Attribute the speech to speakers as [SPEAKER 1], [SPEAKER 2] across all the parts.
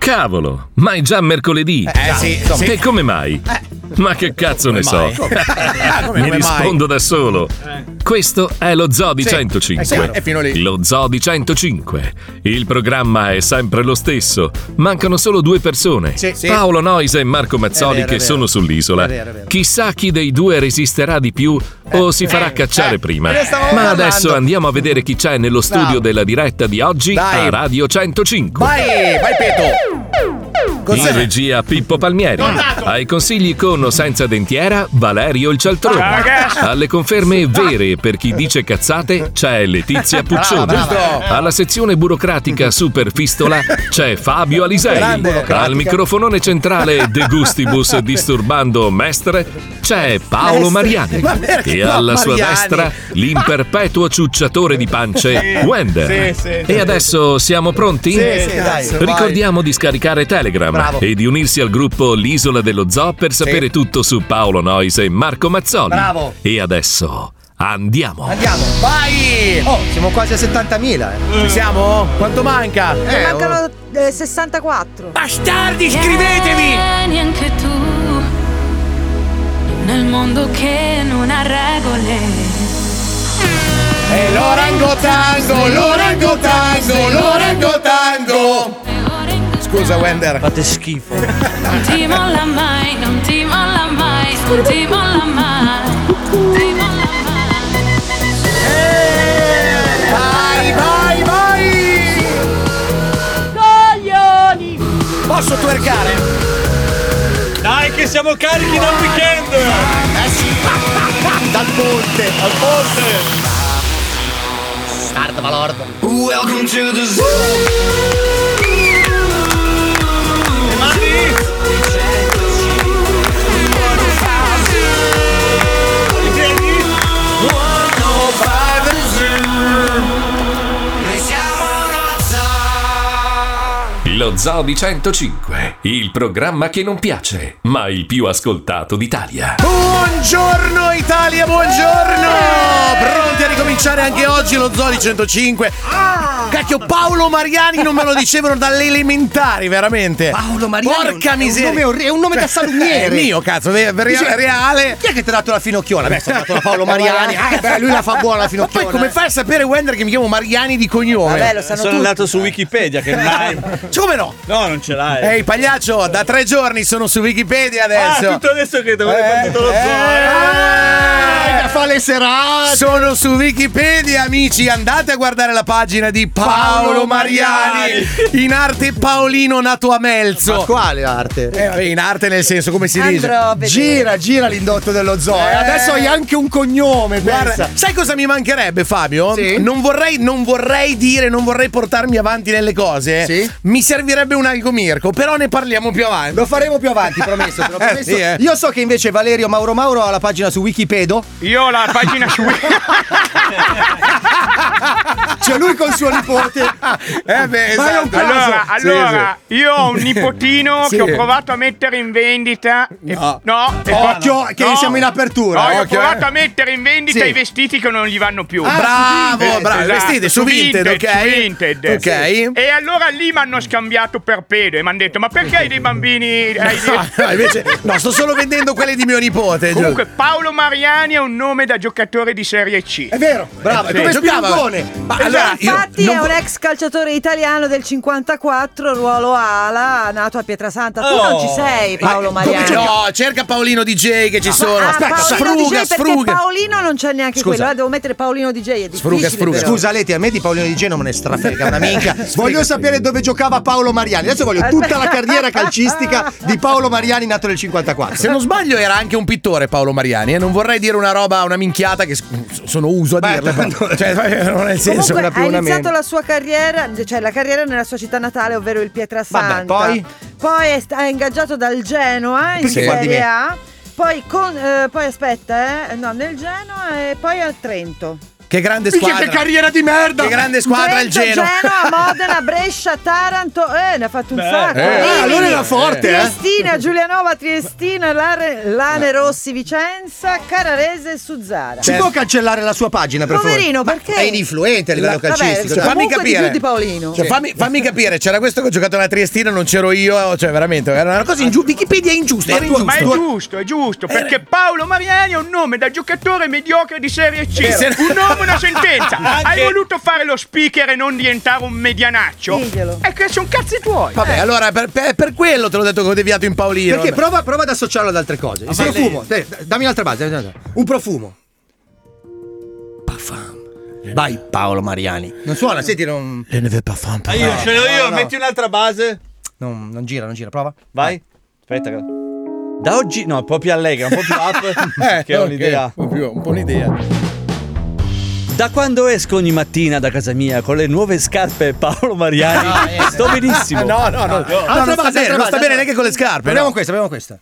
[SPEAKER 1] Cavolo, ma è già mercoledì.
[SPEAKER 2] Sì.
[SPEAKER 1] E come mai? Ma che cazzo ne so? Mi rispondo da solo. Questo è lo Zoo di 105.
[SPEAKER 2] È fino lì.
[SPEAKER 1] Lo Zoo di 105. Il programma è sempre lo stesso. Mancano solo due persone.
[SPEAKER 2] Sì.
[SPEAKER 1] Paolo Noise e Marco Mazzoli
[SPEAKER 2] È vero.
[SPEAKER 1] sono sull'isola.
[SPEAKER 2] È vero.
[SPEAKER 1] Chissà chi dei due resisterà di più o si farà cacciare prima.
[SPEAKER 2] ne stavamo
[SPEAKER 1] Ma
[SPEAKER 2] parlando.
[SPEAKER 1] adesso andiamo a vedere chi c'è nello studio della diretta di oggi
[SPEAKER 2] Dai.
[SPEAKER 1] a Radio 105.
[SPEAKER 2] Vai Peto.
[SPEAKER 1] In regia Pippo Palmieri. Ai consigli con o senza dentiera Valerio il Cialtrone. Alle conferme vere per chi dice cazzate c'è Letizia Puccioni.
[SPEAKER 2] Brava.
[SPEAKER 1] Alla sezione burocratica super fistola c'è Fabio Alisei. Al microfonone centrale De Gustibus disturbando mestre c'è Paolo Mariani. E alla sua
[SPEAKER 2] Mariani?
[SPEAKER 1] destra l'imperpetuo ciucciatore di pance Wender.
[SPEAKER 3] Sì.
[SPEAKER 1] E adesso siamo pronti?
[SPEAKER 2] Sì, dai.
[SPEAKER 1] Ricordiamo di scaricare Telegram
[SPEAKER 2] Bravo.
[SPEAKER 1] e di unirsi al gruppo L'Isola dello Zoo per sapere tutto su Paolo Noise e Marco Mazzoli.
[SPEAKER 2] Bravo.
[SPEAKER 1] E adesso andiamo.
[SPEAKER 2] Vai.
[SPEAKER 4] Siamo quasi a 70.000.
[SPEAKER 2] Ci siamo? Quanto manca?
[SPEAKER 5] Mancano 64.
[SPEAKER 2] Bastardi, iscrivetevi!
[SPEAKER 6] Vieni anche tu nel mondo che non ha regole.
[SPEAKER 2] E l'orangotango. Scusa Wender.
[SPEAKER 4] Fate schifo.
[SPEAKER 6] Non ti molla mai, non ti molla mai, non ti molla mai. Non ti molla mai.
[SPEAKER 2] Vai!
[SPEAKER 5] Coglioni!
[SPEAKER 2] Posso twerkare?
[SPEAKER 3] Dai che siamo carichi dal weekend!
[SPEAKER 2] Dal ponte.
[SPEAKER 3] Al ponte!
[SPEAKER 4] Guarda, Valordo.
[SPEAKER 7] Welcome to the zoo.
[SPEAKER 3] Le mani! I piedi!
[SPEAKER 1] Lo Zoo di 105, il programma che non piace, ma il più ascoltato d'Italia.
[SPEAKER 2] Buongiorno Italia, buongiorno! Pronti a ricominciare anche oggi lo Zoo di 105? Cacchio, Paolo Mariani non me lo dicevano dalle elementari, veramente.
[SPEAKER 4] Paolo Mariani.
[SPEAKER 2] Porca miseria.
[SPEAKER 4] È un nome da
[SPEAKER 2] È
[SPEAKER 4] salumiere.
[SPEAKER 2] mio, cazzo, reale.
[SPEAKER 4] Chi è che ti ha dato la finocchiona? Beh, ti ha dato la Paolo Mariani. Lui la fa buona la
[SPEAKER 2] Ma
[SPEAKER 4] finocchiona.
[SPEAKER 2] poi come fai a sapere, Wender, che mi chiamo Mariani di cognome?
[SPEAKER 5] Vabbè, lo sanno
[SPEAKER 3] Sono
[SPEAKER 5] tutti.
[SPEAKER 3] andato su Wikipedia che non hai.
[SPEAKER 2] Come no?
[SPEAKER 3] No, non ce l'hai.
[SPEAKER 2] Ehi, pagliaccio, da 3 giorni sono su Wikipedia adesso.
[SPEAKER 3] tutto adesso che devo vedere tutto lo zoo.
[SPEAKER 4] Fa le serate.
[SPEAKER 2] Sono su Wikipedia, amici. Andate a guardare la pagina di Paolo Mariani. In arte Paolino nato a Melzo.
[SPEAKER 4] Ma quale arte?
[SPEAKER 2] Vabbè, in arte nel senso, come si dice?
[SPEAKER 5] Andrò a vedere.
[SPEAKER 4] Gira l'indotto dello zoo. E adesso hai anche un cognome.
[SPEAKER 2] Guarda,
[SPEAKER 4] Pensa.
[SPEAKER 2] sai cosa mi mancherebbe, Fabio?
[SPEAKER 4] Sì?
[SPEAKER 2] Non vorrei dire, non vorrei portarmi avanti nelle cose.
[SPEAKER 4] Sì?
[SPEAKER 2] Mi servirebbe un algomirco, però ne parliamo più avanti.
[SPEAKER 4] Lo faremo più avanti, promesso. Te l'ho promesso.
[SPEAKER 2] Sì, eh.
[SPEAKER 4] Io so che invece Valerio Mauro ha la pagina su Wikipedia.
[SPEAKER 8] Io ho la pagina su
[SPEAKER 4] Cioè lui con suo nipote.
[SPEAKER 2] Beh,
[SPEAKER 4] Ma è un
[SPEAKER 2] esatto.
[SPEAKER 4] caso.
[SPEAKER 8] Allora, io ho un nipotino
[SPEAKER 2] Sì.
[SPEAKER 8] che ho provato a mettere in vendita.
[SPEAKER 4] Occhio, che siamo in apertura.
[SPEAKER 8] No, io ho
[SPEAKER 2] Occhio,
[SPEAKER 8] provato a mettere in vendita
[SPEAKER 4] Sì.
[SPEAKER 8] i vestiti che non gli vanno più.
[SPEAKER 2] Bravo, bravo.
[SPEAKER 8] Esatto,
[SPEAKER 2] Vestiti su Vinted, ok?
[SPEAKER 8] Su Vinted.
[SPEAKER 2] Ok.
[SPEAKER 8] E allora lì mi hanno scambiato per pedo e mi hanno detto: ma perché hai dei bambini?
[SPEAKER 2] No, invece, no, sto solo vendendo quelli di mio nipote.
[SPEAKER 8] Comunque, Paolo Mariani è un nome da giocatore di Serie C.
[SPEAKER 4] È vero, bravo, è
[SPEAKER 2] Sì,
[SPEAKER 4] come
[SPEAKER 2] giocava.
[SPEAKER 4] Spirungone.
[SPEAKER 2] Ma allora, io
[SPEAKER 5] Infatti
[SPEAKER 2] non
[SPEAKER 5] è
[SPEAKER 2] vo-
[SPEAKER 5] un ex calciatore italiano del 54, ruolo ala, nato a Pietrasanta. Tu non ci sei, Paolo Mariani.
[SPEAKER 2] No, cerca Paolino DJ che ci sono.
[SPEAKER 5] Paolino
[SPEAKER 2] Sfruga,
[SPEAKER 5] DJ, perché
[SPEAKER 2] sfruga.
[SPEAKER 5] Paolino non c'è neanche
[SPEAKER 4] Scusa.
[SPEAKER 5] quello, devo mettere Paolino DJ, è difficile.
[SPEAKER 2] Sfruga.
[SPEAKER 5] però.
[SPEAKER 4] Scusa Leti, a me di Paolino Di Geno me ne strafrega una minchia. Voglio sapere dove giocava Paolo Mariani. Adesso voglio tutta la carriera calcistica di Paolo Mariani nato nel 54.
[SPEAKER 2] Se non sbaglio era anche un pittore Paolo Mariani, e non vorrei dire una roba, una minchiata che sono uso a dirle. però- Cioè, non è il senso.
[SPEAKER 5] Comunque
[SPEAKER 4] una più,
[SPEAKER 5] ha
[SPEAKER 4] una
[SPEAKER 5] iniziato
[SPEAKER 4] meno.
[SPEAKER 5] la sua carriera, cioè la carriera nella sua città natale, ovvero il Pietrasanta.
[SPEAKER 4] Vabbè,
[SPEAKER 5] Poi è ingaggiato dal Genoa in
[SPEAKER 4] Perché guardi
[SPEAKER 5] Serie
[SPEAKER 4] me?
[SPEAKER 5] A. Poi aspetta, no, nel Genoa e poi al Trento.
[SPEAKER 2] Che grande squadra.
[SPEAKER 4] Che carriera di merda.
[SPEAKER 2] Che grande squadra il
[SPEAKER 5] Trento,
[SPEAKER 2] Genoa.
[SPEAKER 5] Modena, Brescia, Taranto. Ne ha fatto un sacco.
[SPEAKER 4] Allora era forte,
[SPEAKER 5] Triestina, Giulianova, Triestina, Lane Rossi, Vicenza, Carrarese e Suzzara.
[SPEAKER 4] Si può cancellare la sua pagina, per favore?
[SPEAKER 5] Poverino, perché?
[SPEAKER 4] È ininfluente a livello calcistico.
[SPEAKER 2] Cioè, fammi
[SPEAKER 5] Comunque
[SPEAKER 2] capire.
[SPEAKER 5] di più di Paolino.
[SPEAKER 2] Cioè, fammi capire, c'era questo che ho giocato alla Triestina, non c'ero io, cioè veramente, era una cosa ingiusta. Wikipedia è ingiusta, era ingiusto.
[SPEAKER 8] Ma è giusto, perché Paolo Mariani è un nome da giocatore mediocre di Serie C. Un nome, una sentenza. Hai voluto fare lo speaker e non diventare un medianaccio?
[SPEAKER 5] Diglielo.
[SPEAKER 8] È che sono cazzi tuoi.
[SPEAKER 2] Vabbè, allora per quello te l'ho detto che ho deviato in Paolino.
[SPEAKER 4] Perché prova ad associarlo ad altre cose. Il profumo. Dammi un'altra base. Un profumo. Parfum. Vai, Paolo Mariani. Non suona, senti, non.
[SPEAKER 2] Le neve parfum.
[SPEAKER 3] Io ce l'ho io, metti un'altra base.
[SPEAKER 4] Non gira, prova.
[SPEAKER 3] Vai. Aspetta. Da oggi, no, un po' più allegra, un po' più up. Che è un'idea.
[SPEAKER 2] Un po' un'idea.
[SPEAKER 3] Da quando esco ogni mattina da casa mia con le nuove scarpe Paolo Mariani, sto benissimo.
[SPEAKER 2] No. Non sta bene neanche con le scarpe.
[SPEAKER 4] Proviamo questa.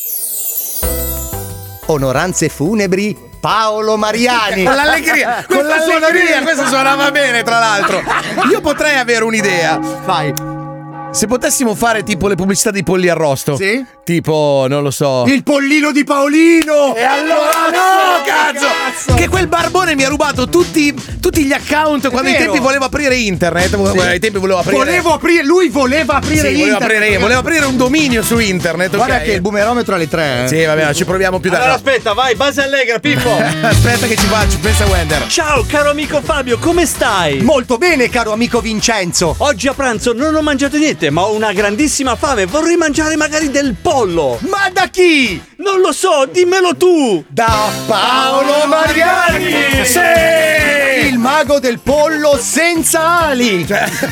[SPEAKER 4] Onoranze funebri Paolo Mariani.
[SPEAKER 2] Con l'allegria, questo suonava bene, tra l'altro. Io potrei avere un'idea.
[SPEAKER 4] Vai.
[SPEAKER 2] Se potessimo fare tipo le pubblicità dei polli arrosto.
[SPEAKER 4] Sì?
[SPEAKER 2] Tipo, non lo so.
[SPEAKER 4] Il pollino di Paolino!
[SPEAKER 2] E allora no, cazzo! Che quel barbone mi ha rubato tutti gli account quando ai tempi volevo aprire internet. Ai tempi volevo aprire.
[SPEAKER 4] Lui voleva aprire internet.
[SPEAKER 2] Voleva aprire un dominio su internet.
[SPEAKER 4] Guarda
[SPEAKER 2] ok?
[SPEAKER 4] che il boomerometro alle 3.
[SPEAKER 2] Sì, vabbè, ci proviamo più
[SPEAKER 3] Allora
[SPEAKER 2] tardi.
[SPEAKER 3] aspetta, vai, base allegra, Pippo.
[SPEAKER 2] Aspetta che ci faccio, pensa Wender.
[SPEAKER 3] Ciao caro amico Fabio, come stai?
[SPEAKER 4] Molto bene, caro amico Vincenzo.
[SPEAKER 3] Oggi a pranzo non ho mangiato niente, ma ho una grandissima fame. Vorrei mangiare magari del pollo.
[SPEAKER 4] Ma da chi?
[SPEAKER 3] Non lo so, dimmelo tu.
[SPEAKER 4] Da Paolo Mariani!
[SPEAKER 2] Sì!
[SPEAKER 4] Il mago del pollo senza ali!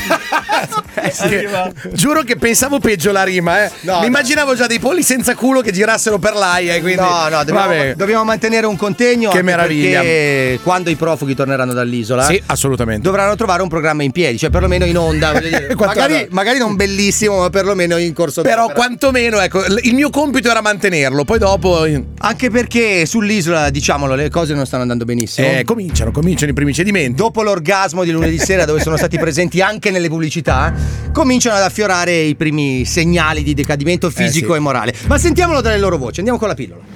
[SPEAKER 2] Sì. Giuro che pensavo peggio la rima,
[SPEAKER 4] No,
[SPEAKER 2] Mi immaginavo già dei polli senza culo che girassero per l'aia, quindi.
[SPEAKER 4] No, dobbiamo mantenere un contegno.
[SPEAKER 2] Che
[SPEAKER 4] anche
[SPEAKER 2] meraviglia.
[SPEAKER 4] Perché quando i profughi torneranno dall'isola,
[SPEAKER 2] Sì, assolutamente.
[SPEAKER 4] dovranno trovare un programma in piedi, cioè perlomeno in onda. Voglio dire. magari non bellissimo, ma perlomeno in corso
[SPEAKER 2] Però
[SPEAKER 4] d'opera.
[SPEAKER 2] quantomeno, ecco, il mio compito era mantenerlo, poi dopo.
[SPEAKER 4] Anche perché sull'isola, diciamolo, le cose non stanno andando benissimo.
[SPEAKER 2] Cominciano i primi cedimenti.
[SPEAKER 4] Dopo l'orgasmo di lunedì sera, dove sono stati presenti anche nelle pubblicità, cominciano ad affiorare i primi segnali di decadimento fisico
[SPEAKER 2] sì.
[SPEAKER 4] e morale. Ma sentiamolo dalle loro voci, andiamo con la pillola.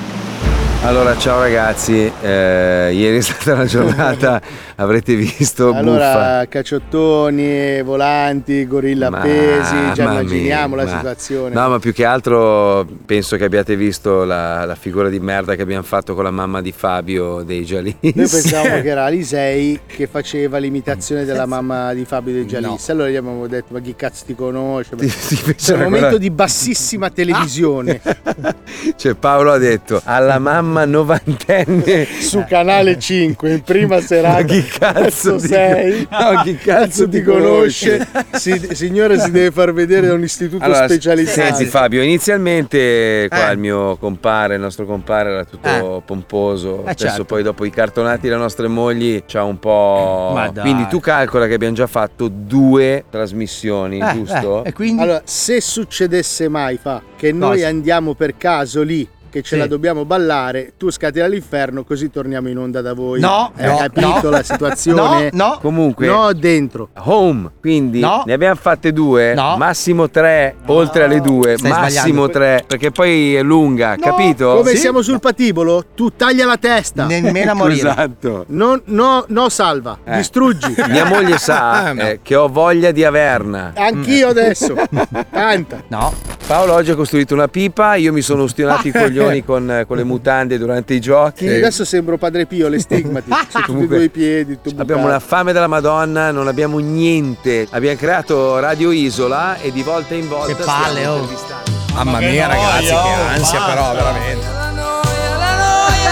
[SPEAKER 9] Allora, ciao ragazzi, ieri è stata una giornata, avrete visto,
[SPEAKER 10] allora, cacciottoni, volanti, gorilla appesi, già immaginiamo la situazione.
[SPEAKER 9] No, ma più che altro penso che abbiate visto la figura di merda che abbiamo fatto con la mamma di Fabio dei Giallis.
[SPEAKER 10] Noi pensavamo che era Alisei che faceva l'imitazione della mamma di Fabio dei Giallis.
[SPEAKER 9] No.
[SPEAKER 10] Allora gli abbiamo detto, ma chi cazzo ti conosce?
[SPEAKER 9] C'è
[SPEAKER 10] un momento di bassissima televisione.
[SPEAKER 9] Cioè Paolo ha detto alla mamma novantenne
[SPEAKER 10] su Canale 5 in prima serata.
[SPEAKER 9] Ma chi cazzo
[SPEAKER 10] sei?
[SPEAKER 9] No, chi cazzo
[SPEAKER 10] ti conosce? Signore, si deve far vedere da un istituto specializzato.
[SPEAKER 9] Senti Fabio, inizialmente qua il nostro compare era tutto pomposo. Adesso
[SPEAKER 4] certo.
[SPEAKER 9] poi dopo i cartonati delle nostre mogli c'ha un po'.
[SPEAKER 4] Ma dai.
[SPEAKER 9] Quindi tu calcola che abbiamo già fatto 2 trasmissioni, giusto?
[SPEAKER 4] E quindi?
[SPEAKER 10] Allora, se succedesse mai che noi andiamo per caso lì che ce la dobbiamo ballare, tu scatti all'inferno così torniamo in onda da voi. Hai capito la situazione?
[SPEAKER 4] No.
[SPEAKER 9] Comunque
[SPEAKER 10] No, dentro.
[SPEAKER 9] home, quindi ne abbiamo fatte 2,
[SPEAKER 4] No.
[SPEAKER 9] massimo 3, oltre alle 2,
[SPEAKER 4] Stai
[SPEAKER 9] massimo
[SPEAKER 4] sbagliando.
[SPEAKER 9] 3, perché poi è lunga, capito?
[SPEAKER 10] Come siamo sul patibolo, tu taglia la testa.
[SPEAKER 4] Nemmeno a morire.
[SPEAKER 9] Esatto.
[SPEAKER 10] No, salva, distruggi.
[SPEAKER 9] Mia moglie sa che ho voglia di averna.
[SPEAKER 10] Anch'io adesso. Tanta.
[SPEAKER 4] No.
[SPEAKER 9] Paolo oggi ha costruito una pipa, io mi sono ustionato i coglioni con le mutande durante i giochi.
[SPEAKER 10] Adesso sembro Padre Pio, le stigmati su tutti e 2 i piedi.
[SPEAKER 9] Abbiamo una fame della Madonna, non abbiamo niente. Abbiamo creato Radio Isola e di volta in volta
[SPEAKER 4] Che palle,
[SPEAKER 9] stiamo
[SPEAKER 4] oh.
[SPEAKER 9] intervistando.
[SPEAKER 2] Mamma mia, ragazzi, che ansia, però, veramente.
[SPEAKER 6] La noia,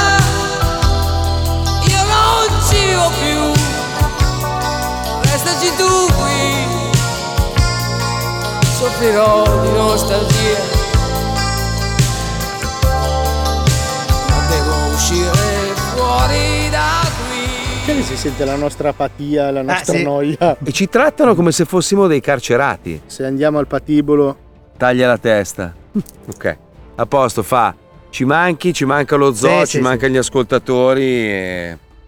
[SPEAKER 6] io non ci vivo più, restaci tu qui, soffrirò di nostalgia, ma devo uscire fuori da qui.
[SPEAKER 10] Che si sente la nostra apatia, la nostra
[SPEAKER 4] sì.
[SPEAKER 10] noia.
[SPEAKER 9] E ci trattano come se fossimo dei carcerati.
[SPEAKER 10] Se andiamo al patibolo,
[SPEAKER 9] Taglia la testa. Ok. A posto, fa. Ci manca lo zoo,
[SPEAKER 4] Sì,
[SPEAKER 9] ci
[SPEAKER 4] sì,
[SPEAKER 9] mancano gli ascoltatori. E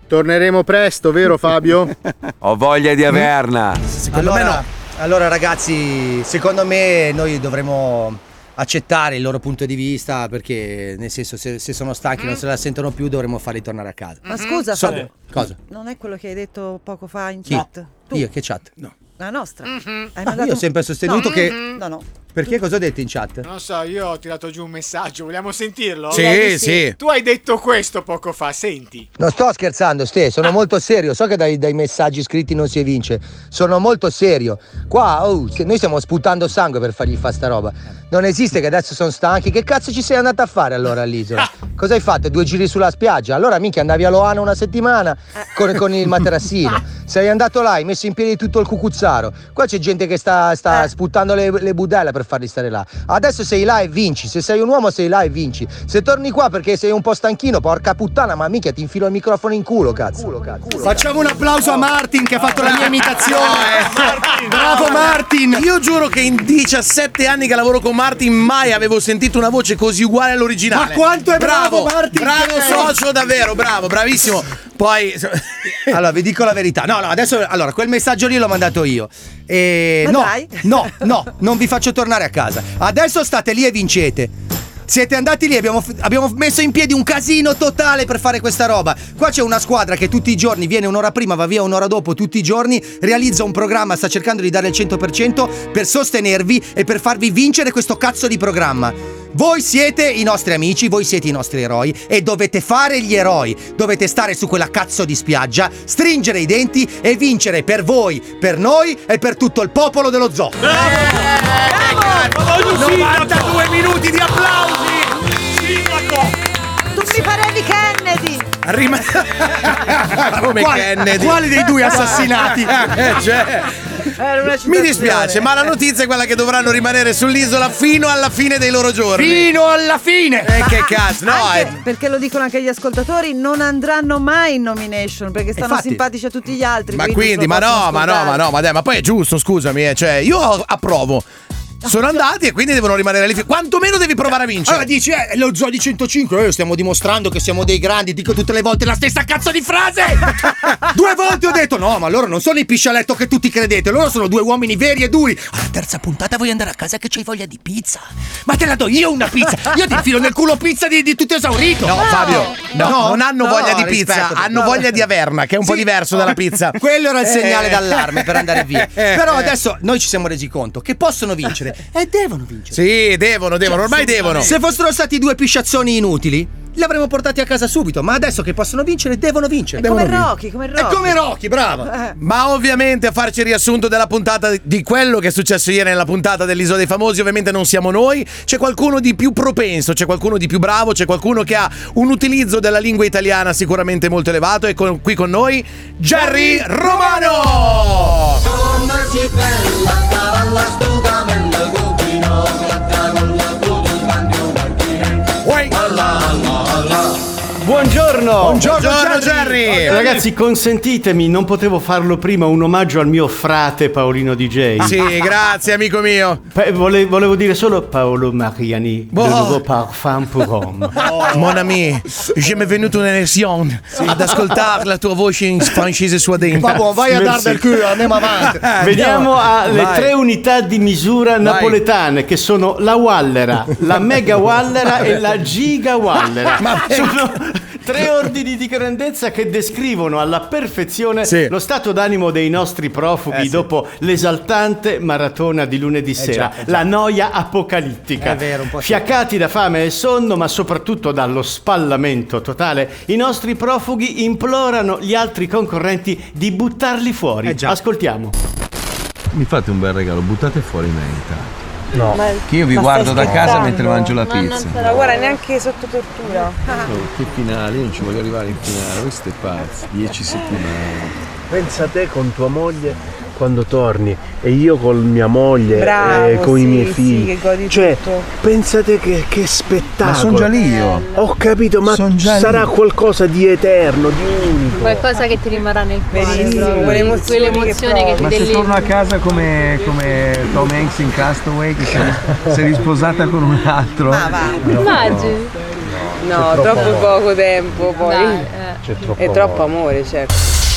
[SPEAKER 10] Torneremo presto, vero Fabio?
[SPEAKER 9] Ho voglia di averna.
[SPEAKER 4] Secondo me no. Allora ragazzi, secondo me noi dovremmo accettare il loro punto di vista, perché nel senso se sono stanchi non se la sentono più dovremmo farli tornare a casa.
[SPEAKER 5] Ma scusa, Fabio,
[SPEAKER 4] cosa?
[SPEAKER 5] non è quello che hai detto poco fa in
[SPEAKER 4] Chi?
[SPEAKER 5] chat? Tu?
[SPEAKER 4] Io che chat? No.
[SPEAKER 5] La nostra.
[SPEAKER 4] Io ho sempre sostenuto che...
[SPEAKER 5] No.
[SPEAKER 4] Perché cosa ho detto in chat?
[SPEAKER 11] Non so, io ho tirato giù un messaggio, vogliamo sentirlo?
[SPEAKER 2] Sì.
[SPEAKER 11] Tu hai detto questo poco fa, senti.
[SPEAKER 4] Non sto scherzando, sono molto serio. So che dai messaggi scritti non si evince. Sono molto serio. Qua, noi stiamo sputando sangue per fargli fare sta roba. Non esiste che adesso sono stanchi. Che cazzo ci sei andata a fare allora all'isola? Cosa hai fatto? 2 giri sulla spiaggia? Allora minchia andavi a Loano una settimana con il materassino. Sei andato là, hai messo in piedi tutto il cucuzzaro. Qua c'è gente che sta sputando le budelle per farli stare là. Adesso sei là e vinci. Se sei un uomo sei là e vinci. Se torni qua perché sei un po' stanchino, porca puttana, ma mica ti infilo il microfono in culo, cazzo.
[SPEAKER 2] Facciamo un applauso a Martin che ha fatto la mia imitazione. Bravo Martin. Io giuro che in 17 anni che lavoro con Martin mai avevo sentito una voce così uguale all'originale.
[SPEAKER 4] Ma quanto è bravo Martin!
[SPEAKER 2] Bravo socio, davvero, bravissimo. Poi
[SPEAKER 4] allora vi dico la verità. No, adesso allora quel messaggio lì l'ho mandato io. No, non vi faccio tornare a casa. Adesso state lì e vincete. Siete andati lì, abbiamo messo in piedi un casino totale per fare questa roba. Qua c'è una squadra che tutti i giorni viene un'ora prima, va via un'ora dopo, tutti i giorni realizza un programma, sta cercando di dare il 100% per sostenervi e per farvi vincere questo cazzo di programma. Voi siete i nostri amici, voi siete i nostri eroi e dovete fare gli eroi. Dovete stare su quella cazzo di spiaggia, stringere i denti e vincere per voi, per noi e per tutto il popolo dello zoo.
[SPEAKER 2] Bravo! 92 minuti di applausi!
[SPEAKER 5] Tu mi parevi Kennedy!
[SPEAKER 2] Come Kennedy?
[SPEAKER 4] Quali dei due assassinati?
[SPEAKER 2] Mi dispiace, ma la notizia è quella che dovranno rimanere sull'isola fino alla fine dei loro giorni.
[SPEAKER 4] Fino alla fine!
[SPEAKER 2] Che cazzo, no?
[SPEAKER 5] Perché lo dicono anche gli ascoltatori, non andranno mai in nomination perché stanno simpatici a tutti gli altri.
[SPEAKER 2] Ma quindi, ma poi è giusto, scusami, cioè io approvo. Sono andati e quindi devono rimanere lì. Quantomeno devi provare a vincere.
[SPEAKER 4] Allora dici, lo zoo di 105, noi stiamo dimostrando che siamo dei grandi. Dico tutte le volte la stessa cazzo di frase. 2 volte ho detto, no, ma loro non sono i piscialetto che tutti credete. Loro sono 2 uomini veri e duri. Alla terza puntata vuoi andare a casa che c'hai voglia di pizza? Ma te la do io una pizza. Io ti infilo nel culo pizza di tutto esaurito.
[SPEAKER 2] No, Fabio, non hanno voglia di pizza, hanno voglia di averna, che è un po' diverso dalla pizza.
[SPEAKER 4] Quello era il segnale d'allarme per andare via. Però adesso noi ci siamo resi conto che possono vincere e devono vincere.
[SPEAKER 2] Sì, devono, ormai devono.
[SPEAKER 4] Se fossero stati 2 pisciazzoni inutili, li avremmo portati a casa subito, ma adesso che possono vincere, devono vincere.
[SPEAKER 5] Come Rocky.
[SPEAKER 4] È come Rocky, bravo.
[SPEAKER 2] Ma ovviamente a farci il riassunto della puntata di quello che è successo ieri nella puntata dell'Isola dei Famosi, ovviamente non siamo noi. C'è qualcuno di più propenso, c'è qualcuno di più bravo, c'è qualcuno che ha un utilizzo della lingua italiana sicuramente molto elevato. E qui con noi Jerry Romano.
[SPEAKER 12] Buongiorno
[SPEAKER 2] Jerry.
[SPEAKER 12] Ragazzi, consentitemi, non potevo farlo prima, un omaggio al mio frate Paolino DJ.
[SPEAKER 2] Sì, grazie amico mio.
[SPEAKER 12] Volevo dire solo Paolo Mariani, le nouveau parfum pour homme.
[SPEAKER 2] Mon ami, je m'è venuto un'energione ad ascoltare la tua voce in francese suadente.
[SPEAKER 4] Vabbè, vai a dar del culo, andiamo avanti.
[SPEAKER 12] Veniamo alle 3 unità di misura napoletane, che sono la Wallera, la Mega Wallera e la Giga Wallera. Sono 3 ordini di grandezza che descrivono alla perfezione lo stato d'animo dei nostri profughi dopo l'esaltante maratona di lunedì sera, la noia apocalittica.
[SPEAKER 4] È vero, un po'
[SPEAKER 12] fiaccati da fame e sonno, ma soprattutto dallo spallamento totale, i nostri profughi implorano gli altri concorrenti di buttarli fuori. Ascoltiamo.
[SPEAKER 13] Mi fate un bel regalo, buttate fuori Menta.
[SPEAKER 9] No, che io vi guardo da casa mentre mangio la pizza.
[SPEAKER 5] Non la guarda neanche sotto tortura.
[SPEAKER 13] Che finale, io non ci voglio arrivare in finale, questo è pazzo. 10 settimane.
[SPEAKER 14] Pensa a te con tua moglie quando torni e io con mia moglie e con i miei figli.
[SPEAKER 5] Che godi tutto.
[SPEAKER 14] Pensate che spettacolo.
[SPEAKER 13] Ma sono già lì io.
[SPEAKER 14] Ho capito, ma sarà qualcosa di eterno, di unico.
[SPEAKER 15] Qualcosa che ti rimarrà nel cuore.
[SPEAKER 5] Quell'emozione
[SPEAKER 15] che ti
[SPEAKER 13] ma se torno a casa come Tom Hanks in Castaway, che si è risposata con un altro.
[SPEAKER 15] Immagini.
[SPEAKER 16] No, troppo poco tempo poi. È troppo amore, certo.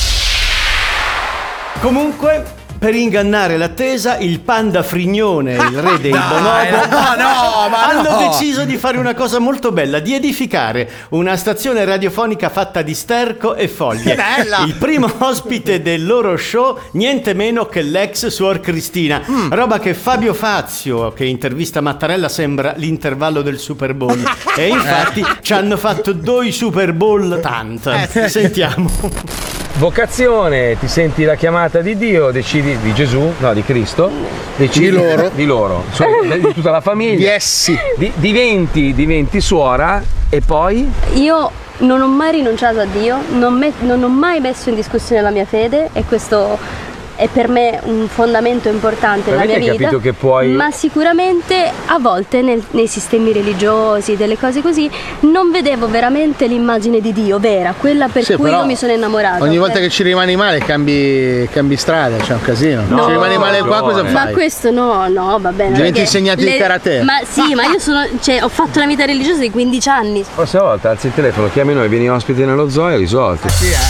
[SPEAKER 12] Comunque, per ingannare l'attesa, il panda Frignone e il re dei bonobo hanno deciso di fare una cosa molto bella, di edificare una stazione radiofonica fatta di sterco e foglie.
[SPEAKER 4] Bella!
[SPEAKER 12] Il primo ospite del loro show, niente meno che l'ex Suor Cristina. Roba che Fabio Fazio, che intervista Mattarella, sembra l'intervallo del Super Bowl. E infatti ci hanno fatto 2 Super Bowl tant. Sentiamo.
[SPEAKER 9] Vocazione, ti senti la chiamata di Dio, decidi di Gesù, no, di Cristo, decidi di loro, cioè di tutta la famiglia.
[SPEAKER 10] Di essi.
[SPEAKER 9] Diventi suora e poi?
[SPEAKER 15] Io non ho mai rinunciato a Dio, non ho mai messo in discussione la mia fede e questo è per me un fondamento importante nella mia vita.
[SPEAKER 9] Capito che puoi...
[SPEAKER 15] Ma sicuramente a volte nei sistemi religiosi, delle cose così, non vedevo veramente l'immagine di Dio vera, quella per cui io mi sono innamorata.
[SPEAKER 10] Ogni volta che ci rimani male cambi strada, c'è un casino.
[SPEAKER 15] No,
[SPEAKER 10] ci rimani male qua, cosa fai?
[SPEAKER 15] Ma questo no, va bene.
[SPEAKER 10] Diventi insegnante di karate.
[SPEAKER 15] Ma sì, ma io ho fatto una vita religiosa di 15 anni.
[SPEAKER 9] La prossima volta alzi il telefono, chiami noi, vieni ospite nello zoo e risolti.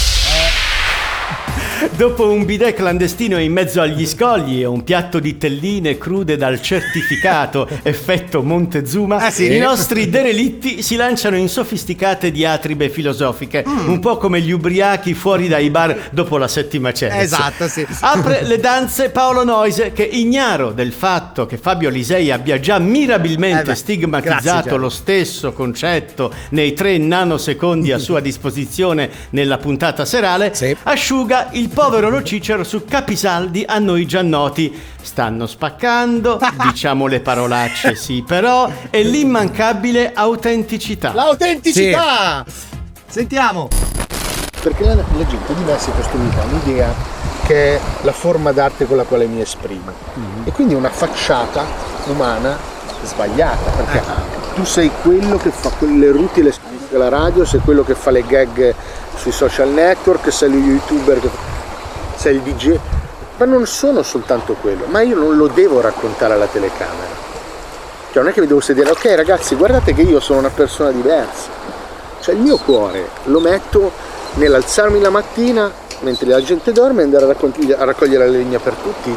[SPEAKER 12] Dopo un bidet clandestino in mezzo agli scogli e un piatto di telline crude dal certificato effetto Montezuma, i nostri derelitti si lanciano in sofisticate diatribe filosofiche, un po' come gli ubriachi fuori dai bar dopo la settima cena.
[SPEAKER 4] Esatto, sì.
[SPEAKER 12] Apre le danze Paolo Noise, che, ignaro del fatto che Fabio Lisei abbia già mirabilmente stigmatizzato lo stesso concetto nei 3 nanosecondi a sua disposizione nella puntata serale, asciuga il povero Lo Cicero su capisaldi a noi già noti. Stanno spaccando, diciamo le parolacce sì però, e l'immancabile autenticità.
[SPEAKER 4] L'autenticità! Sentiamo.
[SPEAKER 10] Perché la gente di me si è costruita un'idea che è la forma d'arte con la quale mi esprimo. E quindi una facciata umana sbagliata, perché tu sei quello che fa le ruti della radio, sei quello che fa le gag sui social network, sei lo youtuber, sei il DJ, ma non sono soltanto quello, ma io non lo devo raccontare alla telecamera. Cioè non è che mi devo sedere, ok ragazzi, guardate che io sono una persona diversa. Cioè il mio cuore lo metto nell'alzarmi la mattina mentre la gente dorme e andare a raccogliere la legna per tutti,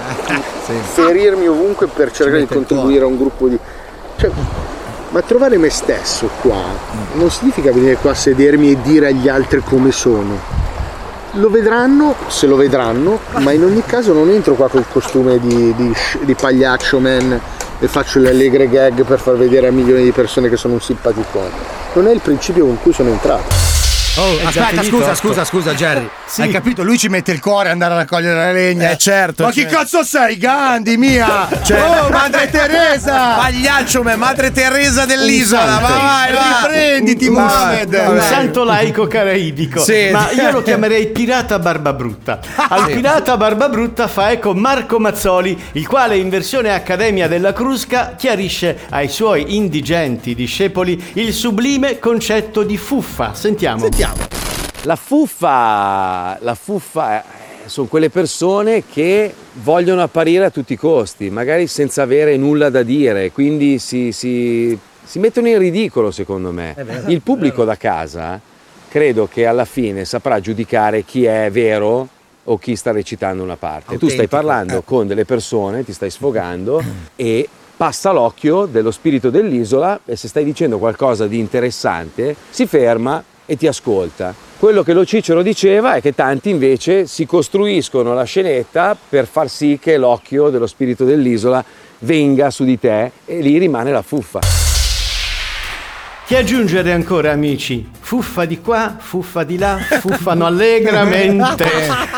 [SPEAKER 10] ferirmi ovunque per cercare di contribuire a un gruppo di... Cioè, ma trovare me stesso qua non significa venire qua a sedermi e dire agli altri come sono. Lo vedranno, se lo vedranno, ma in ogni caso non entro qua col costume di pagliaccio man e faccio le allegre gag per far vedere a milioni di persone che sono un simpaticone. Non è il principio con cui sono entrato.
[SPEAKER 4] Aspetta, scusa Jerry. Hai capito? Lui ci mette il cuore a andare a raccogliere la legna.
[SPEAKER 2] Certo.
[SPEAKER 4] Ma chi cazzo sei? Gandhi, mia! Oh, Madre Teresa!
[SPEAKER 2] Pagliaccio me, Madre Teresa dell'isola. Vai.
[SPEAKER 4] Riprenditi, Mohamed.
[SPEAKER 12] Un santo laico caraibico. Ma io lo chiamerei Pirata Barbabrutta. Al Pirata Barbabrutta fa eco Marco Mazzoli, il quale in versione Accademia della Crusca chiarisce ai suoi indigenti discepoli il sublime concetto di fuffa. Sentiamo.
[SPEAKER 9] La fuffa sono quelle persone che vogliono apparire a tutti i costi, magari senza avere nulla da dire, quindi si mettono in ridicolo, secondo me. Il pubblico da casa credo che alla fine saprà giudicare chi è vero o chi sta recitando una parte. Tu stai parlando con delle persone, ti stai sfogando e passa l'occhio dello spirito dell'isola e se stai dicendo qualcosa di interessante si ferma e ti ascolta. Quello che Lo Cicero diceva è che tanti invece si costruiscono la scenetta per far sì che l'occhio dello spirito dell'isola venga su di te e lì rimane la fuffa.
[SPEAKER 12] Che aggiungere ancora, amici? Fuffa di qua, fuffa di là, fuffano allegramente.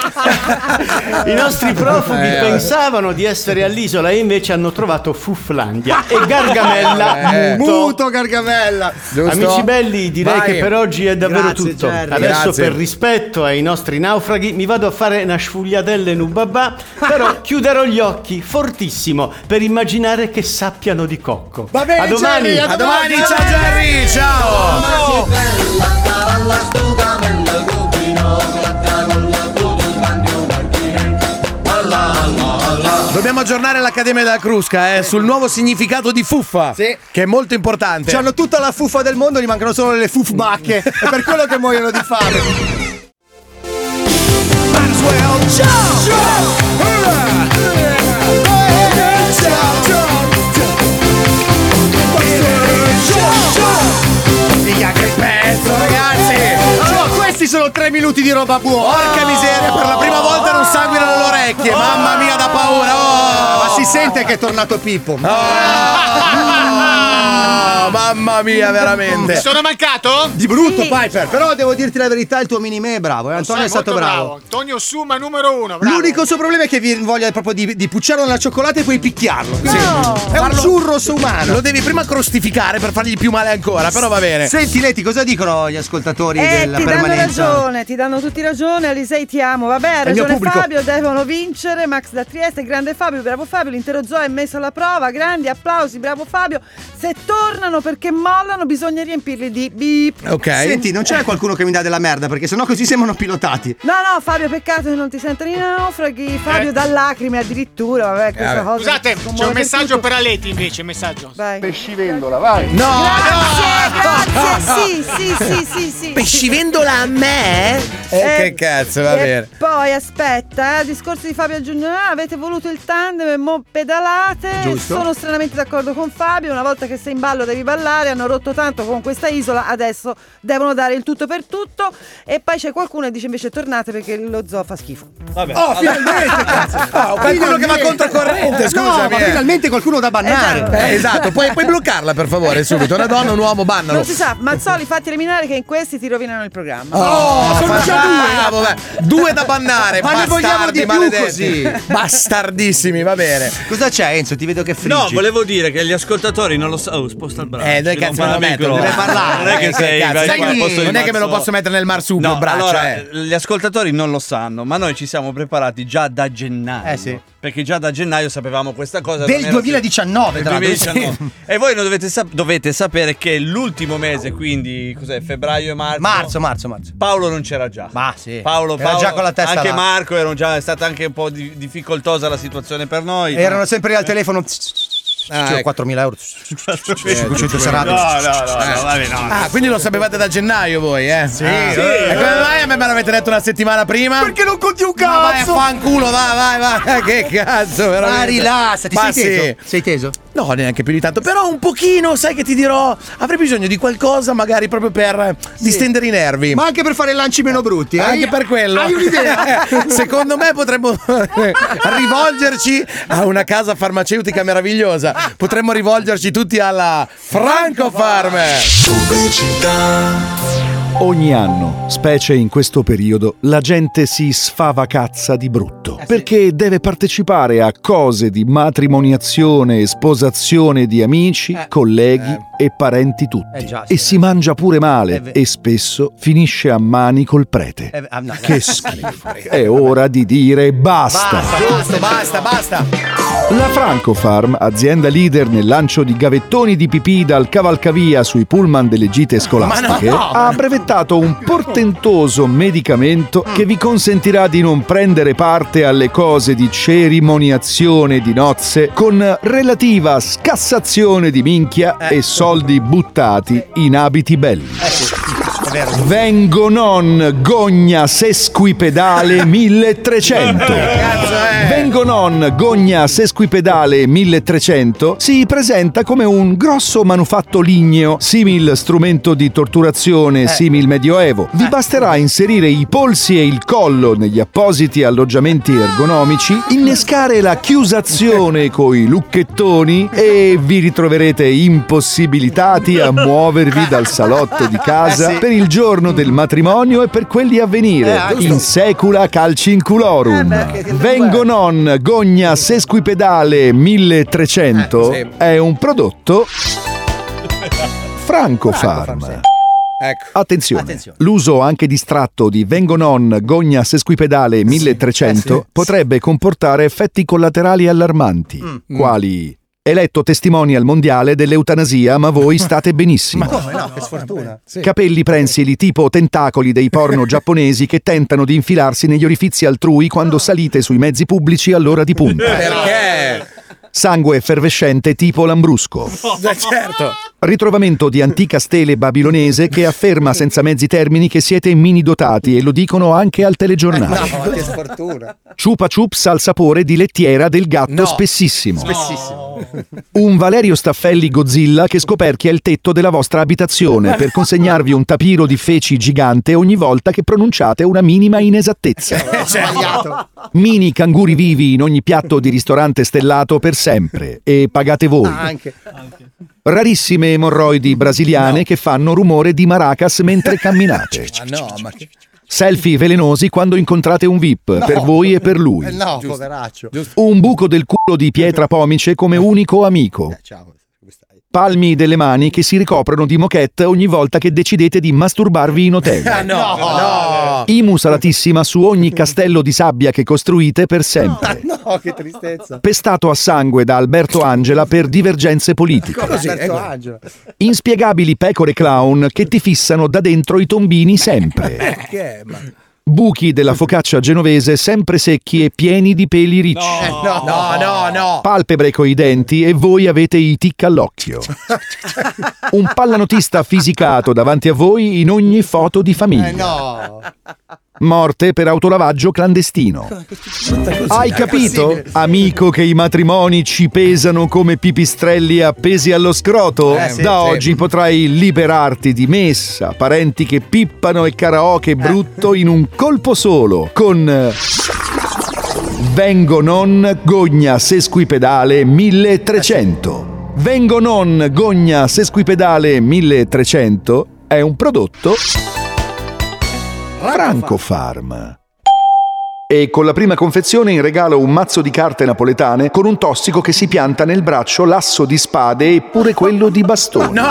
[SPEAKER 12] I nostri profughi pensavano di essere all'isola e invece hanno trovato Fufflandia e Gargamella
[SPEAKER 4] muto Gargamella.
[SPEAKER 12] Giusto? Amici belli, direi che per oggi è davvero tutto. Adesso per rispetto ai nostri naufraghi mi vado a fare una sfugliatelle nubabà, però chiuderò gli occhi fortissimo per immaginare che sappiano di cocco.
[SPEAKER 4] Va bene,
[SPEAKER 12] a domani.
[SPEAKER 4] Jerry,
[SPEAKER 2] a domani, ciao Jerry, ciao. Dobbiamo aggiornare l'Accademia della Crusca sul nuovo significato di fuffa, che è molto importante.
[SPEAKER 4] C'hanno tutta la fuffa del mondo, gli mancano solo le fuffbacche. È per quello che muoiono di fame.
[SPEAKER 2] Mica che pezzo, ragazzi!
[SPEAKER 4] Questi sono 3 minuti di roba buona.
[SPEAKER 2] Porca miseria, per la prima volta non sanguinano le orecchie. Mamma mia, da paura.
[SPEAKER 4] Ma si sente che è tornato Pippo.
[SPEAKER 2] Mamma mia, veramente.
[SPEAKER 11] Ti sono mancato?
[SPEAKER 4] Di brutto, Piper. Però devo dirti la verità, il tuo minime è bravo. Antonio è stato bravo.
[SPEAKER 11] Antonio Suma numero 1. Bravo.
[SPEAKER 4] L'unico suo problema è che vi voglia proprio di pucciarlo nella cioccolata e poi picchiarlo.
[SPEAKER 2] No.
[SPEAKER 4] È un churros umano.
[SPEAKER 2] Lo devi prima crostificare per fargli più male ancora, però va bene.
[SPEAKER 4] Senti, Leti, cosa dicono gli ascoltatori della permanenza?
[SPEAKER 5] Ti danno tutti ragione. Alisei, ti amo. Vabbè, ha ragione Fabio, devono vincere. Max da Trieste, grande Fabio, bravo Fabio. L'intero zoo è messo alla prova. Grandi applausi, bravo Fabio. Se tornano perché mollano, bisogna riempirli di beep.
[SPEAKER 2] Ok.
[SPEAKER 4] Senti, non c'è qualcuno che mi dà della merda, perché sennò così sembrano pilotati.
[SPEAKER 5] No, Fabio, peccato che non ti sentono i naufraghi. Fabio dà lacrime addirittura. Vabbè, questa cosa.
[SPEAKER 11] Scusate, c'è un messaggio per Aleti invece. Messaggio.
[SPEAKER 5] Vai.
[SPEAKER 10] Pescivendola, vai.
[SPEAKER 2] No,
[SPEAKER 5] grazie. Sì.
[SPEAKER 2] Pescivendola a me? Che cazzo, va bene.
[SPEAKER 5] Poi aspetta, discorso di Fabio Giugno. Avete voluto il tandem e mo pedalate.
[SPEAKER 4] Giusto.
[SPEAKER 5] Sono stranamente d'accordo con Fabio. Una volta che sei in ballo devi ballare. Hanno rotto tanto con questa isola, adesso devono dare il tutto per tutto. E poi c'è qualcuno che dice invece tornate perché lo zoo fa schifo.
[SPEAKER 4] Vabbè. Finalmente, cazzo.
[SPEAKER 2] Qualcuno che va controcorrente, scusami.
[SPEAKER 4] No, ma finalmente qualcuno da bannare.
[SPEAKER 2] Esatto. Puoi bloccarla per favore subito. Una donna, un uomo, bannalo.
[SPEAKER 5] Non si sa, Mazzoli, fatti eliminare che in questi ti rovinano il programma.
[SPEAKER 2] Sono già due. Due da bannare.
[SPEAKER 4] Ma ne vogliamo di più
[SPEAKER 2] maledetti.
[SPEAKER 4] così.
[SPEAKER 2] Bastardissimi, va bene.
[SPEAKER 4] Cosa c'è, Enzo? Ti vedo che friggi.
[SPEAKER 3] No, volevo dire che gli ascoltatori non lo sanno. Sposta il braccio.
[SPEAKER 2] Dove cazzo me lo metto?
[SPEAKER 4] Deve parlare.
[SPEAKER 3] Non è che sei
[SPEAKER 2] non è che me lo posso mettere nel marsupio il braccio.
[SPEAKER 3] Allora, gli ascoltatori non lo sanno, ma noi ci siamo preparati già da gennaio.
[SPEAKER 4] Sì.
[SPEAKER 3] Perché già da gennaio sapevamo questa cosa.
[SPEAKER 4] Del 2019, tra l'altro.
[SPEAKER 3] 2019. E voi non dovete sapere che l'ultimo mese, quindi cos'è? Febbraio e marzo.
[SPEAKER 4] Marzo.
[SPEAKER 3] Paolo non c'era già.
[SPEAKER 4] Ma sì.
[SPEAKER 3] Paolo
[SPEAKER 4] era già con la testa
[SPEAKER 3] anche
[SPEAKER 4] là.
[SPEAKER 3] Marco è stata anche un po' difficoltosa la situazione per noi.
[SPEAKER 4] Erano sempre lì al telefono. 4.000 euro. 500 serate.
[SPEAKER 3] No.
[SPEAKER 2] Quindi lo sapevate da gennaio voi, Sì. E come mai a me me l'avete detto una settimana prima?
[SPEAKER 4] Perché non conti un
[SPEAKER 2] Ma vai a
[SPEAKER 4] cazzo?
[SPEAKER 2] fanculo, vai. Che cazzo, veramente.
[SPEAKER 4] Ma rilassati, sei teso?
[SPEAKER 2] No, neanche più di tanto. Però un pochino, sai che ti dirò, avrei bisogno di qualcosa magari proprio per distendere i nervi.
[SPEAKER 4] Ma anche per fare lanci meno brutti.
[SPEAKER 2] Anche per quello.
[SPEAKER 4] Hai un'idea?
[SPEAKER 2] Secondo me potremmo rivolgerci a una casa farmaceutica meravigliosa. Potremmo rivolgerci tutti alla Franco Farm.
[SPEAKER 17] Ogni anno, specie in questo periodo, la gente si sfavacazza di brutto perché deve partecipare a cose di matrimoniazione e sposazione di amici, colleghi e parenti tutti. E si mangia pure male e spesso finisce a mani col prete. Che schifo. È ora di dire basta.
[SPEAKER 2] Basta.
[SPEAKER 17] La Franco Farm, azienda leader nel lancio di gavettoni di pipì dal cavalcavia sui pullman delle gite scolastiche, ha brevettato un portentoso medicamento che vi consentirà di non prendere parte alle cose di cerimoniazione di nozze con relativa scassazione di minchia e soldi buttati in abiti belli. Vengonon Gogna Sesquipedale 1300. Vengonon Gogna Sesquipedale 1300 si presenta come un grosso manufatto ligneo, simil strumento di torturazione, simil medioevo. Vi basterà inserire i polsi e il collo negli appositi alloggiamenti ergonomici, innescare la chiusazione coi lucchettoni e vi ritroverete impossibilitati a muovervi dal salotto di casa per il giorno del matrimonio e per quelli a venire, in secula calcinculorum. Vengonon Gogna Sesquipedale 1300 è un prodotto Franco Farm. Attenzione, l'uso anche distratto di Vengonon Gogna Sesquipedale 1300 potrebbe comportare effetti collaterali allarmanti, quali Eletto testimonial mondiale dell'eutanasia, ma voi state benissimo.
[SPEAKER 4] Ma come no? Che sfortuna. Sì.
[SPEAKER 17] Capelli prensili tipo tentacoli dei porno giapponesi che tentano di infilarsi negli orifizi altrui quando salite sui mezzi pubblici all'ora di punta.
[SPEAKER 2] Perché?
[SPEAKER 17] Sangue effervescente tipo Lambrusco.
[SPEAKER 2] Certo.
[SPEAKER 17] Ritrovamento di antica stele babilonese che afferma senza mezzi termini che siete mini dotati e lo dicono anche al telegiornale.
[SPEAKER 4] No, che sfortuna.
[SPEAKER 17] Chupa Chups al sapore di lettiera del gatto spessissimo. Un Valerio Staffelli Godzilla che scoperchia il tetto della vostra abitazione per consegnarvi un tapiro di feci gigante ogni volta che pronunciate una minima inesattezza.
[SPEAKER 4] Sbagliato.
[SPEAKER 17] Mini canguri vivi in ogni piatto di ristorante stellato per sempre e pagate voi.
[SPEAKER 4] Anche.
[SPEAKER 17] Rarissime emorroidi brasiliane che fanno rumore di maracas mentre camminate. Selfie velenosi quando incontrate un VIP, per voi e per lui.
[SPEAKER 4] No, poveraccio.
[SPEAKER 17] Un buco del culo di Pietra Pomice come unico amico.
[SPEAKER 4] Ciao.
[SPEAKER 17] Palmi delle mani che si ricoprono di moquette ogni volta che decidete di masturbarvi in hotel.
[SPEAKER 2] No.
[SPEAKER 17] Imu salatissima su ogni castello di sabbia che costruite per sempre.
[SPEAKER 4] No, che tristezza.
[SPEAKER 17] Pestato a sangue da Alberto Angela per divergenze politiche.
[SPEAKER 4] Alberto Angela.
[SPEAKER 17] Inspiegabili pecore clown che ti fissano da dentro i tombini sempre.
[SPEAKER 4] Perché?
[SPEAKER 17] Buchi della focaccia genovese sempre secchi e pieni di peli ricci.
[SPEAKER 2] No.
[SPEAKER 17] Palpebre coi denti e voi avete i tic all'occhio. Un pallanotista fisicato davanti a voi in ogni foto di famiglia.
[SPEAKER 4] No.
[SPEAKER 17] Morte per autolavaggio clandestino. Hai capito, amico, che i matrimoni ci pesano come pipistrelli appesi allo scroto? Da oggi potrai liberarti di messa, parenti che pippano e karaoke brutto in un colpo solo con Vengo Non Gogna Sesquipedale 1300. Vengo Non Gogna Sesquipedale 1300 è un prodotto Francofarm. E con la prima confezione in regalo un mazzo di carte napoletane con un tossico che si pianta nel braccio, l'asso di spade e pure quello di bastone.
[SPEAKER 2] No!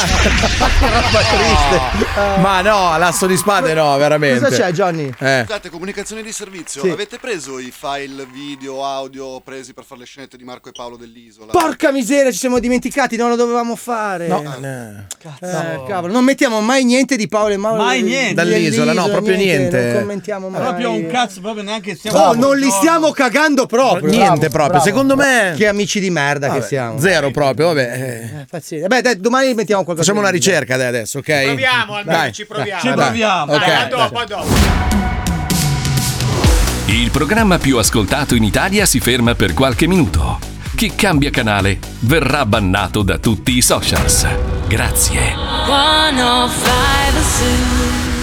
[SPEAKER 2] Ma no, l'asso di spade no, veramente.
[SPEAKER 4] Cosa c'è, Johnny?
[SPEAKER 18] Scusate, comunicazione di servizio.
[SPEAKER 4] Sì.
[SPEAKER 18] Avete preso i file video, audio presi per fare le scenette di Marco e Paolo dell'Isola?
[SPEAKER 4] Porca miseria, ci siamo dimenticati, non lo dovevamo fare.
[SPEAKER 2] No.
[SPEAKER 4] Cavolo, non mettiamo mai niente di Paolo e Mauro.
[SPEAKER 3] Mai niente.
[SPEAKER 2] Dall'Isola, no, proprio niente.
[SPEAKER 4] Non commentiamo mai.
[SPEAKER 3] Proprio un cazzo, proprio neanche stiamo.
[SPEAKER 4] Oh, non li stiamo cagando proprio.
[SPEAKER 2] Niente proprio. Secondo me.
[SPEAKER 4] Che amici di merda che siamo.
[SPEAKER 2] Zero proprio, vabbè.
[SPEAKER 4] Beh, dai, domani mettiamo qualcosa.
[SPEAKER 2] Facciamo una ricerca adesso, ok?
[SPEAKER 11] Proviamo almeno,
[SPEAKER 2] Dai.
[SPEAKER 11] ci proviamo.
[SPEAKER 3] Ci proviamo.
[SPEAKER 2] Ok.
[SPEAKER 11] A dopo.
[SPEAKER 1] Il programma più ascoltato in Italia si ferma per qualche minuto. Chi cambia canale verrà bannato da tutti i socials. Grazie.
[SPEAKER 6] 105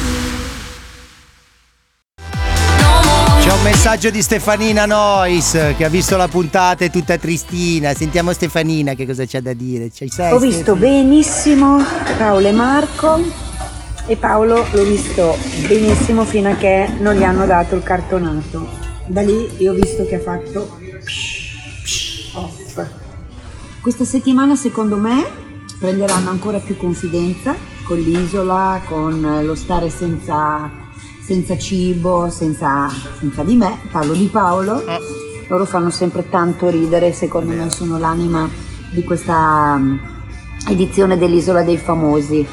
[SPEAKER 4] C'è un messaggio di Stefanina Nois che ha visto la puntata, è tutta tristina. Sentiamo Stefanina che cosa c'ha da dire.
[SPEAKER 19] Ho visto benissimo Paolo e Marco e Paolo l'ho visto benissimo fino a che non gli hanno dato il cartonato. Da lì io ho visto che ha fatto off. Questa settimana secondo me prenderanno ancora più confidenza con l'isola, con lo stare senza cibo, senza di me, parlo di Paolo. Loro fanno sempre tanto ridere, secondo me sono l'anima di questa edizione dell'Isola dei Famosi.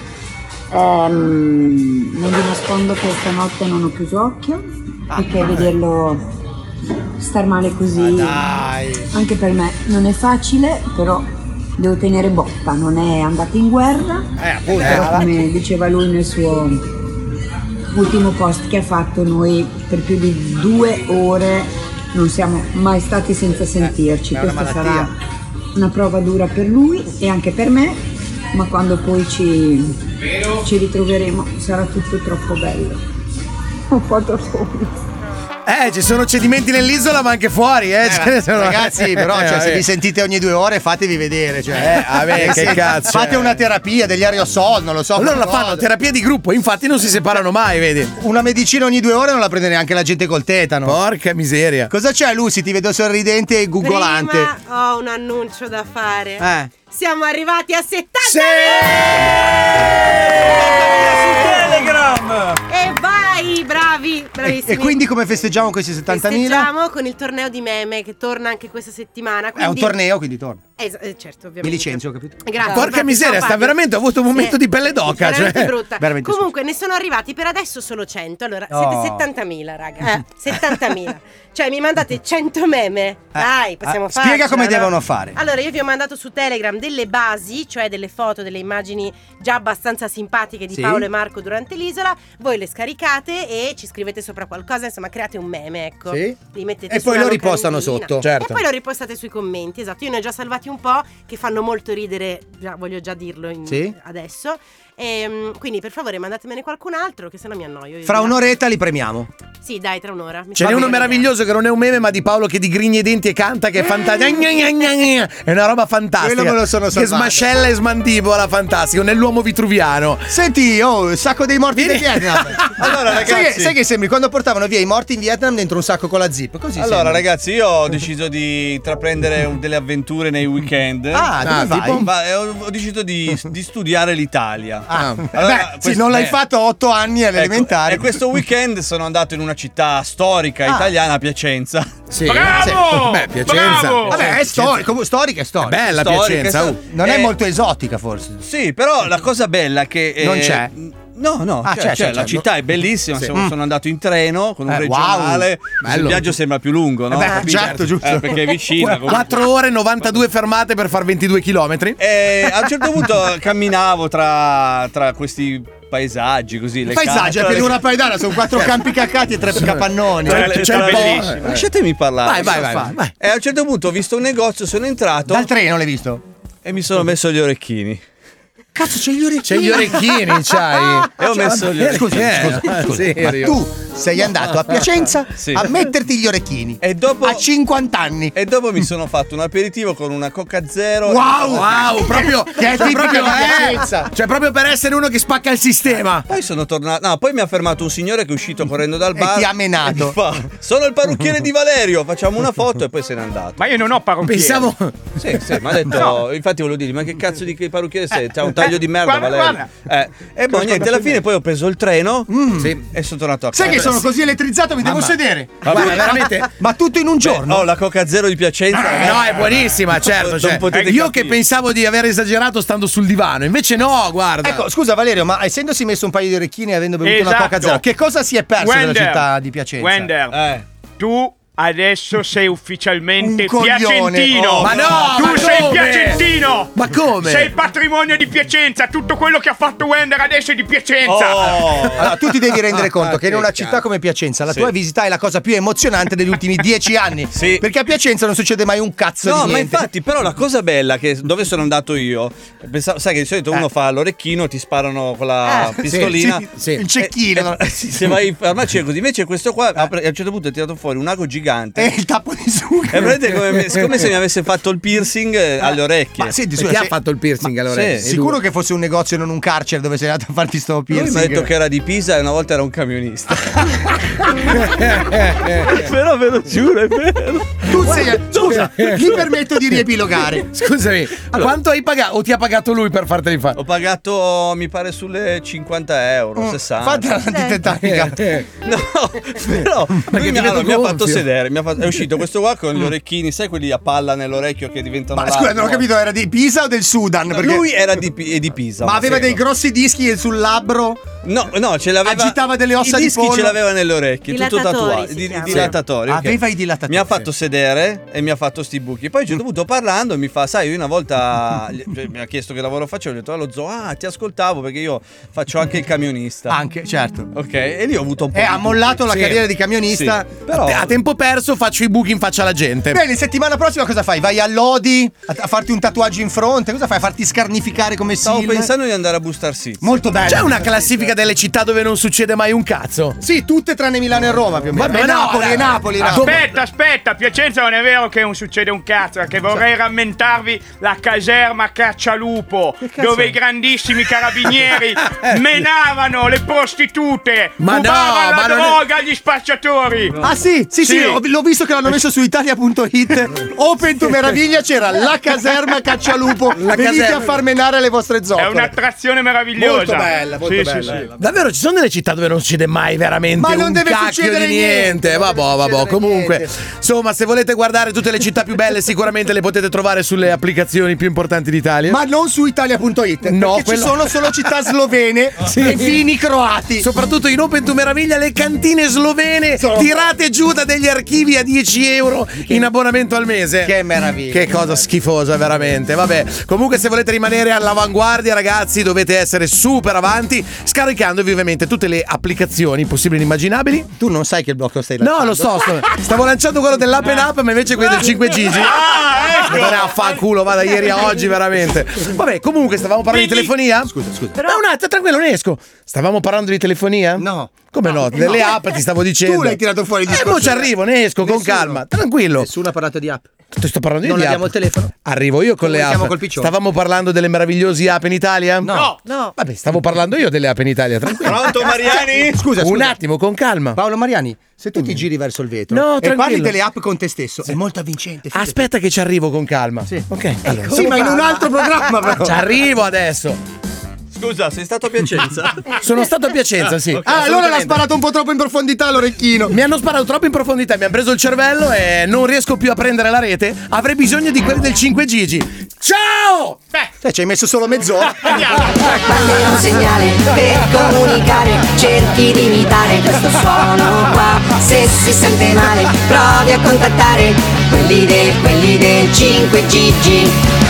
[SPEAKER 19] Non vi nascondo che stanotte non ho chiuso occhio, perché vederlo star male così anche per me non è facile, però devo tenere botta, non è andato in guerra, però come diceva lui nel suo ultimo post che ha fatto, noi per più di 2 ore non siamo mai stati senza sentirci. Questa sarà una prova dura per lui e anche per me, ma quando poi ci ritroveremo sarà tutto troppo bello. Un po' troppo.
[SPEAKER 2] Ci sono cedimenti nell'isola ma anche fuori,
[SPEAKER 4] Ragazzi, però se vi sentite ogni 2 ore fatevi vedere,
[SPEAKER 2] che cazzo.
[SPEAKER 4] Fate una terapia degli aerosol, non lo so.
[SPEAKER 2] Allora la fanno, terapia di gruppo, infatti non si separano mai, vedi.
[SPEAKER 4] Una medicina ogni 2 ore non la prende neanche la gente col tetano.
[SPEAKER 2] Porca miseria.
[SPEAKER 4] Cosa c'è, Lucy? Ti vedo sorridente e googolante.
[SPEAKER 20] Prima ho un annuncio da fare. Siamo arrivati a 70
[SPEAKER 3] Telegram!
[SPEAKER 20] E vai, bravissimi.
[SPEAKER 4] E quindi come festeggiamo questi 70.000?
[SPEAKER 20] Festeggiamo con il torneo di meme che torna anche questa settimana.
[SPEAKER 4] È un torneo, quindi torna.
[SPEAKER 20] Certo, ovviamente.
[SPEAKER 4] Mi licenzio, ho capito?
[SPEAKER 20] Grazie.
[SPEAKER 2] Porca miseria, sta veramente, ho avuto un momento di pelle d'oca.
[SPEAKER 20] Veramente brutta.
[SPEAKER 4] Veramente
[SPEAKER 20] Comunque ne sono arrivati per adesso solo 100. Allora, siete 70.000, raga. 70.000. Cioè, mi mandate 100 meme. Dai, possiamo farlo.
[SPEAKER 4] Spiega come devono fare.
[SPEAKER 20] Allora, io vi ho mandato su Telegram delle basi, cioè delle foto, delle immagini già abbastanza simpatiche di Paolo e Marco durante l'isola. Voi le scaricate e ci scrivete sopra qualcosa, insomma, create un meme, ecco.
[SPEAKER 4] Sì.
[SPEAKER 20] Li mettete
[SPEAKER 4] E poi lo ripostano
[SPEAKER 20] carendina.
[SPEAKER 4] sotto.
[SPEAKER 2] Certo.
[SPEAKER 20] E poi lo ripostate sui commenti, esatto. Io ne ho già salvati un po' che fanno molto ridere, voglio già dirlo adesso. Quindi per favore mandatemene qualcun altro, che sennò mi annoio.
[SPEAKER 4] Fra un'oretta li premiamo.
[SPEAKER 20] Sì, dai, tra un'ora.
[SPEAKER 2] Ce n'è uno meraviglioso che non è un meme, ma di Paolo che digrigna i denti e canta, che è fantastico. È una roba fantastica.
[SPEAKER 4] Quello me lo sono
[SPEAKER 2] che
[SPEAKER 4] salvato.
[SPEAKER 2] smascella e smandibola, fantastico, nell'uomo vitruviano.
[SPEAKER 4] Senti, il sacco dei morti di Vietnam.
[SPEAKER 12] Allora, ragazzi,
[SPEAKER 4] sai che sembri quando portavano via i morti in Vietnam dentro un sacco con la zip? Così
[SPEAKER 3] Allora,
[SPEAKER 4] sembri.
[SPEAKER 3] ragazzi, io ho deciso di intraprendere delle avventure nei weekend.
[SPEAKER 4] Dove vai?
[SPEAKER 3] Ho deciso di studiare l'Italia.
[SPEAKER 4] Non l'hai fatto 8 anni alle elementari.
[SPEAKER 3] E questo weekend sono andato in una città storica italiana, Piacenza.
[SPEAKER 2] Sì.
[SPEAKER 8] Bravo!
[SPEAKER 2] Beh, Piacenza.
[SPEAKER 8] Bravo!
[SPEAKER 4] Vabbè, è storica, è storica.
[SPEAKER 2] Bella
[SPEAKER 3] Storica,
[SPEAKER 2] Piacenza.
[SPEAKER 4] Non è molto esotica, forse.
[SPEAKER 3] Sì, però la cosa bella è che
[SPEAKER 4] Non c'è?
[SPEAKER 3] No, c'è, la città è bellissima.
[SPEAKER 2] Sì.
[SPEAKER 3] Sono andato in treno con un regionale.
[SPEAKER 2] Bello.
[SPEAKER 3] Il viaggio sembra più lungo, no?
[SPEAKER 4] Certo, giusto.
[SPEAKER 3] Perché è vicino.
[SPEAKER 2] 4 ore, 92 fermate per far 22 chilometri.
[SPEAKER 3] E a un certo punto camminavo tra questi paesaggi così. Le
[SPEAKER 4] Paesaggio è più di una paesana, sono 4 campi caccati e 3 capannoni.
[SPEAKER 2] C'è il
[SPEAKER 3] bellissimo. Lasciatemi parlare.
[SPEAKER 2] Vai.
[SPEAKER 3] E a un certo punto ho visto un negozio, sono entrato.
[SPEAKER 4] Dal treno l'hai visto?
[SPEAKER 3] E mi sono messo gli orecchini.
[SPEAKER 4] Cazzo, c'hai gli orecchini?
[SPEAKER 2] C'hai gli orecchini, c'hai.
[SPEAKER 3] E ho messo gli orecchini.
[SPEAKER 4] Ma tu sei andato a Piacenza
[SPEAKER 3] Sì.
[SPEAKER 4] a metterti gli orecchini.
[SPEAKER 3] E dopo
[SPEAKER 4] a 50 anni.
[SPEAKER 3] E dopo mi sono fatto un aperitivo con una Coca Zero.
[SPEAKER 2] Wow, proprio
[SPEAKER 4] che è tipica di Piacenza.
[SPEAKER 2] Cioè proprio per essere uno che spacca il sistema.
[SPEAKER 3] Poi sono tornato. No, poi mi ha fermato un signore che è uscito correndo dal bar.
[SPEAKER 4] E ti ha menato.
[SPEAKER 3] Sono il parrucchiere di Valerio, facciamo una foto e poi se n'è andato.
[SPEAKER 8] Ma io non ho parrucchiere.
[SPEAKER 2] Pensavo.
[SPEAKER 3] Sì, mi ha detto. Infatti volevo dirgli, ma che cazzo di parrucchiere sei? C'ha un taglio di merda, Valerio. E poi niente, alla fine poi ho preso il treno e sono tornato a casa.
[SPEAKER 4] Sai che sono così elettrizzato, mi devo sedere.
[SPEAKER 2] Guarda, veramente.
[SPEAKER 4] Ma tutto in un giorno?
[SPEAKER 3] La Coca Zero di Piacenza.
[SPEAKER 2] No, è buonissima, certo. Cioè, io che pensavo di aver esagerato stando sul divano, invece no, guarda.
[SPEAKER 4] Ecco, scusa Valerio, ma essendosi messo un paio di orecchini e avendo bevuto una
[SPEAKER 8] Esatto.
[SPEAKER 4] Coca Zero, che cosa si è perso della città di Piacenza?
[SPEAKER 8] Wender, tu adesso sei ufficialmente
[SPEAKER 4] Un coglione.
[SPEAKER 8] piacentino.
[SPEAKER 2] Ma no,
[SPEAKER 8] tu
[SPEAKER 2] ma
[SPEAKER 8] sei
[SPEAKER 2] come?
[SPEAKER 8] piacentino.
[SPEAKER 2] Ma come?
[SPEAKER 8] Sei patrimonio di Piacenza. Tutto quello che ha fatto Wender adesso è di Piacenza.
[SPEAKER 4] Allora, tu ti devi rendere conto che in una città come Piacenza la tua visita è la cosa più emozionante degli ultimi 10 anni.
[SPEAKER 3] Sì.
[SPEAKER 4] Perché a Piacenza non succede mai un cazzo di
[SPEAKER 3] No,
[SPEAKER 4] niente.
[SPEAKER 3] ma infatti, però la cosa bella che dove sono andato io, sai che di solito uno fa l'orecchino, ti sparano con la pistolina.
[SPEAKER 4] Sì. Il cecchino.
[SPEAKER 3] Se vai in farmacia così, invece questo qua a un certo punto è tirato fuori un ago gigante.
[SPEAKER 4] E il tappo di sugo.
[SPEAKER 3] È come se mi avesse fatto il piercing alle orecchie.
[SPEAKER 4] Ma senti,
[SPEAKER 2] Chi ha fatto il piercing allora?
[SPEAKER 3] sì.
[SPEAKER 4] Sicuro che fosse un negozio e non un carcere dove sei andato a farti sto
[SPEAKER 3] Lui
[SPEAKER 4] piercing?
[SPEAKER 3] mi ha detto che era di Pisa e una volta era un camionista. Però ve lo giuro, è vero.
[SPEAKER 4] Tu sei. Scusa, mi permetto di riepilogare.
[SPEAKER 2] Scusami, quanto hai pagato? O ti ha pagato lui per farteli fare?
[SPEAKER 3] Ho pagato, mi pare, sulle 50 euro, 60.
[SPEAKER 4] Fate l'antitetanica.
[SPEAKER 3] No, però lui mi ha fatto sedere, è uscito questo qua con gli orecchini, sai quelli a palla nell'orecchio che diventano
[SPEAKER 4] Ma scusa, non ho capito, era di Pisa o del Sudan?
[SPEAKER 3] No,
[SPEAKER 4] Perché...
[SPEAKER 3] lui era di Pisa.
[SPEAKER 4] Ma aveva dei grossi dischi sul labbro?
[SPEAKER 3] No, ce l'aveva.
[SPEAKER 4] Agitava delle ossa di pollo?
[SPEAKER 3] I dischi ce l'aveva nelle orecchie, tutto tatuato.
[SPEAKER 4] Dilatatori. Aveva i dilatatori.
[SPEAKER 3] Mi ha fatto sedere e mi ha fatto sti buchi. Poi a un certo punto parlando mi fa, sai, io una volta mi ha chiesto che lavoro facevo, ho detto allo zoo, ti ascoltavo perché io faccio anche il camionista.
[SPEAKER 4] Anche, certo.
[SPEAKER 3] Ok, e lì ho avuto un po'.
[SPEAKER 4] Ha mollato la carriera di camionista.
[SPEAKER 3] Sì, però
[SPEAKER 2] a tempo perso faccio i buchi in faccia alla gente.
[SPEAKER 4] Bene, settimana prossima cosa fai? Vai all'Odi a farti un tatuaggio in fronte? Cosa fai? A farti scarnificare come
[SPEAKER 3] Stavo
[SPEAKER 4] Silver?
[SPEAKER 3] pensando di andare a Boostar Seats.
[SPEAKER 4] Molto bello.
[SPEAKER 2] C'è una classifica delle città dove non succede mai un cazzo?
[SPEAKER 4] Sì, tutte tranne Milano e Roma più o meno.
[SPEAKER 2] Vabbè,
[SPEAKER 4] Napoli.
[SPEAKER 8] Aspetta, Piacenza non è vero che non succede un cazzo, perché vorrei rammentarvi la caserma Caccialupo, dove i grandissimi carabinieri menavano le prostitute, rubavano la droga agli spacciatori.
[SPEAKER 4] Ah sì, l'ho visto che l'hanno messo su Italia.it. Open to meraviglia, c'era la caserma Caccialupo. Venite a far menare le vostre zoccole.
[SPEAKER 8] È un'attrazione meravigliosa.
[SPEAKER 4] Molto bella, molto bella.
[SPEAKER 2] Davvero ci sono delle città dove non succede mai veramente
[SPEAKER 4] Ma non
[SPEAKER 2] un
[SPEAKER 4] deve
[SPEAKER 2] cacchio
[SPEAKER 4] succedere
[SPEAKER 2] di niente. Vabbè, comunque. Insomma, se volete guardare tutte le città più belle, sicuramente le potete trovare sulle applicazioni più importanti d'Italia.
[SPEAKER 4] Ma non su italia.it,
[SPEAKER 2] No,
[SPEAKER 4] perché ci sono solo città slovene e vini croati.
[SPEAKER 2] Soprattutto in Open to Meraviglia, le cantine slovene tirate giù da degli archivi a 10 euro in abbonamento al mese.
[SPEAKER 4] Che meraviglia.
[SPEAKER 2] Che cosa schifosa, veramente. Vabbè, comunque se volete rimanere all'avanguardia, ragazzi, dovete essere super avanti, scaricandovi ovviamente tutte le applicazioni possibili e immaginabili.
[SPEAKER 4] Tu non sai che il blocco stai lanciando.
[SPEAKER 2] No, lo so, stavo lanciando quello dell'app and up, ma invece quello del 5 Gigi. A fanculo, va da ieri a oggi, veramente. Vabbè, comunque stavamo parlando di telefonia?
[SPEAKER 4] Scusa.
[SPEAKER 2] Però un attimo, tranquillo, ne esco. Stavamo parlando di telefonia?
[SPEAKER 4] No.
[SPEAKER 2] Come no? Delle app ti stavo dicendo.
[SPEAKER 4] Tu l'hai tirato fuori il discorso.
[SPEAKER 2] Poi ci arrivo, ne esco con calma. Tranquillo.
[SPEAKER 4] Nessuno ha parlato di app.
[SPEAKER 2] Ti sto parlando
[SPEAKER 4] Non
[SPEAKER 2] di app.
[SPEAKER 4] abbiamo il telefono.
[SPEAKER 2] Arrivo io con le app.
[SPEAKER 4] Siamo col piccione.
[SPEAKER 2] Stavamo parlando delle meravigliose app in Italia?
[SPEAKER 4] No.
[SPEAKER 2] Vabbè, stavo parlando io delle app in Italia, tranquillo.
[SPEAKER 3] Pronto, Mariani?
[SPEAKER 4] Scusa.
[SPEAKER 2] Un attimo, con calma.
[SPEAKER 4] Paolo Mariani, se tu ti giri verso il vetro
[SPEAKER 2] No,
[SPEAKER 4] e
[SPEAKER 2] tranquillo.
[SPEAKER 4] parli delle app con te stesso, è molto avvincente. fidati.
[SPEAKER 2] Aspetta che ci arrivo con calma.
[SPEAKER 4] Sì.
[SPEAKER 2] Ok. Allora,
[SPEAKER 4] Sì, ma in un altro programma però.
[SPEAKER 2] Ci arrivo adesso.
[SPEAKER 3] Scusa, sei stato a Piacenza?
[SPEAKER 2] Sono stato a Piacenza, sì.
[SPEAKER 4] Allora l'ha sparato un po' troppo in profondità l'orecchino.
[SPEAKER 2] Mi hanno sparato troppo in profondità, mi hanno preso il cervello e non riesco più a prendere la rete. Avrei bisogno di quelli del 5 Gigi. Ciao!
[SPEAKER 4] Ci hai messo solo mezz'ora.
[SPEAKER 21] Mandi un segnale per comunicare, cerchi di imitare questo suono qua. Se si sente male, provi a contattare quelli del 5 Gigi.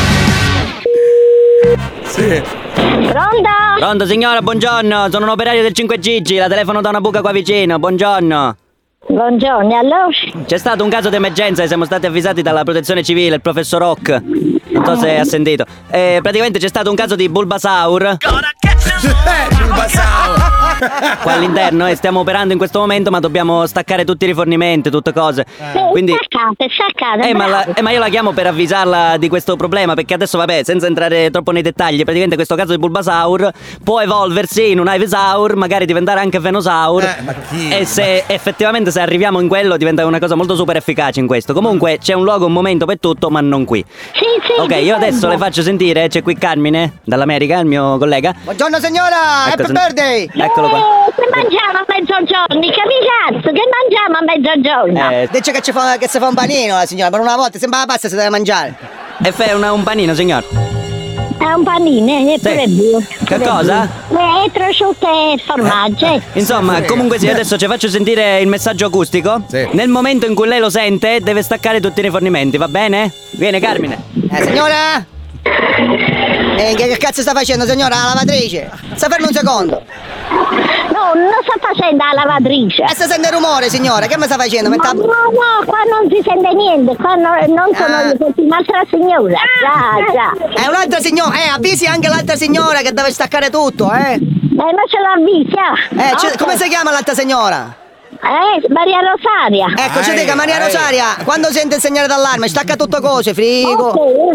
[SPEAKER 2] Sì.
[SPEAKER 22] Pronto?
[SPEAKER 23] Pronto signora, buongiorno, sono un operaio del 5 Gigi, la telefono da una buca qua vicino, buongiorno.
[SPEAKER 22] Buongiorno, allora?
[SPEAKER 23] C'è stato un caso di emergenza e siamo stati avvisati dalla protezione civile, il professor Rock. Non so se ha sentito. Praticamente c'è stato un caso di Bulbasaur.
[SPEAKER 2] Bulbasaur!
[SPEAKER 23] Qua all'interno e stiamo operando in questo momento, ma dobbiamo staccare tutti i rifornimenti, tutte cose. Quindi
[SPEAKER 22] staccate.
[SPEAKER 23] ma io la chiamo per avvisarla di questo problema, perché adesso vabbè, senza entrare troppo nei dettagli, praticamente questo caso di Bulbasaur può evolversi in un Ivysaur, magari diventare anche Venusaur. E se effettivamente se arriviamo in quello diventa una cosa molto super efficace in questo. Comunque c'è un luogo, un momento per tutto, ma non qui.
[SPEAKER 22] Sì,
[SPEAKER 23] Ok, io adesso le faccio sentire, c'è qui Carmine dall'America, il mio collega.
[SPEAKER 4] Buongiorno signora,
[SPEAKER 23] Ecco,
[SPEAKER 4] happy birthday.
[SPEAKER 23] Eccolo qua.
[SPEAKER 22] Che mangiamo a mezzogiorno? Che cazzo? Che mangiamo a mezzogiorno?
[SPEAKER 4] Dice che si fa un panino la signora, per una volta sembra la pasta si deve mangiare.
[SPEAKER 23] E fai un panino, signor?
[SPEAKER 22] È un panino, è pure buono.
[SPEAKER 23] Che cosa?
[SPEAKER 22] Prosciutto e formaggio.
[SPEAKER 23] Insomma, comunque sì, adesso ci faccio sentire il messaggio acustico.
[SPEAKER 2] Sì.
[SPEAKER 23] Nel momento in cui lei lo sente, deve staccare tutti i rifornimenti, va bene? Viene Carmine.
[SPEAKER 4] Signora? Che cazzo sta facendo signora? La lavatrice? Sta fermo un secondo.
[SPEAKER 22] No, non sto facendo la lavatrice.
[SPEAKER 4] Si sente il rumore signora, che mi sta facendo?
[SPEAKER 22] No, qua non si sente niente, qua non sono io, è un'altra signora. Già.
[SPEAKER 4] È un'altra signora, avvisi anche l'altra signora che deve staccare tutto,
[SPEAKER 22] ma ce l'avvisi,
[SPEAKER 4] Okay. Come si chiama l'altra signora?
[SPEAKER 22] Maria Rosaria.
[SPEAKER 4] Ecco, ci dica Maria Rosaria, quando sente il segnale d'allarme, stacca tutto cose, frigo.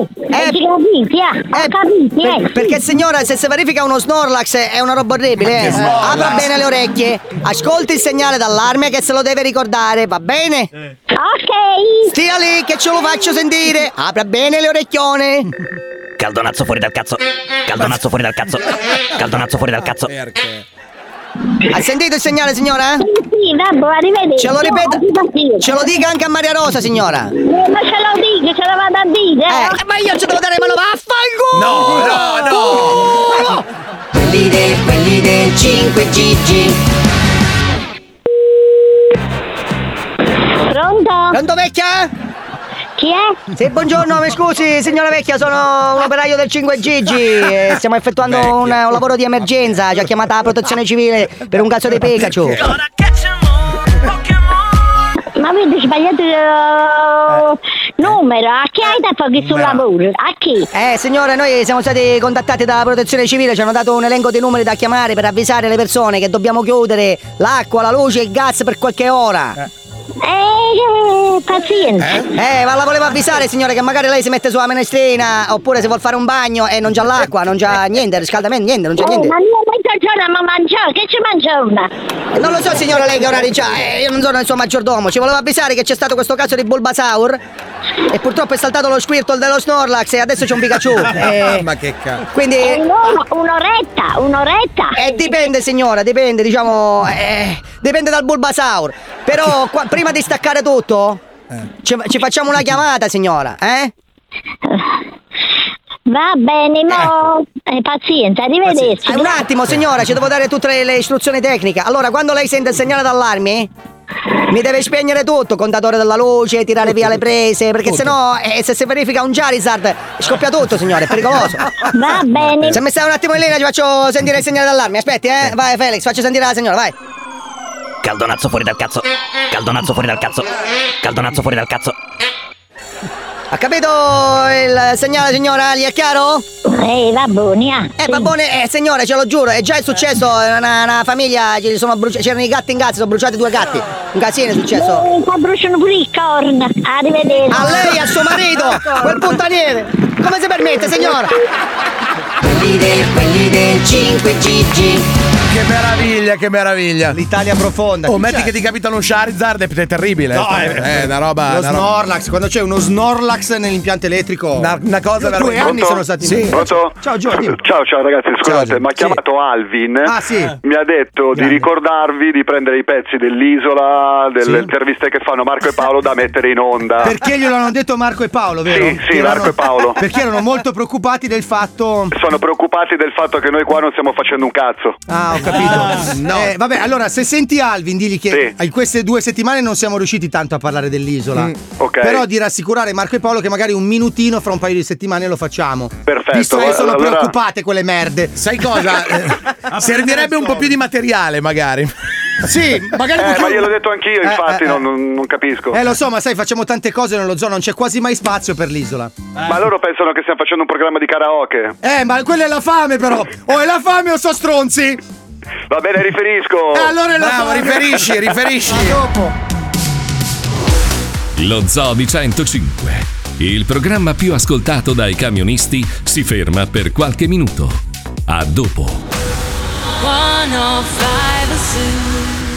[SPEAKER 22] Capito,
[SPEAKER 4] perché signora, se si verifica uno Snorlax è una roba orribile, apra bene le orecchie, ascolti il segnale d'allarme che se lo deve ricordare, va bene?
[SPEAKER 22] Ok.
[SPEAKER 4] Stia lì che ce lo faccio sentire, apra bene le orecchione.
[SPEAKER 23] Caldonazzo fuori dal cazzo. Caldonazzo fuori dal cazzo. Caldonazzo fuori dal cazzo.
[SPEAKER 4] Ha sentito il segnale signora?
[SPEAKER 22] Sì, vabbè, arrivederci.
[SPEAKER 4] Ce lo ripeta, ce lo dica anche a Maria Rosa signora.
[SPEAKER 22] Ma ce lo dico, ce lo vado a dire.
[SPEAKER 4] Ma io ce devo dare mano, vaffanculo!
[SPEAKER 21] No! Quelli del 5 Gigi.
[SPEAKER 22] Pronto?
[SPEAKER 4] Pronto vecchia?
[SPEAKER 22] Chi è?
[SPEAKER 4] Sì, buongiorno, mi scusi signora vecchia, sono un operaio del 5 Gigi. Stiamo effettuando un lavoro di emergenza. Ci ha chiamata la protezione civile per un caso di Pikachu.
[SPEAKER 22] Ma avete sbagliato numero, a chi hai dato che sul lavoro? A chi?
[SPEAKER 4] Signore, noi siamo stati contattati dalla protezione civile, ci hanno dato un elenco di numeri da chiamare per avvisare le persone che dobbiamo chiudere l'acqua, la luce e il gas per qualche ora.
[SPEAKER 22] pazienza.
[SPEAKER 7] Ma la volevo avvisare, signore, che magari lei si mette sulla minestrina oppure se vuol fare un bagno e non c'ha l'acqua, non c'ha niente, riscaldamento, niente, non c'è niente.
[SPEAKER 22] Ma io mezzogiorno ma mangiare, che ci mangia una?
[SPEAKER 7] Non lo so, signora, lei che orari c'ha, io non sono il suo maggiordomo. Ci volevo avvisare che c'è stato questo caso di Bulbasaur e purtroppo è saltato lo Squirtle dello Snorlax e adesso c'è un Pikachu.
[SPEAKER 2] Ma che cazzo.
[SPEAKER 7] Quindi
[SPEAKER 22] un'oretta.
[SPEAKER 7] Dipende, signora, dipende, diciamo, dipende dal Bulbasaur. Però prima di staccare tutto ci facciamo una chiamata, signora,
[SPEAKER 22] Va bene, pazienza, arrivederci.
[SPEAKER 7] Un attimo, signora, ci devo dare tutte le istruzioni tecniche. Allora, quando lei sente il segnale d'allarme, mi deve spegnere tutto, contatore della luce, tirare via le prese, perché sennò se si verifica un Charizard scoppia tutto, signore, è pericoloso.
[SPEAKER 22] Va bene.
[SPEAKER 7] Se mi stai un attimo in linea ci faccio sentire il segnale d'allarme. Aspetti, vai Felix, faccio sentire la signora, vai.
[SPEAKER 23] Caldonazzo fuori dal cazzo. Caldonazzo fuori dal cazzo. Caldonazzo fuori dal cazzo.
[SPEAKER 7] Ha capito il segnale, signora? Gli è chiaro?
[SPEAKER 22] Babone,
[SPEAKER 7] Babone, signore, ce lo giuro, è già successo una famiglia, c'erano i gatti in casa, sono bruciati 2 gatti. Un casino è successo.
[SPEAKER 22] Bruciano pure i corn. Arrivederci.
[SPEAKER 7] A lei, a suo marito, quel puttaniere. Come si permette, signora?
[SPEAKER 21] Quelli del 5GG.
[SPEAKER 2] Che meraviglia, che meraviglia.
[SPEAKER 4] L'Italia profonda.
[SPEAKER 2] Metti che ti capita uno Charizard, è terribile.
[SPEAKER 4] No,
[SPEAKER 2] è una roba.
[SPEAKER 4] Lo Snorlax, quando c'è uno Snorlax nell'impianto elettrico.
[SPEAKER 2] Una cosa veramente.
[SPEAKER 4] 2 anni sono stati.
[SPEAKER 2] Sì.
[SPEAKER 13] Pronto?
[SPEAKER 4] Ciao Giorgio.
[SPEAKER 13] Ciao ragazzi, scusate, mi ha chiamato Alvin. Mi ha detto di ricordarvi di prendere i pezzi dell'Isola, delle interviste che fanno Marco e Paolo da mettere in onda.
[SPEAKER 4] Perché glielo hanno detto Marco e Paolo, vero?
[SPEAKER 13] Sì, Marco e Paolo.
[SPEAKER 4] Perché erano molto preoccupati del fatto.
[SPEAKER 13] Sono preoccupati del fatto che noi qua non stiamo facendo un cazzo.
[SPEAKER 4] Ah, ho capito. No. Vabbè, allora se senti Alvin, digli che in queste 2 settimane non siamo riusciti tanto a parlare dell'Isola.
[SPEAKER 13] Ok.
[SPEAKER 4] Però di rassicurare Marco e Paolo che magari un minutino fra un paio di settimane lo facciamo.
[SPEAKER 13] Perfetto.
[SPEAKER 4] Visto che sono preoccupate quelle merde.
[SPEAKER 2] Sai cosa? Servirebbe un po' più di materiale, magari.
[SPEAKER 4] Sì, magari
[SPEAKER 13] ma gliel'ho detto anch'io, infatti non capisco.
[SPEAKER 4] Lo so, ma sai, facciamo tante cose nello zoo, non c'è quasi mai spazio per l'Isola.
[SPEAKER 13] Ma loro pensano che stiamo facendo un programma di karaoke.
[SPEAKER 4] Ma quella è la fame, però. O è la fame o so stronzi.
[SPEAKER 13] Va bene, riferisco.
[SPEAKER 4] Allora è la fame.
[SPEAKER 2] riferisci.
[SPEAKER 4] A dopo.
[SPEAKER 1] Lo Zoo di 105, il programma più ascoltato dai camionisti, si ferma per qualche minuto. A dopo.
[SPEAKER 6] 105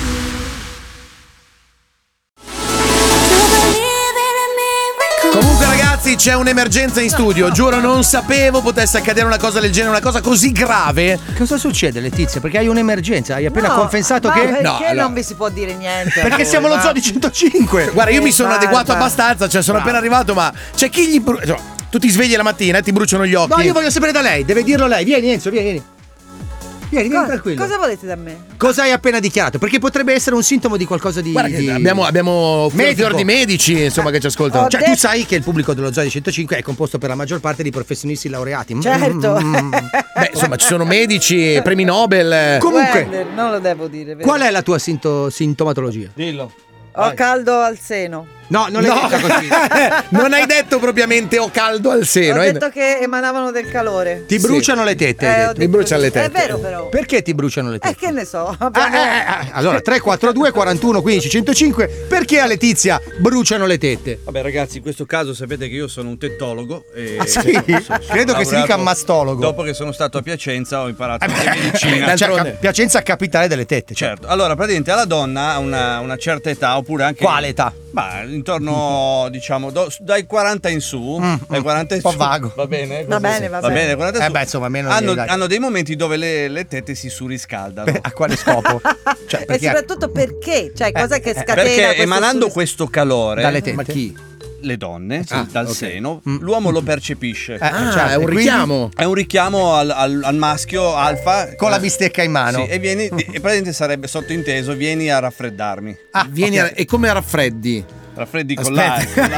[SPEAKER 2] Comunque ragazzi, c'è un'emergenza in studio. Giuro, non sapevo potesse accadere una cosa del genere, una cosa così grave.
[SPEAKER 4] Cosa succede, Letizia? Perché hai un'emergenza? Hai appena confessato che.
[SPEAKER 5] Perché non vi si può dire niente?
[SPEAKER 4] Perché siamo lo zoo di 105.
[SPEAKER 2] Guarda, io mi sono adeguato abbastanza, cioè sono appena arrivato, ma c'è chi gli tu ti svegli la mattina e ti bruciano gli occhi.
[SPEAKER 4] No, io voglio sapere da lei, deve dirlo lei. Vieni Enzo, vieni. Vieni tranquillo.
[SPEAKER 5] Cosa volete da me?
[SPEAKER 4] Cosa hai appena dichiarato? Perché potrebbe essere un sintomo di qualcosa di.
[SPEAKER 2] Guarda che abbiamo fior di medici, insomma, che ci ascoltano.
[SPEAKER 4] Cioè, tu sai che il pubblico dello Zoo di 105 è composto per la maggior parte di professionisti laureati.
[SPEAKER 5] Certo.
[SPEAKER 2] Beh, insomma, ci sono medici, premi Nobel.
[SPEAKER 4] Comunque,
[SPEAKER 5] non lo devo dire. Vero?
[SPEAKER 4] Qual è la tua sintomatologia?
[SPEAKER 2] Dillo.
[SPEAKER 5] Ho caldo al seno.
[SPEAKER 4] No, non l'hai detto così.
[SPEAKER 2] Non hai detto propriamente ho caldo al seno.
[SPEAKER 5] Ho detto che emanavano del calore.
[SPEAKER 4] Ti bruciano le tette. Hai detto.
[SPEAKER 2] Mi bruciano le tette.
[SPEAKER 5] È vero però.
[SPEAKER 4] Perché ti bruciano le tette?
[SPEAKER 5] Che ne so.
[SPEAKER 4] Allora 342 41 15 105. Perché a Letizia bruciano le tette?
[SPEAKER 3] Vabbè ragazzi, in questo caso sapete che io sono un tettologo e
[SPEAKER 4] sì? Credo che si dica mastologo.
[SPEAKER 3] Dopo che sono stato a Piacenza ho imparato anche medicina.
[SPEAKER 4] Piacenza capitale delle tette.
[SPEAKER 3] Certo. Allora praticamente alla donna a una certa età, oppure anche.
[SPEAKER 4] Quale età?
[SPEAKER 3] Ma intorno, diciamo, dai 40 in su. Dai 40 in
[SPEAKER 4] un po' vago.
[SPEAKER 3] Va bene?
[SPEAKER 5] Va bene.
[SPEAKER 3] 40 in su.
[SPEAKER 4] Beh, insomma, meno
[SPEAKER 3] hanno dei momenti dove le tette si surriscaldano.
[SPEAKER 4] A quale scopo? Cioè,
[SPEAKER 5] E soprattutto perché? Cioè, cos'è che scatena?
[SPEAKER 3] Perché emanando questo calore
[SPEAKER 4] dalle tette.
[SPEAKER 3] Ma chi? Le donne, dal seno, l'uomo lo percepisce.
[SPEAKER 2] Certo, è un richiamo.
[SPEAKER 3] È un richiamo al maschio alfa.
[SPEAKER 4] Con la bistecca in mano.
[SPEAKER 3] Sì, e praticamente sarebbe sottointeso, vieni a raffreddarmi.
[SPEAKER 2] E come raffreddi?
[SPEAKER 3] Raffreddi con l'aria.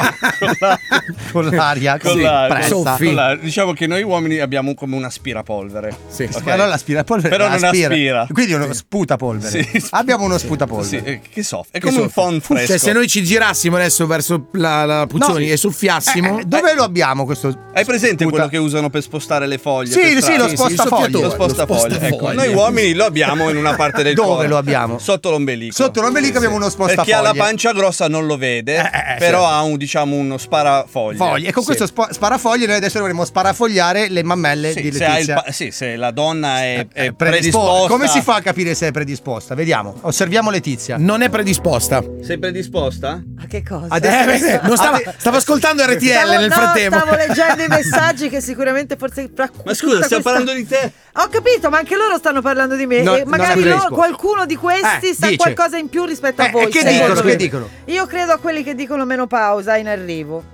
[SPEAKER 4] Con l'aria.
[SPEAKER 3] Con l'aria.
[SPEAKER 2] Soffi.
[SPEAKER 3] Diciamo che noi uomini abbiamo come un aspirapolvere.
[SPEAKER 2] Sì.
[SPEAKER 4] Ma non l'aspirapolvere.
[SPEAKER 3] Però non aspira.
[SPEAKER 4] Quindi uno sputapolvere.
[SPEAKER 3] Sì.
[SPEAKER 4] Abbiamo uno sputapolvere.
[SPEAKER 3] Sì. Che soffre. È come un phon fresco.
[SPEAKER 2] Cioè, se noi ci girassimo adesso verso la Puccioni e soffiassimo.
[SPEAKER 4] Dove lo abbiamo questo?
[SPEAKER 3] Hai presente quello che usano per spostare le foglie?
[SPEAKER 4] Sì, lo spostafoglie.
[SPEAKER 3] Lo spostafoglie. Ecco, noi uomini lo abbiamo in una parte del corpo.
[SPEAKER 4] Dove lo abbiamo?
[SPEAKER 3] Sotto l'ombelico.
[SPEAKER 4] Sotto l'ombelico abbiamo uno spostafoglie.
[SPEAKER 3] Per chi ha la pancia grossa non non lo vede, però ha uno sparafoglie.
[SPEAKER 4] E con questo sparafoglie noi adesso dovremo sparafogliare le mammelle di Letizia.
[SPEAKER 3] Se la donna è predisposta.
[SPEAKER 4] Come si fa a capire se è predisposta? Vediamo, osserviamo Letizia.
[SPEAKER 2] Non è predisposta.
[SPEAKER 3] Sei predisposta?
[SPEAKER 5] A che cosa?
[SPEAKER 2] Non stavo ascoltando RTL nel frattempo.
[SPEAKER 5] Stavo leggendo i messaggi che sicuramente forse.
[SPEAKER 3] Ma scusa, stiamo parlando di te.
[SPEAKER 5] Ho capito, ma anche loro stanno parlando di me. E magari qualcuno di questi sa qualcosa in più rispetto a voi.
[SPEAKER 4] Che dicono?
[SPEAKER 5] Io credo a quelli che dicono menopausa in arrivo.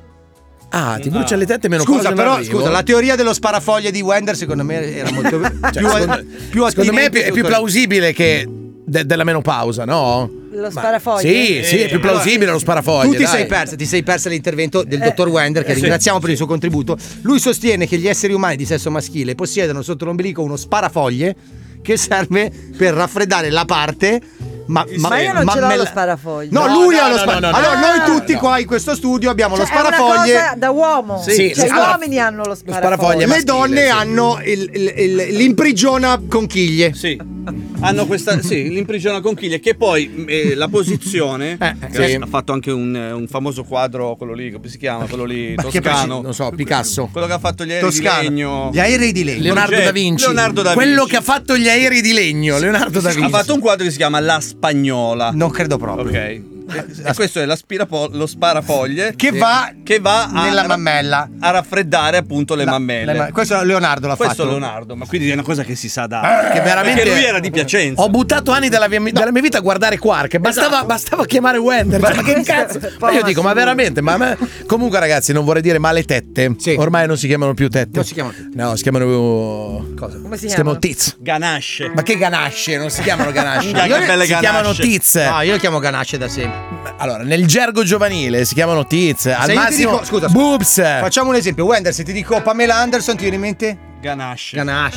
[SPEAKER 2] Ah, ti brucia le tette menopausa.
[SPEAKER 4] Scusa, la teoria dello sparafoglie di Wender secondo me era molto più
[SPEAKER 2] secondo me è più plausibile che della menopausa, no?
[SPEAKER 5] Lo sparafoglie?
[SPEAKER 2] Sì, è più plausibile lo sparafoglie.
[SPEAKER 4] Tu ti sei persa l'intervento del dottor Wender, che ringraziamo per il suo contributo. Lui sostiene che gli esseri umani di sesso maschile possiedono sotto l'ombelico uno sparafoglie che serve per raffreddare la parte. Ma
[SPEAKER 5] io non ce l'ho lo sparafoglie.
[SPEAKER 4] No, lui ha lo sparafoglie. Allora, noi tutti qua in questo studio abbiamo lo sparafoglie.
[SPEAKER 5] È una cosa da uomo.
[SPEAKER 2] Sì.
[SPEAKER 5] Gli uomini hanno lo sparafoglie.
[SPEAKER 4] Le donne hanno l'imprigiona conchiglie.
[SPEAKER 3] Sì. Hanno questa l'imprigiona conchiglie, che poi la posizione ha fatto anche un famoso quadro, quello lì, come si chiama? Quello lì toscano.
[SPEAKER 2] Non so, Picasso.
[SPEAKER 3] Quello che ha fatto gli aerei di legno.
[SPEAKER 4] Gli aerei di legno.
[SPEAKER 2] Leonardo da Vinci. Quello che ha fatto gli aerei di legno, Leonardo da Vinci.
[SPEAKER 3] Ha fatto un quadro che si chiama La Spagnola.
[SPEAKER 4] Non credo proprio.
[SPEAKER 3] Ok. E questo è lo sparafoglie
[SPEAKER 4] che va nella mammella
[SPEAKER 3] a raffreddare appunto le mammelle.
[SPEAKER 4] Questo Leonardo l'ha fatto.
[SPEAKER 3] Leonardo, ma quindi è una cosa che si sa dare.
[SPEAKER 2] Che veramente
[SPEAKER 3] perché lui era di Piacenza.
[SPEAKER 2] Ho buttato anni della mia vita a guardare Quark. Bastava chiamare Wender. Ma che cazzo? Ma io dico, ma veramente? Comunque, ragazzi, non vorrei dire, ma le tette ormai non si chiamano più tette.
[SPEAKER 4] Non si chiamano più.
[SPEAKER 2] No, si chiamano.
[SPEAKER 4] Cosa?
[SPEAKER 5] Come si
[SPEAKER 2] chiamano? Tiz.
[SPEAKER 3] Ganasce.
[SPEAKER 2] Ma che ganasce? Non si chiamano ganasce.
[SPEAKER 3] Si
[SPEAKER 2] chiamano tiz.
[SPEAKER 4] No, io le chiamo ganasce da sempre.
[SPEAKER 2] Allora, nel gergo giovanile si chiamano tiz. Al massimo,
[SPEAKER 4] scusa,
[SPEAKER 2] boobs.
[SPEAKER 4] Facciamo un esempio. Wender, se ti dico Pamela Anderson, ti viene in mente?
[SPEAKER 3] Ganasce.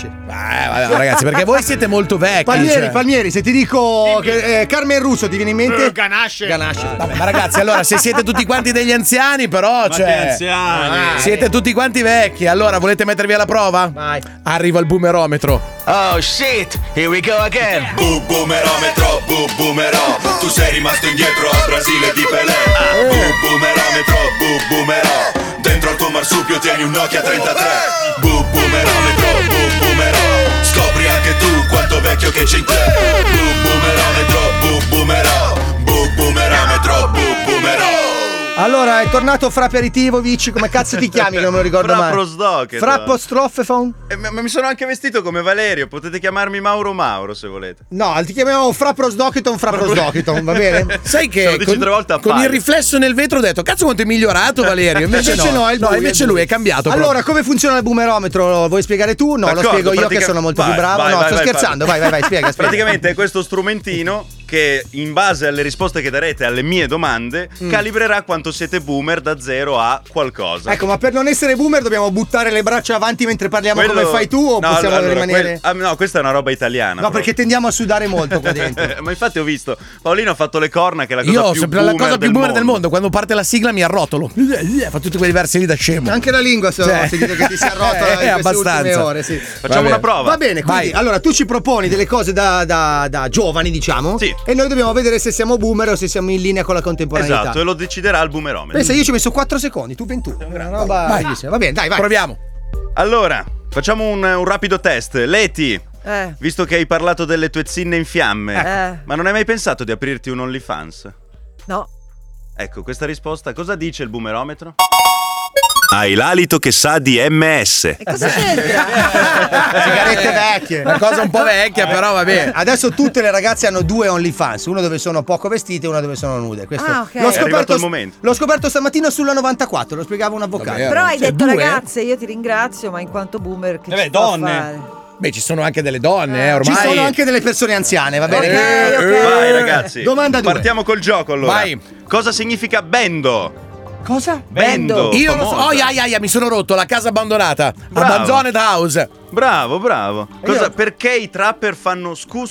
[SPEAKER 2] Vabbè, ragazzi, perché voi siete molto vecchi.
[SPEAKER 4] Palmieri, se ti dico Carmen Russo, ti viene in mente?
[SPEAKER 11] Ganasce.
[SPEAKER 2] Vabbè, ma ragazzi, allora, se siete tutti quanti degli anziani, però,
[SPEAKER 3] che anziani?
[SPEAKER 2] Siete tutti quanti vecchi. Allora, volete mettervi alla prova?
[SPEAKER 4] Vai.
[SPEAKER 2] Arriva il boomerometro.
[SPEAKER 14] Oh shit, here we go again.
[SPEAKER 15] Boomerometro, boomero. Tu sei rimasto indietro al Brasile di Pelé. Boomerometro, boomero. Dentro al tuo marsupio tieni un Nokia 33. Boomerometro, boomero. Scopri anche tu quanto vecchio che c'è in te. Boomerometro, boomero. Boomerometro, boomero.
[SPEAKER 4] Allora, è tornato Fra Aperitivovic, come cazzo ti chiami? Non me lo ricordo mai. Frappostrofefon?
[SPEAKER 16] Ma mi sono anche vestito come Valerio, potete chiamarmi Mauro se volete.
[SPEAKER 4] No, ti chiamiamo Fra Prosdochiton, va bene?
[SPEAKER 2] Sai che con il riflesso nel vetro ho detto, cazzo quanto è migliorato Valerio, invece no, invece lui è cambiato.
[SPEAKER 4] Allora, come funziona il boomerometro? Vuoi spiegare tu? No, lo spiego io che sono molto più bravo. No, sto scherzando, vai, spiega.
[SPEAKER 16] Praticamente è questo strumentino che in base alle risposte che darete alle mie domande calibrerà quanto siete boomer da 0 a qualcosa.
[SPEAKER 4] Ecco, ma per non essere boomer dobbiamo buttare le braccia avanti mentre parliamo come fai tu o possiamo rimanere...
[SPEAKER 16] no, questa è una roba italiana.
[SPEAKER 4] No, perché tendiamo a sudare molto qua dentro.
[SPEAKER 16] Ma infatti ho visto, Paolino ha fatto le corna, che è la cosa più boomer
[SPEAKER 2] la cosa più boomer del mondo. Quando parte la sigla mi arrotolo. Fa tutti quei versi lì da scemo.
[SPEAKER 4] Anche la lingua ho sentito che ti si arrotola in queste ultime ore. Sì.
[SPEAKER 16] Facciamo una prova.
[SPEAKER 4] Va bene, quindi allora tu ci proponi delle cose da giovani, diciamo.
[SPEAKER 16] Sì.
[SPEAKER 4] E noi dobbiamo vedere se siamo boomer o se siamo in linea con la contemporaneità.
[SPEAKER 16] Esatto, e lo deciderà il boomerometro.
[SPEAKER 4] Pensa, io ci ho messo 4 secondi, tu 21. Una roba bellissima. Va bene, dai, vai.
[SPEAKER 2] Proviamo.
[SPEAKER 16] Allora, facciamo un rapido test. Leti, visto che hai parlato delle tue zinne in fiamme, ma non hai mai pensato di aprirti un OnlyFans?
[SPEAKER 5] No.
[SPEAKER 16] Ecco, questa risposta, cosa dice il boomerometro?
[SPEAKER 15] Hai l'alito che sa di MS.
[SPEAKER 5] E cosa c'entra?
[SPEAKER 4] Sigarette vecchie.
[SPEAKER 2] Una cosa un po' vecchia, però va bene.
[SPEAKER 4] Adesso tutte le ragazze hanno 2 OnlyFans, uno dove sono poco vestite e uno dove sono nude. Questo l'ho scoperto stamattina sulla 94, lo spiegava un avvocato.
[SPEAKER 5] Però hai detto ragazze, io ti ringrazio, ma in quanto boomer che ci
[SPEAKER 3] donne.
[SPEAKER 2] Beh, ci sono anche delle donne, ormai.
[SPEAKER 4] Ci sono anche delle persone anziane, va bene?
[SPEAKER 5] Okay.
[SPEAKER 16] Vai ragazzi.
[SPEAKER 4] Domanda 2.
[SPEAKER 16] Partiamo col gioco allora.
[SPEAKER 2] Vai.
[SPEAKER 16] Cosa significa bendo?
[SPEAKER 4] Cosa?
[SPEAKER 16] Bendo.
[SPEAKER 2] Io lo so. Mi sono rotto, la casa abbandonata. Abandoned house.
[SPEAKER 16] Bravo. Perché i trapper fanno scu?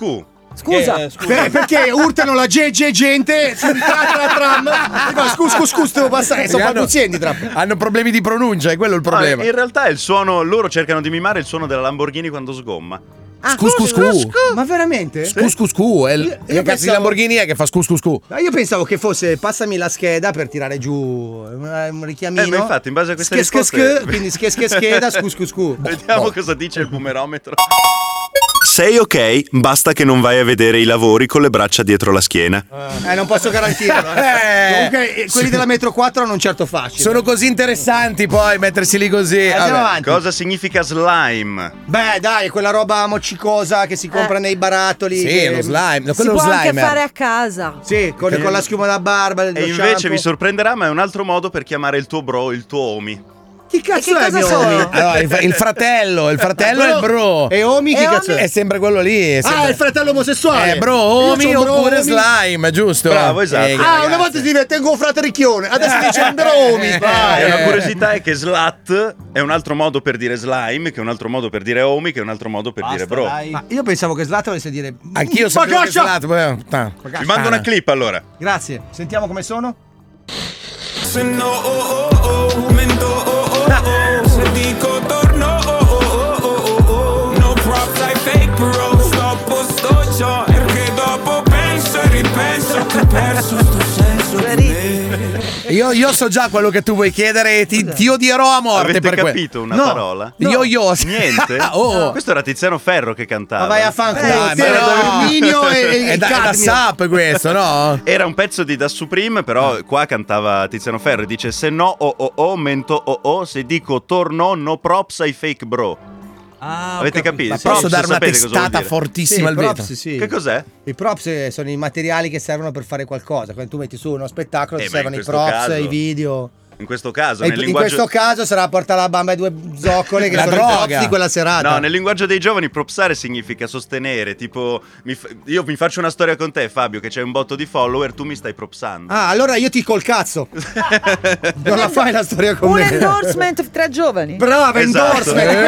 [SPEAKER 5] Scusa.
[SPEAKER 4] Perché urtano la gente sul tram. Scu, devo passare. Sono balbuzienti trap.
[SPEAKER 2] Hanno problemi di pronuncia, è quello il problema.
[SPEAKER 16] In realtà è il suono, loro cercano di mimare il suono della Lamborghini quando sgomma.
[SPEAKER 2] Scu.
[SPEAKER 4] Ma veramente?
[SPEAKER 2] Scu. Il cazzo di Lamborghini è che fa scu.
[SPEAKER 4] Io pensavo che fosse passami la scheda per tirare giù un richiamino.
[SPEAKER 16] Ma infatti, in base a queste risposte...
[SPEAKER 4] Quindi scheda, scu.
[SPEAKER 16] Vediamo cosa dice il boomerometro. Sei ok, basta che non vai a vedere i lavori con le braccia dietro la schiena.
[SPEAKER 4] Non posso garantirlo. Comunque quelli della Metro 4 hanno un certo fascino.
[SPEAKER 2] Sono così interessanti poi mettersi lì così.
[SPEAKER 4] Andiamo avanti.
[SPEAKER 16] Cosa significa slime?
[SPEAKER 4] Beh, dai, quella roba moccicosa che si compra nei barattoli.
[SPEAKER 2] Sì, lo slime.
[SPEAKER 5] Si può anche fare a casa.
[SPEAKER 4] Sì, con la schiuma da barba.
[SPEAKER 16] E invece vi sorprenderà, ma è un altro modo per chiamare il tuo bro, il tuo omi.
[SPEAKER 4] Chi cazzo è mio
[SPEAKER 5] sono?
[SPEAKER 4] Omi?
[SPEAKER 2] Allora, il fratello è il bro.
[SPEAKER 4] E Omi chi cazzo è?
[SPEAKER 2] È sempre quello lì.
[SPEAKER 4] Il fratello omosessuale.
[SPEAKER 2] Bro, Omi oppure slime, giusto?
[SPEAKER 16] Bravo, esatto.
[SPEAKER 4] Una volta si dice tengo un frate ricchione, adesso dice bro Omi.
[SPEAKER 16] E una curiosità è che slat è un altro modo per dire slime, che è un altro modo per dire Omi, che è un altro modo per dire bro.
[SPEAKER 4] Ma io pensavo che slat volesse dire.
[SPEAKER 2] Anch'io sapevo che slat.
[SPEAKER 16] Vi mando una clip allora.
[SPEAKER 4] Grazie. Sentiamo come sono.
[SPEAKER 15] Se dico torno, no props ai fake bro, sto già, perché dopo penso e ripenso che ho perso sto senso di me.
[SPEAKER 2] Io so già quello che tu vuoi chiedere e ti odierò a morte.
[SPEAKER 16] Avete
[SPEAKER 2] per quello.
[SPEAKER 16] capito una parola?
[SPEAKER 2] Io.
[SPEAKER 16] Niente?
[SPEAKER 2] Oh.
[SPEAKER 16] Questo era Tiziano Ferro che cantava.
[SPEAKER 4] Ma vai a fanculo, Erminio e il
[SPEAKER 2] da Sap questo, no?
[SPEAKER 16] Era un pezzo di Da Supreme, però qua cantava Tiziano Ferro e dice se no mento se dico torno no props ai fake bro. Avete capito?
[SPEAKER 2] Ma posso dare una testata fortissima al vetro?
[SPEAKER 4] Sì.
[SPEAKER 16] Che cos'è?
[SPEAKER 4] I props sono i materiali che servono per fare qualcosa. Quando tu metti su uno spettacolo ti servono i
[SPEAKER 16] questo
[SPEAKER 4] props,
[SPEAKER 16] caso-
[SPEAKER 4] i video.
[SPEAKER 16] In questo caso,
[SPEAKER 4] In questo caso sarà portare la bamba ai due zoccole che
[SPEAKER 2] La
[SPEAKER 4] sono
[SPEAKER 2] droga.
[SPEAKER 4] i props di quella serata.
[SPEAKER 16] No, nel linguaggio dei giovani propsare significa sostenere. Tipo, io mi faccio una storia con te, Fabio, che c'hai un botto di follower, tu mi stai propsando.
[SPEAKER 4] Allora io ti col cazzo. Non la fai la storia con
[SPEAKER 5] Un
[SPEAKER 4] me.
[SPEAKER 5] endorsement tra giovani.
[SPEAKER 4] Brava,
[SPEAKER 16] Esatto,
[SPEAKER 4] endorsement.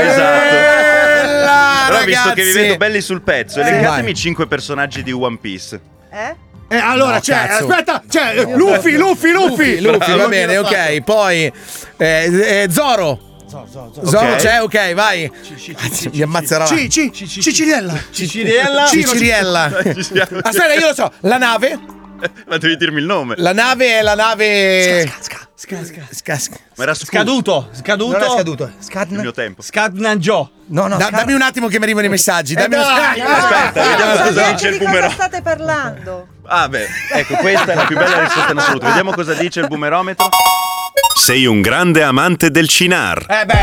[SPEAKER 16] Però visto che vi vedo belli sul pezzo, elencatemi
[SPEAKER 2] Vai.
[SPEAKER 16] 5 personaggi di One Piece.
[SPEAKER 4] Allora
[SPEAKER 2] No,
[SPEAKER 4] c'è,
[SPEAKER 2] cazzo.
[SPEAKER 4] aspetta, c'è Luffy.
[SPEAKER 2] Va bene, ok. Poi Zoro. Zoro c'è, ok, vai. Mi ammazzerà.
[SPEAKER 4] Ciciriella.
[SPEAKER 2] Ciciriella. Aspetta, io lo so. La nave.
[SPEAKER 16] Ma devi dirmi il nome.
[SPEAKER 2] La nave è la nave.
[SPEAKER 16] Ma era
[SPEAKER 3] Scaduto.
[SPEAKER 4] Non è scaduto.
[SPEAKER 16] il mio tempo.
[SPEAKER 3] Scadnangio.
[SPEAKER 4] No,
[SPEAKER 2] Dammi un attimo che mi arrivano i messaggi. Dammi
[SPEAKER 16] Aspetta, vediamo cosa dice il
[SPEAKER 5] Di cosa
[SPEAKER 16] boomerò.
[SPEAKER 5] state parlando?
[SPEAKER 16] Beh, ecco, questa è la più bella risposta in assoluto. Vediamo cosa dice il boomerometro. Sei un grande amante del cinar.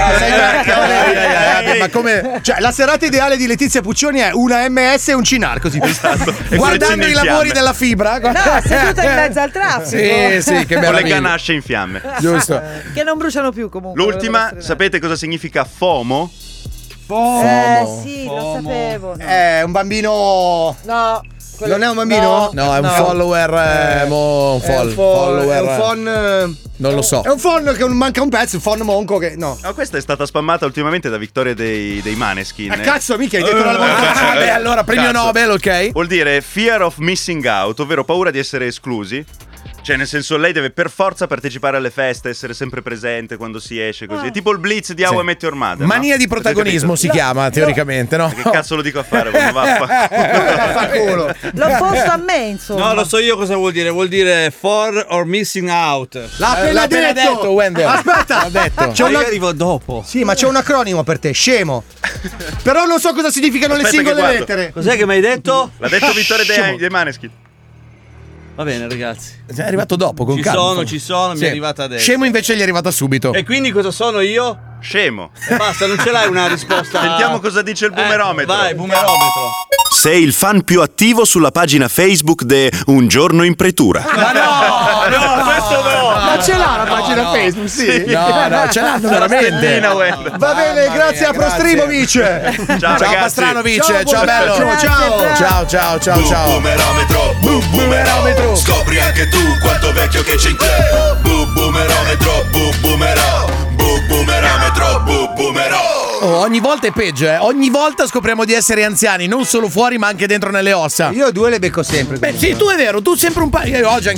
[SPEAKER 2] Ma come?
[SPEAKER 4] Cioè, la serata ideale di Letizia Puccioni è una MS e un cinar, così.
[SPEAKER 2] Guardando i lavori della fibra.
[SPEAKER 5] No, seduta in mezzo al traffico.
[SPEAKER 2] Sì, che
[SPEAKER 16] Con le
[SPEAKER 2] meraviglia.
[SPEAKER 16] ganasce in fiamme.
[SPEAKER 2] Giusto.
[SPEAKER 5] Che non bruciano più comunque.
[SPEAKER 16] L'ultima, sapete cosa significa FOMO?
[SPEAKER 5] Sì, lo sapevo.
[SPEAKER 4] È un bambino.
[SPEAKER 5] No.
[SPEAKER 4] Non è un bambino?
[SPEAKER 2] No, è un follower. Follower.
[SPEAKER 4] È un phon.
[SPEAKER 2] Non lo so.
[SPEAKER 4] È un phon che manca un pezzo, un phon monco che. No.
[SPEAKER 16] No, questa è stata spammata ultimamente da vittoria dei Maneskin.
[SPEAKER 4] Cazzo, mica hai detto la
[SPEAKER 2] Beh, allora premio
[SPEAKER 16] Cazzo.
[SPEAKER 2] Nobel, ok?
[SPEAKER 16] Vuol dire fear of missing out, ovvero paura di essere esclusi. Cioè, nel senso, lei deve per forza partecipare alle feste, essere sempre presente quando si esce, così. È tipo il Blitz di How I Met Your Mother.
[SPEAKER 2] Mania
[SPEAKER 16] no?
[SPEAKER 2] di protagonismo si chiama, teoricamente, no?
[SPEAKER 16] Che cazzo lo dico a fare quando
[SPEAKER 4] Vaffanculo.
[SPEAKER 5] L'ho posto a me, insomma.
[SPEAKER 3] No, lo so io cosa vuol dire. Vuol dire for or missing out.
[SPEAKER 4] L'ha appena detto,
[SPEAKER 2] Wendell.
[SPEAKER 4] Aspetta,
[SPEAKER 2] L'ha detto.
[SPEAKER 4] C'è
[SPEAKER 3] Io arrivo dopo.
[SPEAKER 4] Sì, ma c'è un acronimo per te, scemo. Però non so cosa significano
[SPEAKER 16] Aspetta
[SPEAKER 4] le
[SPEAKER 16] che
[SPEAKER 4] singole
[SPEAKER 16] guardo.
[SPEAKER 4] lettere.
[SPEAKER 3] Cos'è che mi hai detto?
[SPEAKER 16] L'ha detto vittoria dei Maneskin.
[SPEAKER 3] Va bene, ragazzi.
[SPEAKER 2] È arrivato dopo, con calma.
[SPEAKER 3] Ci sono, mi
[SPEAKER 2] Sì.
[SPEAKER 3] è arrivata adesso.
[SPEAKER 2] Scemo invece gli è arrivata subito.
[SPEAKER 3] E quindi cosa sono io?
[SPEAKER 16] Scemo.
[SPEAKER 3] Basta, non ce l'hai una risposta.
[SPEAKER 16] Sentiamo cosa dice il boomerometro.
[SPEAKER 3] Vai, boomerometro.
[SPEAKER 16] Sei il fan più attivo sulla pagina Facebook de Un giorno in pretura.
[SPEAKER 2] Ma no,
[SPEAKER 3] questo no.
[SPEAKER 4] Ma ce l'ha la pagina Facebook, sì.
[SPEAKER 2] No, ce l'hanno veramente.
[SPEAKER 4] Va bene, grazie a Prostrimovic.
[SPEAKER 16] Ciao,
[SPEAKER 2] Ciao Pastranovic, ciao bello. Ciao.
[SPEAKER 15] Boomerometro, boomerometro. Scopri anche tu quanto vecchio che c'è in te. Boomerometro, boomerometro, boomerometro.
[SPEAKER 2] Ogni volta è peggio, ogni volta scopriamo di essere anziani, non solo fuori ma anche dentro nelle ossa.
[SPEAKER 4] Io due le becco sempre.
[SPEAKER 2] Beh, sì, tu è vero, tu sempre un paio. Oggi anch'io.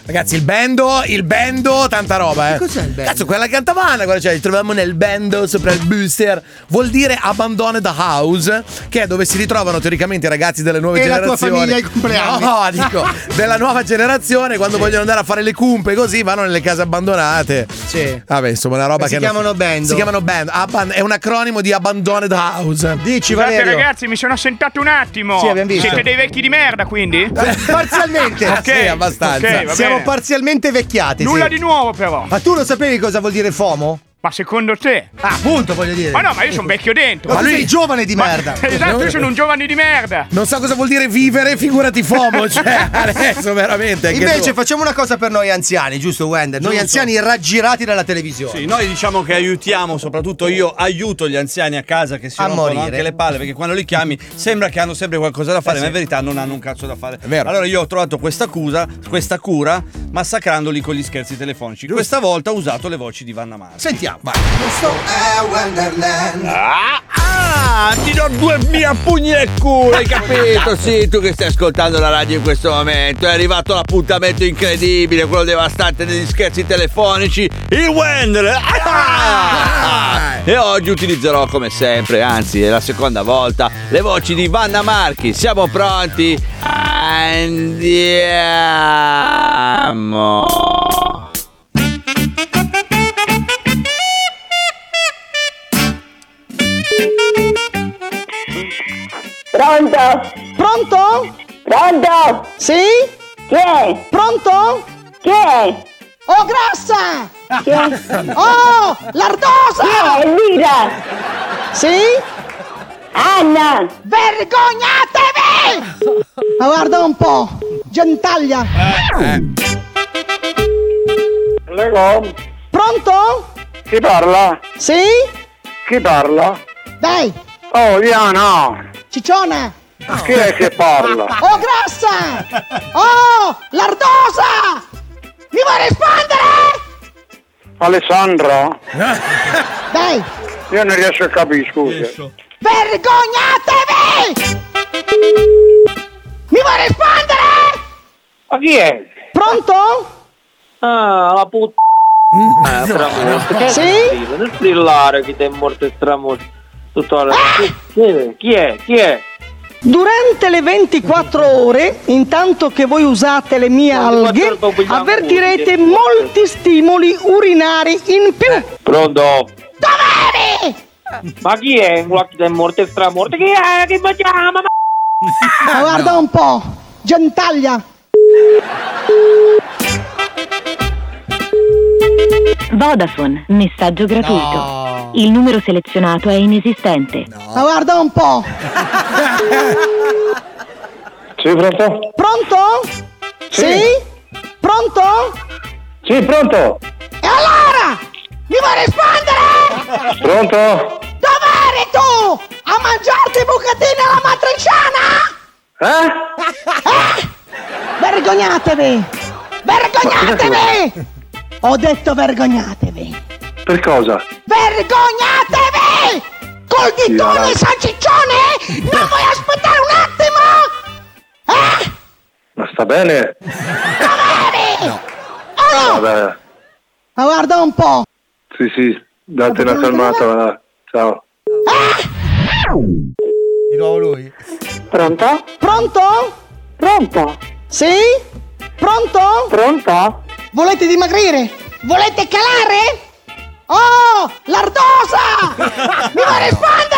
[SPEAKER 2] Ragazzi, il bando, tanta roba, eh.
[SPEAKER 4] Cos'è il bando?
[SPEAKER 2] Cazzo, quella cantavana, quella, cioè, ci troviamo nel bando sopra il booster. Vuol dire Abandoned House, che è dove si ritrovano teoricamente i ragazzi delle nuove generazioni.
[SPEAKER 4] E la tua famiglia ai compleanni.
[SPEAKER 2] No, dico, della nuova generazione, quando vogliono andare a fare le cumpe così, vanno nelle case abbandonate.
[SPEAKER 4] Sì.
[SPEAKER 2] Vabbè, insomma, una roba
[SPEAKER 4] si
[SPEAKER 2] che
[SPEAKER 4] chiamano bando.
[SPEAKER 2] Si chiamano bando. È un acronimo di Abandoned House.
[SPEAKER 4] Dici,
[SPEAKER 8] Scusate
[SPEAKER 4] Valerio.
[SPEAKER 8] ragazzi, mi sono assentato un attimo.
[SPEAKER 4] Sì, abbiamo visto.
[SPEAKER 8] Siete dei vecchi di merda, quindi?
[SPEAKER 4] Parzialmente.
[SPEAKER 8] Ok,
[SPEAKER 2] Sì, abbastanza.
[SPEAKER 8] ok, va
[SPEAKER 4] Siamo
[SPEAKER 8] bene.
[SPEAKER 4] parzialmente vecchiati.
[SPEAKER 8] Nulla
[SPEAKER 4] sì.
[SPEAKER 8] di nuovo però.
[SPEAKER 4] Ma tu lo sapevi cosa vuol dire FOMO?
[SPEAKER 8] Ma secondo te?
[SPEAKER 4] Ah, appunto, voglio dire.
[SPEAKER 8] Ma no, ma io sono vecchio dentro.
[SPEAKER 4] Ma tu sei giovane di merda.
[SPEAKER 8] Esatto, io sono un giovane di merda.
[SPEAKER 2] Non so cosa vuol dire vivere, figurati FOMO. Cioè, adesso veramente. anche
[SPEAKER 4] Invece
[SPEAKER 2] tu.
[SPEAKER 4] facciamo una cosa per noi anziani, giusto Wender? Noi anziani raggirati dalla televisione.
[SPEAKER 3] Sì, noi diciamo che aiutiamo, soprattutto io aiuto gli anziani a casa che si
[SPEAKER 4] A
[SPEAKER 3] rompono
[SPEAKER 4] morire.
[SPEAKER 3] anche le palle, perché quando li chiami sembra che hanno sempre qualcosa da fare,
[SPEAKER 4] sì.
[SPEAKER 3] ma in verità non hanno un cazzo da fare.
[SPEAKER 2] È vero.
[SPEAKER 3] Allora io ho trovato questa cura massacrandoli con gli scherzi telefonici. Questa volta ho usato le voci di Vanna Mara.
[SPEAKER 4] Sentiamo, vai.
[SPEAKER 9] Ti do 2000 pugni nel culo, hai capito? Sì, tu che stai ascoltando la radio in questo momento. È arrivato l'appuntamento incredibile, quello devastante degli scherzi telefonici, il Wender. E oggi utilizzerò come sempre, anzi è la seconda volta, le voci di Vanna Marchi. Siamo pronti? Andiamo.
[SPEAKER 22] Pronto?
[SPEAKER 10] Pronto?
[SPEAKER 22] Pronto?
[SPEAKER 10] Sì?
[SPEAKER 22] Chi è?
[SPEAKER 10] Pronto?
[SPEAKER 22] Chi è?
[SPEAKER 10] Oh, grassa!
[SPEAKER 22] Chi è?
[SPEAKER 10] Oh, lardosa!
[SPEAKER 22] Chi è? Elvira?
[SPEAKER 10] Sì?
[SPEAKER 22] Anna!
[SPEAKER 10] Vergognatevi! Ma guarda un po', gentaglia.
[SPEAKER 22] Prego?
[SPEAKER 10] Pronto?
[SPEAKER 22] Chi parla?
[SPEAKER 10] Sì?
[SPEAKER 22] Chi parla?
[SPEAKER 10] Dai,
[SPEAKER 22] Oh, Diana!
[SPEAKER 10] cicciona!
[SPEAKER 22] Chi è che parla?
[SPEAKER 10] Oh, grassa! Oh, lardosa! Mi vuoi rispondere?
[SPEAKER 22] Alessandra?
[SPEAKER 10] Dai,
[SPEAKER 22] Io non riesco a capire, scusi.
[SPEAKER 10] vergognatevi! Mi vuoi rispondere?
[SPEAKER 22] Ma chi è?
[SPEAKER 10] Pronto?
[SPEAKER 22] Ah, la puttana. Stramorto. Che
[SPEAKER 10] Sì?
[SPEAKER 22] è? Non strillare che ti è morto e stramorto. Tutto alla... Chi è? Chi è?
[SPEAKER 10] Durante le 24 ore, intanto che voi usate le mie alghe, avvertirete molti stimoli urinari in più.
[SPEAKER 22] Pronto?
[SPEAKER 10] Dov'eri?
[SPEAKER 22] Ma chi è? Quello che ti è morto e stramorto. Chi è? Che mi chiama?
[SPEAKER 10] Ma guarda un po', gentaglia.
[SPEAKER 17] Vodafone, messaggio gratuito. Il numero selezionato è inesistente.
[SPEAKER 10] Ma guarda un po'.
[SPEAKER 22] Sì, pronto?
[SPEAKER 10] Pronto? Sì? Pronto?
[SPEAKER 22] Sì, pronto?
[SPEAKER 10] E allora? Mi vuoi rispondere?
[SPEAKER 22] Pronto?
[SPEAKER 10] Dov'eri tu? A mangiarti i bucatini alla matriciana? Vergognatevi! Vergognatevi! Ho detto vergognatevi!
[SPEAKER 22] Per cosa?
[SPEAKER 10] Vergognatevi! Col dittone salciccione? Non vuoi aspettare un attimo?
[SPEAKER 22] Ma sta bene?
[SPEAKER 10] Dov'eri? Oh, no!
[SPEAKER 22] Vabbè.
[SPEAKER 10] Ma guarda un po'!
[SPEAKER 22] Sì, date una calmata, va. Ciao.
[SPEAKER 4] Di nuovo lui.
[SPEAKER 22] Pronto?
[SPEAKER 10] Pronto?
[SPEAKER 22] Pronto?
[SPEAKER 10] Sì? Pronto?
[SPEAKER 22] Pronto?
[SPEAKER 10] Volete dimagrire? Volete calare? Oh, lardosa! Mi vuoi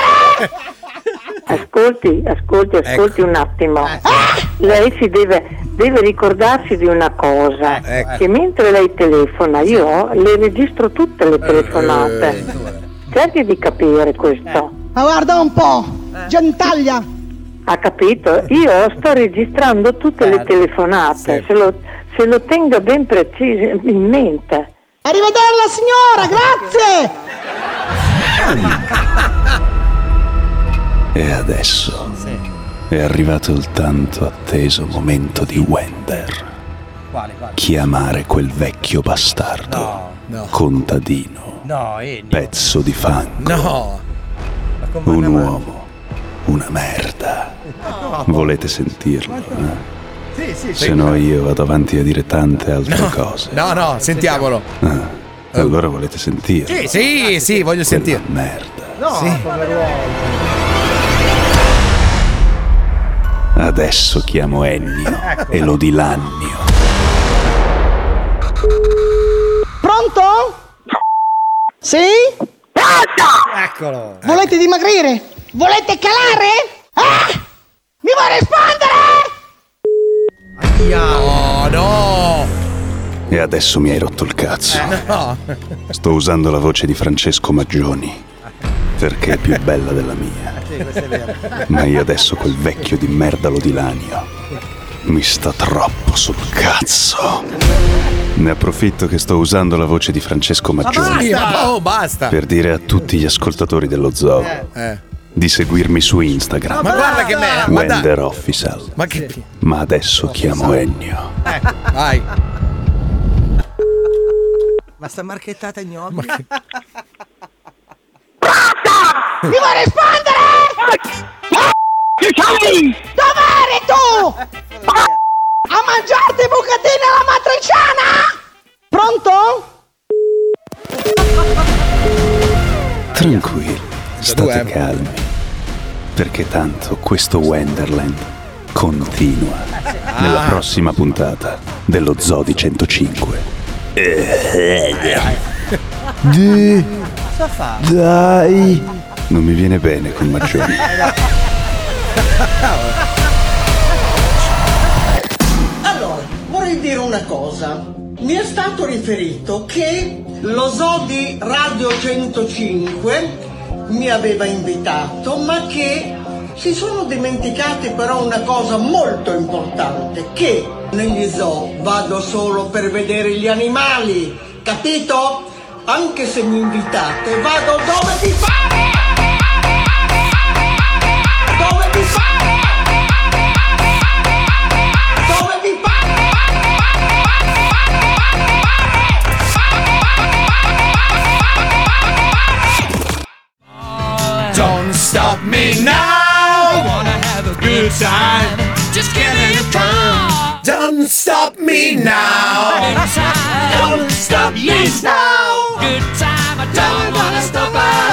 [SPEAKER 10] rispondere?
[SPEAKER 22] Ascolti un attimo. Lei si deve ricordarsi di una cosa, che mentre lei telefona io le registro tutte le telefonate. Cerchi di capire questo.
[SPEAKER 10] Ma guarda un po', gentaglia.
[SPEAKER 22] Ha capito? Io sto registrando tutte le telefonate, se lo tenga ben preciso in mente.
[SPEAKER 10] Arrivederla signora, grazie!
[SPEAKER 24] E adesso è arrivato il tanto atteso momento di Wender.
[SPEAKER 4] Quale?
[SPEAKER 24] Chiamare quel vecchio bastardo.
[SPEAKER 4] No.
[SPEAKER 24] Contadino.
[SPEAKER 4] No, Ennio.
[SPEAKER 24] Pezzo di fango.
[SPEAKER 4] No.
[SPEAKER 24] Un uomo. Una merda.
[SPEAKER 4] No.
[SPEAKER 24] Volete sentirlo? Se no io vado avanti a dire tante altre cose.
[SPEAKER 2] No, sentiamolo.
[SPEAKER 24] Allora volete sentire?
[SPEAKER 2] Sì, voglio sentire.
[SPEAKER 24] Merda.
[SPEAKER 4] No,
[SPEAKER 24] Adesso chiamo Ennio e lo dilannio.
[SPEAKER 10] Pronto? Sì?
[SPEAKER 4] Eccolo.
[SPEAKER 10] Volete dimagrire? Volete calare? Mi vuoi rispondere?
[SPEAKER 2] No!
[SPEAKER 24] E adesso mi hai rotto il cazzo.
[SPEAKER 2] No!
[SPEAKER 24] Sto usando la voce di Francesco Maggioni perché è più bella della mia.
[SPEAKER 4] Questo è vero.
[SPEAKER 24] Ma io adesso quel vecchio di merda lo dilanio. Mi sta troppo sul cazzo. Ne approfitto che sto usando la voce di Francesco Maggioni
[SPEAKER 2] Basta!
[SPEAKER 24] per dire a tutti gli ascoltatori dello zoo di seguirmi su Instagram.
[SPEAKER 2] Ma guarda che merda!
[SPEAKER 24] Wender Official. Ma adesso chiamo Ennio.
[SPEAKER 2] Vai!
[SPEAKER 4] Ma sta marchettata gnocchi.
[SPEAKER 10] Mi vuoi rispondere? Dov'eri tu? A mangiarti i bucatini alla matriciana? Pronto?
[SPEAKER 24] Tranquilli, state calmi. Perché tanto questo Wenderland continua nella prossima puntata dello Zoo di 105.
[SPEAKER 4] Cosa fa?
[SPEAKER 24] Dai, non mi viene bene con Maggioni.
[SPEAKER 10] Allora, vorrei dire una cosa. Mi è stato riferito che lo zoo di Radio 105 mi aveva invitato, ma che si sono dimenticati però una cosa molto importante, che negli zoo vado solo per vedere gli animali, capito? Anche se mi invitate, vado dove vi pare! Dove vi pare! Dove vi
[SPEAKER 15] pare! Don't stop me now! I wanna have a good time. Just give me a try.
[SPEAKER 2] Don't stop me now!
[SPEAKER 15] Don't stop me now! Good time, I don't wanna stop at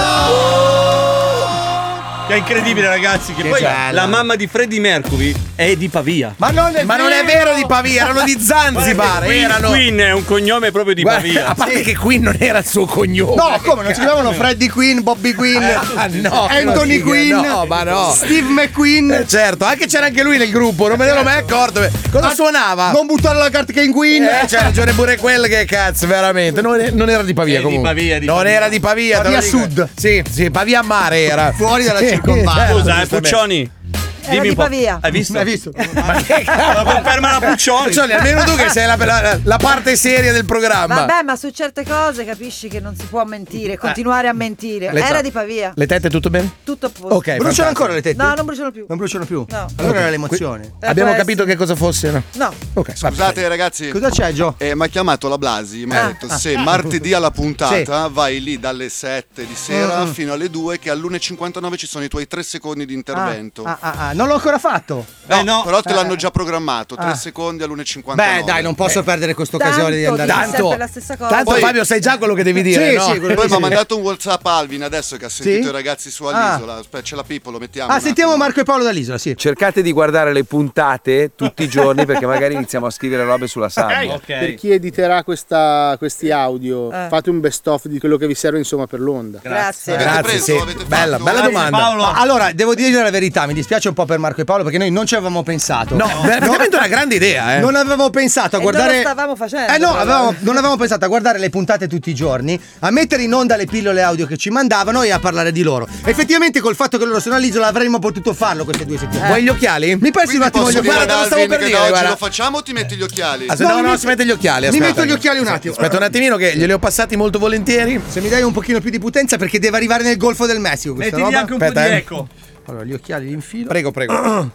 [SPEAKER 15] all.
[SPEAKER 3] Che è incredibile, ragazzi, che poi
[SPEAKER 2] bello.
[SPEAKER 3] la mamma di Freddie Mercury è di Pavia.
[SPEAKER 4] Ma non è
[SPEAKER 2] vero di Pavia, erano di Zanzibar.
[SPEAKER 3] Queen è un cognome proprio di Pavia.
[SPEAKER 2] A parte che Queen non era il suo cognome.
[SPEAKER 4] No, come? Non si chiamavano Freddie Queen, Bobby Queen,
[SPEAKER 2] no,
[SPEAKER 4] Anthony Queen,
[SPEAKER 2] no, ma no.
[SPEAKER 4] Steve McQueen.
[SPEAKER 2] Certo, anche c'era anche lui nel gruppo, non me ne ero mai accorto. Cosa suonava?
[SPEAKER 4] Non buttare la carta King Queen.
[SPEAKER 2] C'ha ragione pure quel che cazzo, veramente. Non era di Pavia comunque. Non era di Pavia.
[SPEAKER 4] Pavia Sud.
[SPEAKER 2] Sì, Pavia a mare era.
[SPEAKER 4] Fuori dalla circonvalle.
[SPEAKER 3] Scusa, Puccioni.
[SPEAKER 5] Era di Pavia.
[SPEAKER 3] Hai visto?
[SPEAKER 4] Hai visto?
[SPEAKER 2] Ma che
[SPEAKER 3] la conferma la Puccioni.
[SPEAKER 2] Almeno tu che sei la parte seria del programma.
[SPEAKER 5] Vabbè, ma su certe cose capisci che non si può mentire, continuare a mentire. Era di Pavia.
[SPEAKER 2] Le tette tutto bene?
[SPEAKER 5] Tutto a posto.
[SPEAKER 2] Ok.
[SPEAKER 4] Bruciano ancora le tette?
[SPEAKER 5] No, non bruciano più.
[SPEAKER 4] Non bruciano più?
[SPEAKER 5] No.
[SPEAKER 4] Allora era l'emozione.
[SPEAKER 2] Abbiamo capito che cosa fosse, no?
[SPEAKER 5] No.
[SPEAKER 2] Ok.
[SPEAKER 12] Scusate ragazzi.
[SPEAKER 4] Cosa c'è, Gio?
[SPEAKER 12] Mi ha chiamato la Blasi, mi ha detto se martedì alla puntata vai lì dalle 7 di sera fino alle 2 che all'1.59 ci sono i tuoi 3 secondi di intervento.
[SPEAKER 4] Non l'ho ancora fatto.
[SPEAKER 12] No, però te l'hanno già programmato 3 secondi all'1.59.
[SPEAKER 4] Beh dai, non posso perdere questa occasione di andare.
[SPEAKER 5] Tanto la stessa cosa.
[SPEAKER 2] Tanto poi, Fabio, sai già quello che devi dire, no?
[SPEAKER 12] Sì, poi mi ha mandato un WhatsApp Alvin adesso che ha sentito i ragazzi su all'isola. Aspetta, c'è la Pippo, lo mettiamo.
[SPEAKER 4] Sentiamo Marco e Paolo dall'isola, sì.
[SPEAKER 18] Cercate di guardare le puntate tutti i giorni perché magari iniziamo a scrivere robe sulla sabbia.
[SPEAKER 19] Okay. Per chi editerà questi audio, fate un best of di quello che vi serve insomma per l'onda.
[SPEAKER 2] Grazie, sì. Bella domanda.
[SPEAKER 4] Paolo. Allora, devo dire la verità, mi dispiace un po' per Marco e Paolo perché noi non ci avevamo pensato.
[SPEAKER 2] No, veramente una grande idea,
[SPEAKER 4] Non avevamo pensato a guardare.
[SPEAKER 5] Non lo stavamo facendo.
[SPEAKER 4] Non avevamo pensato a guardare le puntate tutti i giorni, a mettere in onda le pillole audio che ci mandavano e a parlare di loro. Effettivamente, col fatto che loro sono all'isola, avremmo potuto farlo queste 2 settimane.
[SPEAKER 2] Vuoi gli occhiali?
[SPEAKER 4] Mi presti un attimo gli occhiali?
[SPEAKER 12] Guarda, te lo stavo per dire. Oggi lo facciamo o ti metti gli occhiali?
[SPEAKER 2] No, si mette gli occhiali.
[SPEAKER 4] Mi metto gli occhiali un attimo.
[SPEAKER 2] Aspetta un attimino che glieli ho passati molto volentieri.
[SPEAKER 4] Se mi dai un pochino più di potenza perché deve arrivare nel Golfo del Messico questa roba.
[SPEAKER 3] Mettimi anche un po' di eco.
[SPEAKER 4] Allora, gli occhiali li infilo.
[SPEAKER 2] Prego.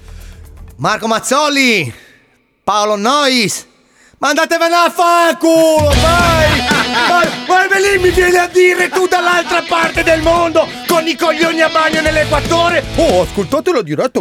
[SPEAKER 4] Marco Mazzoli, Paolo Nois, ma andatevene a fanculo, vai! Ma lì mi vieni a dire tu dall'altra parte del mondo con i coglioni a bagno nell'Equatore? Oh, ascoltatelo diretto.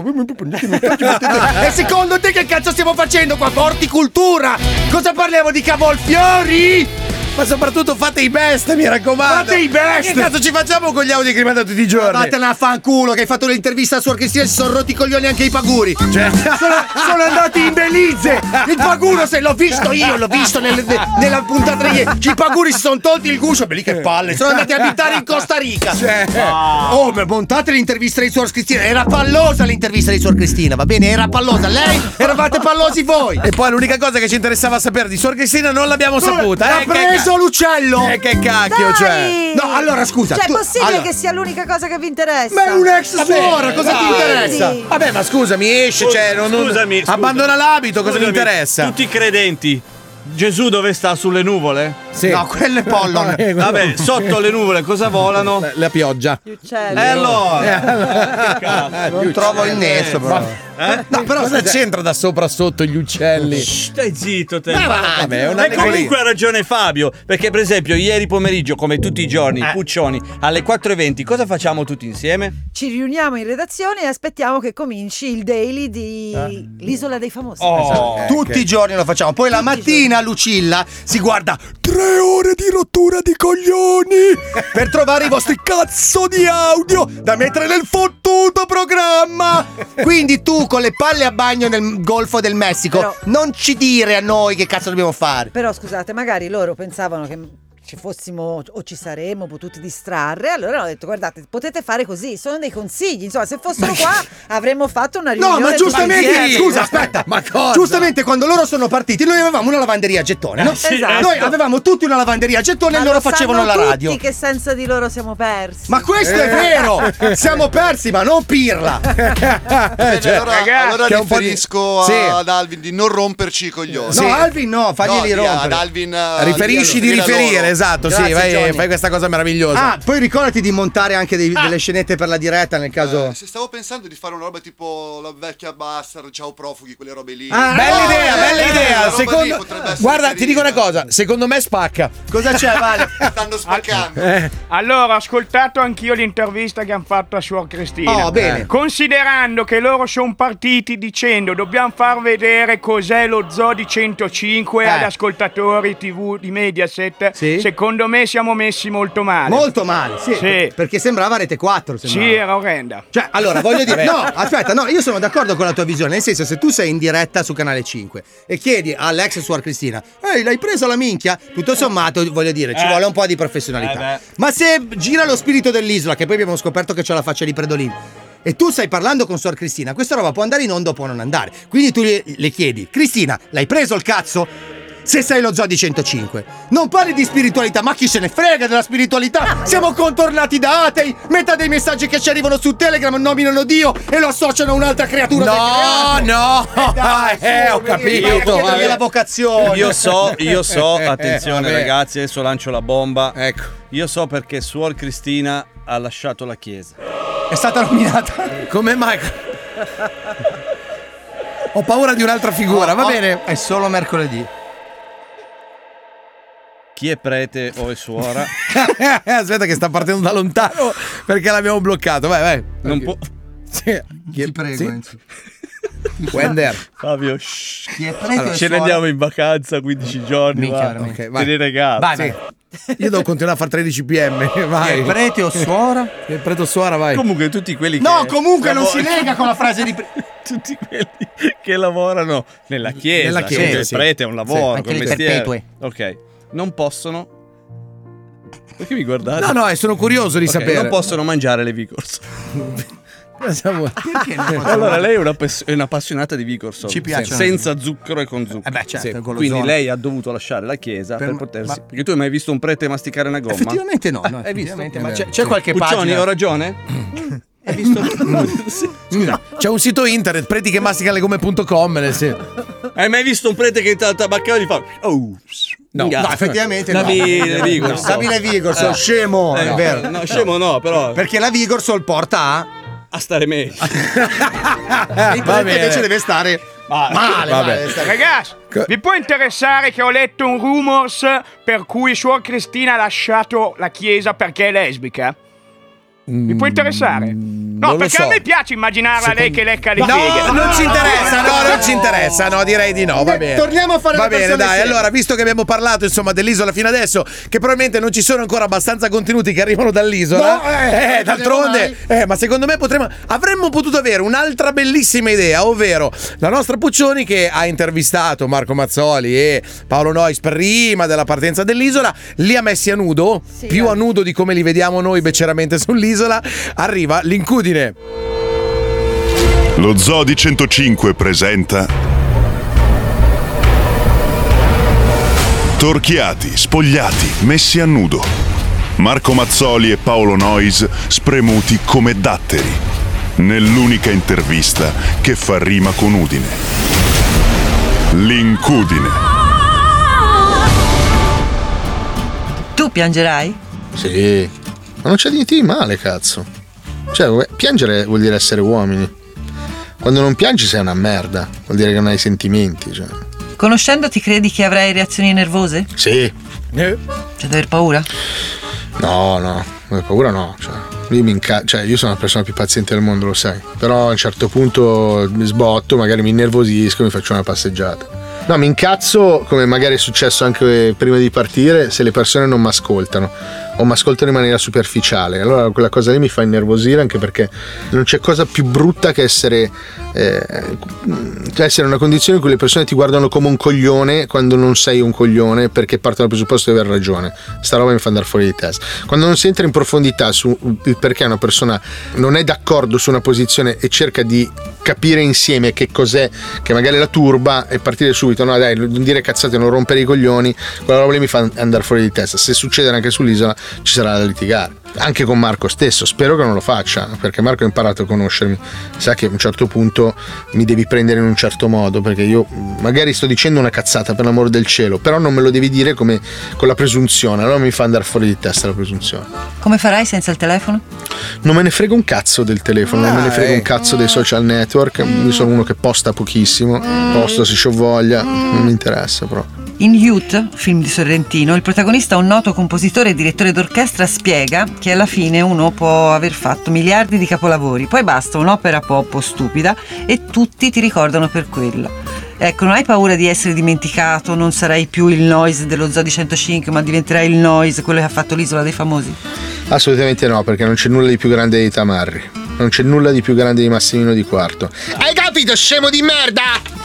[SPEAKER 4] E secondo te che cazzo stiamo facendo qua? Orticultura? Cosa parliamo di cavolfiori?
[SPEAKER 2] Ma soprattutto fate i best, mi raccomando.
[SPEAKER 4] Fate i best!
[SPEAKER 2] Che cazzo ci facciamo con gli audio che mandate tutti i giorni?
[SPEAKER 4] Vattene a fanculo, che hai fatto l'intervista a Suor Cristina e si sono rotti i coglioni anche i paguri. Cioè, sono andati in Belize. Il paguro, se l'ho visto io, l'ho visto nella puntata di ieri. I paguri si sono tolti il guscio, belli che palle. Sono andati a abitare in Costa Rica.
[SPEAKER 2] Cioè.
[SPEAKER 4] Oh, ma montate l'intervista di Suor Cristina. Era pallosa l'intervista di Suor Cristina, va bene? Era pallosa. Lei, eravate pallosi voi.
[SPEAKER 2] E poi l'unica cosa che ci interessava sapere di Suor Cristina non l'abbiamo saputa.
[SPEAKER 4] Ha preso l'uccello.
[SPEAKER 2] Che cacchio,
[SPEAKER 5] Dai!
[SPEAKER 2] cioè.
[SPEAKER 4] No, allora scusa.
[SPEAKER 5] Cioè, è possibile
[SPEAKER 4] allora,
[SPEAKER 5] che sia l'unica cosa che vi interessa?
[SPEAKER 4] ma è un ex suora, cosa ti interessa?
[SPEAKER 2] Vabbè, ma scusami, esce, cioè,
[SPEAKER 3] Scusami.
[SPEAKER 2] abbandona l'abito, cosa mi interessa?
[SPEAKER 3] Tutti i credenti. Gesù dove sta? Sulle nuvole?
[SPEAKER 2] Sì.
[SPEAKER 4] No, quelle pollon.
[SPEAKER 3] Vabbè, sotto le nuvole cosa volano?
[SPEAKER 2] La pioggia.
[SPEAKER 5] Gli uccelli.
[SPEAKER 3] E allora?
[SPEAKER 4] Non trovo il nesso, però.
[SPEAKER 2] No, però cosa c'entra da sopra sotto gli uccelli?
[SPEAKER 3] Stai zitto te.
[SPEAKER 2] Vabbè, è una
[SPEAKER 3] E comunque ha ragione Fabio, perché per esempio ieri pomeriggio, come tutti i giorni, Puccioni, alle 4:20 cosa facciamo tutti insieme?
[SPEAKER 5] Ci riuniamo in redazione e aspettiamo che cominci il daily di l'Isola dei Famosi.
[SPEAKER 4] Tutti i giorni lo facciamo. Poi la mattina Lucilla si guarda 3 ore di rottura di coglioni per trovare i vostri cazzo di audio da mettere nel fottuto programma. Quindi tu con le palle a bagno nel Golfo del Messico non ci dire a noi che cazzo dobbiamo fare.
[SPEAKER 5] Però scusate, magari loro pensavano che ci fossimo o ci saremmo potuti distrarre, allora ho detto guardate, potete fare così, sono dei consigli, insomma, se fossero qua avremmo fatto una riunione.
[SPEAKER 4] No, ma giustamente, scusa, aspetta,
[SPEAKER 2] ma cosa?
[SPEAKER 4] Giustamente quando loro sono partiti noi avevamo una lavanderia a gettone, no?
[SPEAKER 5] Esatto.
[SPEAKER 4] Noi avevamo tutti una lavanderia a gettone e loro facevano la radio.
[SPEAKER 5] Tutti che senza di loro siamo persi.
[SPEAKER 4] Ma questo è vero! Siamo persi, ma non pirla!
[SPEAKER 12] Allora riferisco ad Alvin di non romperci i coglioni.
[SPEAKER 4] No, Alvin no, faglieli rompere.
[SPEAKER 12] Ad Alvin
[SPEAKER 2] riferisci di riferire, esatto.
[SPEAKER 4] Grazie,
[SPEAKER 2] sì, vai,
[SPEAKER 4] Johnny.
[SPEAKER 2] fai questa cosa meravigliosa.
[SPEAKER 4] Ah, poi ricordati di montare anche delle scenette per la diretta nel caso.
[SPEAKER 12] Se stavo pensando di fare una roba tipo la vecchia Bastard, ciao profughi, quelle robe lì.
[SPEAKER 2] Bella idea. Secondo... Guarda, ti dico una cosa, secondo me spacca.
[SPEAKER 4] Cosa c'è, Vale?
[SPEAKER 12] Stanno spaccando.
[SPEAKER 8] Allora, ho ascoltato anch'io l'intervista che hanno fatto a Suor Cristina.
[SPEAKER 4] Oh, bene.
[SPEAKER 8] Considerando che loro sono partiti dicendo dobbiamo far vedere cos'è lo Zoo di 105 ad ascoltatori TV di Mediaset, secondo me siamo messi molto male.
[SPEAKER 4] Molto male, sì. Perché sembrava Rete 4.
[SPEAKER 8] Sì, era orrenda.
[SPEAKER 4] Cioè, allora, voglio dire, no, aspetta, no, io sono d'accordo con la tua visione, nel senso, se tu sei in diretta su Canale 5 e chiedi all'ex Suor Cristina, ehi, l'hai presa la minchia? Tutto sommato, voglio dire, ci vuole un po' di professionalità. Ma se gira lo spirito dell'isola, che poi abbiamo scoperto che c'ha la faccia di Predolin, e tu stai parlando con Suor Cristina, questa roba può andare in onda o può non andare. Quindi tu le chiedi, Cristina, l'hai preso il cazzo? Se sei lo Zoo di 105, non parli di spiritualità, ma chi se ne frega della spiritualità? Siamo contornati da atei. Metà dei messaggi che ci arrivano su Telegram nominano Dio e lo associano a un'altra creatura.
[SPEAKER 2] No, ho capito.
[SPEAKER 4] La vocazione.
[SPEAKER 3] Io so, attenzione ragazzi, adesso lancio la bomba. Ecco. Io so perché Suor Cristina ha lasciato la chiesa.
[SPEAKER 4] È stata nominata.
[SPEAKER 2] Come mai? Ho paura di un'altra figura, va bene.
[SPEAKER 4] È solo mercoledì.
[SPEAKER 3] Chi è prete o è suora?
[SPEAKER 2] Aspetta che sta partendo da lontano perché l'abbiamo bloccato. Vai.
[SPEAKER 3] Non può.
[SPEAKER 2] Sì.
[SPEAKER 4] Ti prego.
[SPEAKER 2] Wender.
[SPEAKER 3] Fabio,
[SPEAKER 4] Chi è prete o è
[SPEAKER 3] ce ne
[SPEAKER 4] suora?
[SPEAKER 3] andiamo in vacanza 15 giorni.
[SPEAKER 4] Minchia,
[SPEAKER 3] va.
[SPEAKER 4] veramente.
[SPEAKER 3] Te ne regalo.
[SPEAKER 4] Vai.
[SPEAKER 2] Io devo continuare a fare 13 pm. Vai.
[SPEAKER 4] Chi è prete o suora?
[SPEAKER 2] Chi è prete o suora, vai.
[SPEAKER 3] Comunque tutti quelli che
[SPEAKER 4] No, comunque non si lega con la frase di
[SPEAKER 3] tutti quelli che lavorano nella chiesa.
[SPEAKER 2] Nella chiesa,
[SPEAKER 3] Il
[SPEAKER 2] sì.
[SPEAKER 3] prete è un lavoro,
[SPEAKER 4] Anche
[SPEAKER 3] un
[SPEAKER 4] le
[SPEAKER 3] mestiere.
[SPEAKER 4] perpetue.
[SPEAKER 3] Ok. Non possono. Perché mi guardate?
[SPEAKER 2] No, sono curioso di
[SPEAKER 3] Ok,
[SPEAKER 2] sapere.
[SPEAKER 3] non possono mangiare le Vigors.
[SPEAKER 4] Perché non posso?
[SPEAKER 3] Allora, lei è un'appassionata di Vigors.
[SPEAKER 4] Ci piacciono.
[SPEAKER 3] Senza zucchero e con zucchero.
[SPEAKER 4] Beh, certo, con lo
[SPEAKER 3] Quindi
[SPEAKER 4] zoo.
[SPEAKER 3] lei ha dovuto lasciare la chiesa per potersi. Perché tu hai mai visto un prete masticare una gomma?
[SPEAKER 4] Effettivamente no,
[SPEAKER 3] Hai visto?
[SPEAKER 4] ma c'è qualche
[SPEAKER 3] Puccioni,
[SPEAKER 4] pagina.
[SPEAKER 3] ho ragione? Hai visto?
[SPEAKER 2] Scusa, c'è un sito internet, preti che masticalegomme.com.
[SPEAKER 3] Hai mai visto un prete che entra al tabaccaio e gli fa No,
[SPEAKER 4] No, effettivamente
[SPEAKER 3] la
[SPEAKER 4] no.
[SPEAKER 3] Vigors.
[SPEAKER 4] Davide Vigors, scemo, è vero.
[SPEAKER 3] No, scemo no, però
[SPEAKER 4] Perché la Vigors porta
[SPEAKER 3] a stare meglio.
[SPEAKER 4] il prete invece deve stare male.
[SPEAKER 2] Vabbè.
[SPEAKER 8] Ragazzi, Vi può interessare che ho letto un rumors per cui Suor Cristina ha lasciato la chiesa perché è lesbica? Vi può interessare? No, perché a me piace immaginarla lei che lecca le pieghe.
[SPEAKER 2] No, non ci interessa, no, direi di no, va bene.
[SPEAKER 19] Torniamo a fare
[SPEAKER 2] Va
[SPEAKER 19] le
[SPEAKER 2] bene,
[SPEAKER 19] persone
[SPEAKER 2] dai,
[SPEAKER 19] serie.
[SPEAKER 2] allora, visto che abbiamo parlato, insomma, dell'isola fino adesso, che probabilmente non ci sono ancora abbastanza contenuti che arrivano dall'isola.
[SPEAKER 19] No,
[SPEAKER 2] d'altronde, ma secondo me avremmo potuto avere un'altra bellissima idea, ovvero la nostra Puccioni che ha intervistato Marco Mazzoli e Paolo Noyes prima della partenza dell'isola, li ha messi a nudo, più a nudo di come li vediamo noi beceramente sull'isola. Arriva l'incudine.
[SPEAKER 24] Lo Zoo di 105 presenta Torchiati, spogliati, messi a nudo. Marco Mazzoli e Paolo Noyes spremuti come datteri nell'unica intervista che fa rima con Udine. L'incudine.
[SPEAKER 7] Tu piangerai?
[SPEAKER 19] Sì, ma non c'è niente di male, cazzo. Cioè, piangere vuol dire essere uomini. Quando non piangi sei una merda, vuol dire che non hai sentimenti, cioè.
[SPEAKER 7] Conoscendoti credi che avrai reazioni nervose?
[SPEAKER 19] Sì.
[SPEAKER 7] C'è da aver paura?
[SPEAKER 19] No, paura no, cioè io sono la persona più paziente del mondo, lo sai. Però a un certo punto mi sbotto, magari mi innervosisco, mi faccio una passeggiata. No, mi incazzo, come magari è successo anche prima di partire, se le persone non mi ascoltano o mi ascoltano in maniera superficiale. Allora quella cosa lì mi fa innervosire, anche perché non c'è cosa più brutta che essere in una condizione in cui le persone ti guardano come un coglione quando non sei un coglione, perché partono dal presupposto di aver ragione. Sta roba mi fa andare fuori di testa. Quando non si entra in profondità su il perché una persona non è d'accordo su una posizione e cerca di capire insieme che cos'è che magari la turba e partire subito, no dai, non dire cazzate, non rompere i coglioni, quella roba lì mi fa andare fuori di testa. Se succede anche sull'isola ci sarà da litigare, anche con Marco stesso. Spero che non lo faccia, perché Marco ha imparato a conoscermi, sa che a un certo punto mi devi prendere in un certo modo, perché io magari sto dicendo una cazzata, per l'amor del cielo, però non me lo devi dire come con la presunzione, allora mi fa andare fuori di testa la presunzione.
[SPEAKER 7] Come farai senza il telefono?
[SPEAKER 19] Non me ne frega un cazzo del telefono, non me ne frega un cazzo dei social network. Io sono uno che posta pochissimo, posto se c'ho voglia, non mi interessa proprio.
[SPEAKER 7] In Youth, film di Sorrentino, il protagonista, un noto compositore e direttore d'orchestra, spiega che alla fine uno può aver fatto miliardi di capolavori, poi basta un'opera pop o stupida e tutti ti ricordano per quello. Ecco, non hai paura di essere dimenticato, non sarai più il Noyes dello Zoo di 105, ma diventerai il Noyes, quello che ha fatto l'Isola dei Famosi?
[SPEAKER 19] Assolutamente no, perché non c'è nulla di più grande di Tamarri, non c'è nulla di più grande di Massimino Di Quarto. Hai capito, scemo di merda?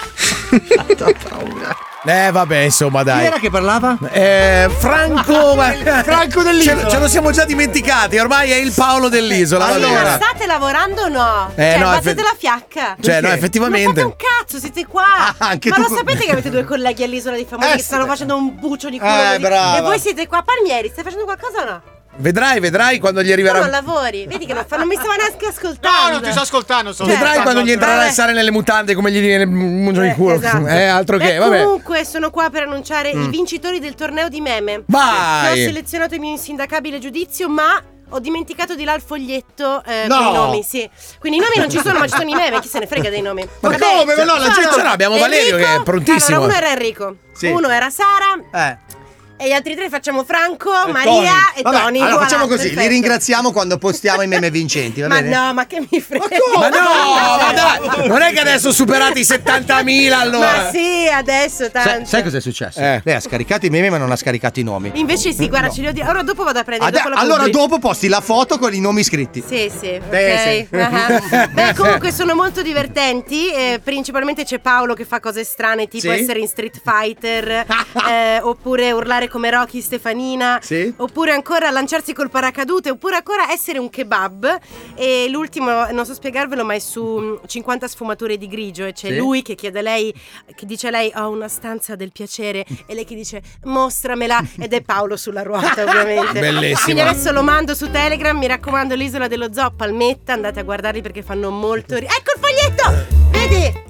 [SPEAKER 2] Vabbè, insomma, dai.
[SPEAKER 4] Chi era che parlava?
[SPEAKER 2] Franco.
[SPEAKER 19] Franco dell'isola.
[SPEAKER 2] Ce lo siamo già dimenticati, ormai è il Paolo dell'isola.
[SPEAKER 20] Allora, state lavorando o no? Battete la fiacca.
[SPEAKER 2] Cioè, no, effettivamente.
[SPEAKER 20] Ma fate un cazzo, siete qua. Ma lo sapete che avete due colleghi all'Isola dei Famosi che stanno facendo un bucio di culo
[SPEAKER 2] brava.
[SPEAKER 20] e voi siete qua. Palmieri, stai facendo qualcosa o no?
[SPEAKER 2] Vedrai quando gli arriverà.
[SPEAKER 20] No, lavori. Vedi che non mi stavo neanche ascoltando.
[SPEAKER 11] No, non ti sto ascoltando.
[SPEAKER 2] Vedrai quando gli entrerà il sale nelle mutande, come gli viene il di culo.
[SPEAKER 20] Esatto.
[SPEAKER 2] Altro che, vabbè.
[SPEAKER 20] Comunque sono qua per annunciare i vincitori del torneo di meme.
[SPEAKER 2] Vai!
[SPEAKER 20] Ho selezionato il mio insindacabile giudizio, ma ho dimenticato di là il foglietto con i nomi, sì. Quindi i nomi non ci sono, ma ci sono i meme, chi se ne frega dei nomi.
[SPEAKER 2] Ma come? Ma no, la gente ce l'ha, abbiamo Valerio che è prontissimo.
[SPEAKER 20] Allora, uno era Enrico, uno era Sara. E gli altri tre facciamo Franco, Maria e Tony.
[SPEAKER 4] Allora facciamo così,
[SPEAKER 20] perfetto.
[SPEAKER 4] li ringraziamo quando postiamo i meme vincenti, va bene?
[SPEAKER 20] Ma no, ma che mi frega.
[SPEAKER 2] Ma no, ma dai, non è che adesso ho superato i 70.000 allora.
[SPEAKER 20] Ma sì, adesso tanto.
[SPEAKER 4] Sai cosa è successo? Lei ha scaricato i meme ma non ha scaricato i nomi.
[SPEAKER 20] Invece sì, guarda, ce li ho di. Ora dopo vado a prendere.
[SPEAKER 4] Allora dopo posti la foto con i nomi scritti.
[SPEAKER 20] Sì, ok.
[SPEAKER 4] Sì.
[SPEAKER 20] Beh, comunque sono molto divertenti. Principalmente c'è Paolo che fa cose strane, tipo essere in Street Fighter, oppure urlare come Rocky Stefanina, oppure ancora lanciarsi col paracadute, oppure ancora essere un kebab. E l'ultimo, non so spiegarvelo, ma è su 50 sfumature di grigio. E c'è lui che chiede a lei, che dice a lei: ho una stanza del piacere. E lei che dice: mostramela. Ed è Paolo sulla ruota, ovviamente.
[SPEAKER 2] Bellissimo.
[SPEAKER 20] Quindi adesso lo mando su Telegram. Mi raccomando, l'Isola dello Zoo, Palmetta, andate a guardarli perché fanno molto ecco il foglietto! Vedi?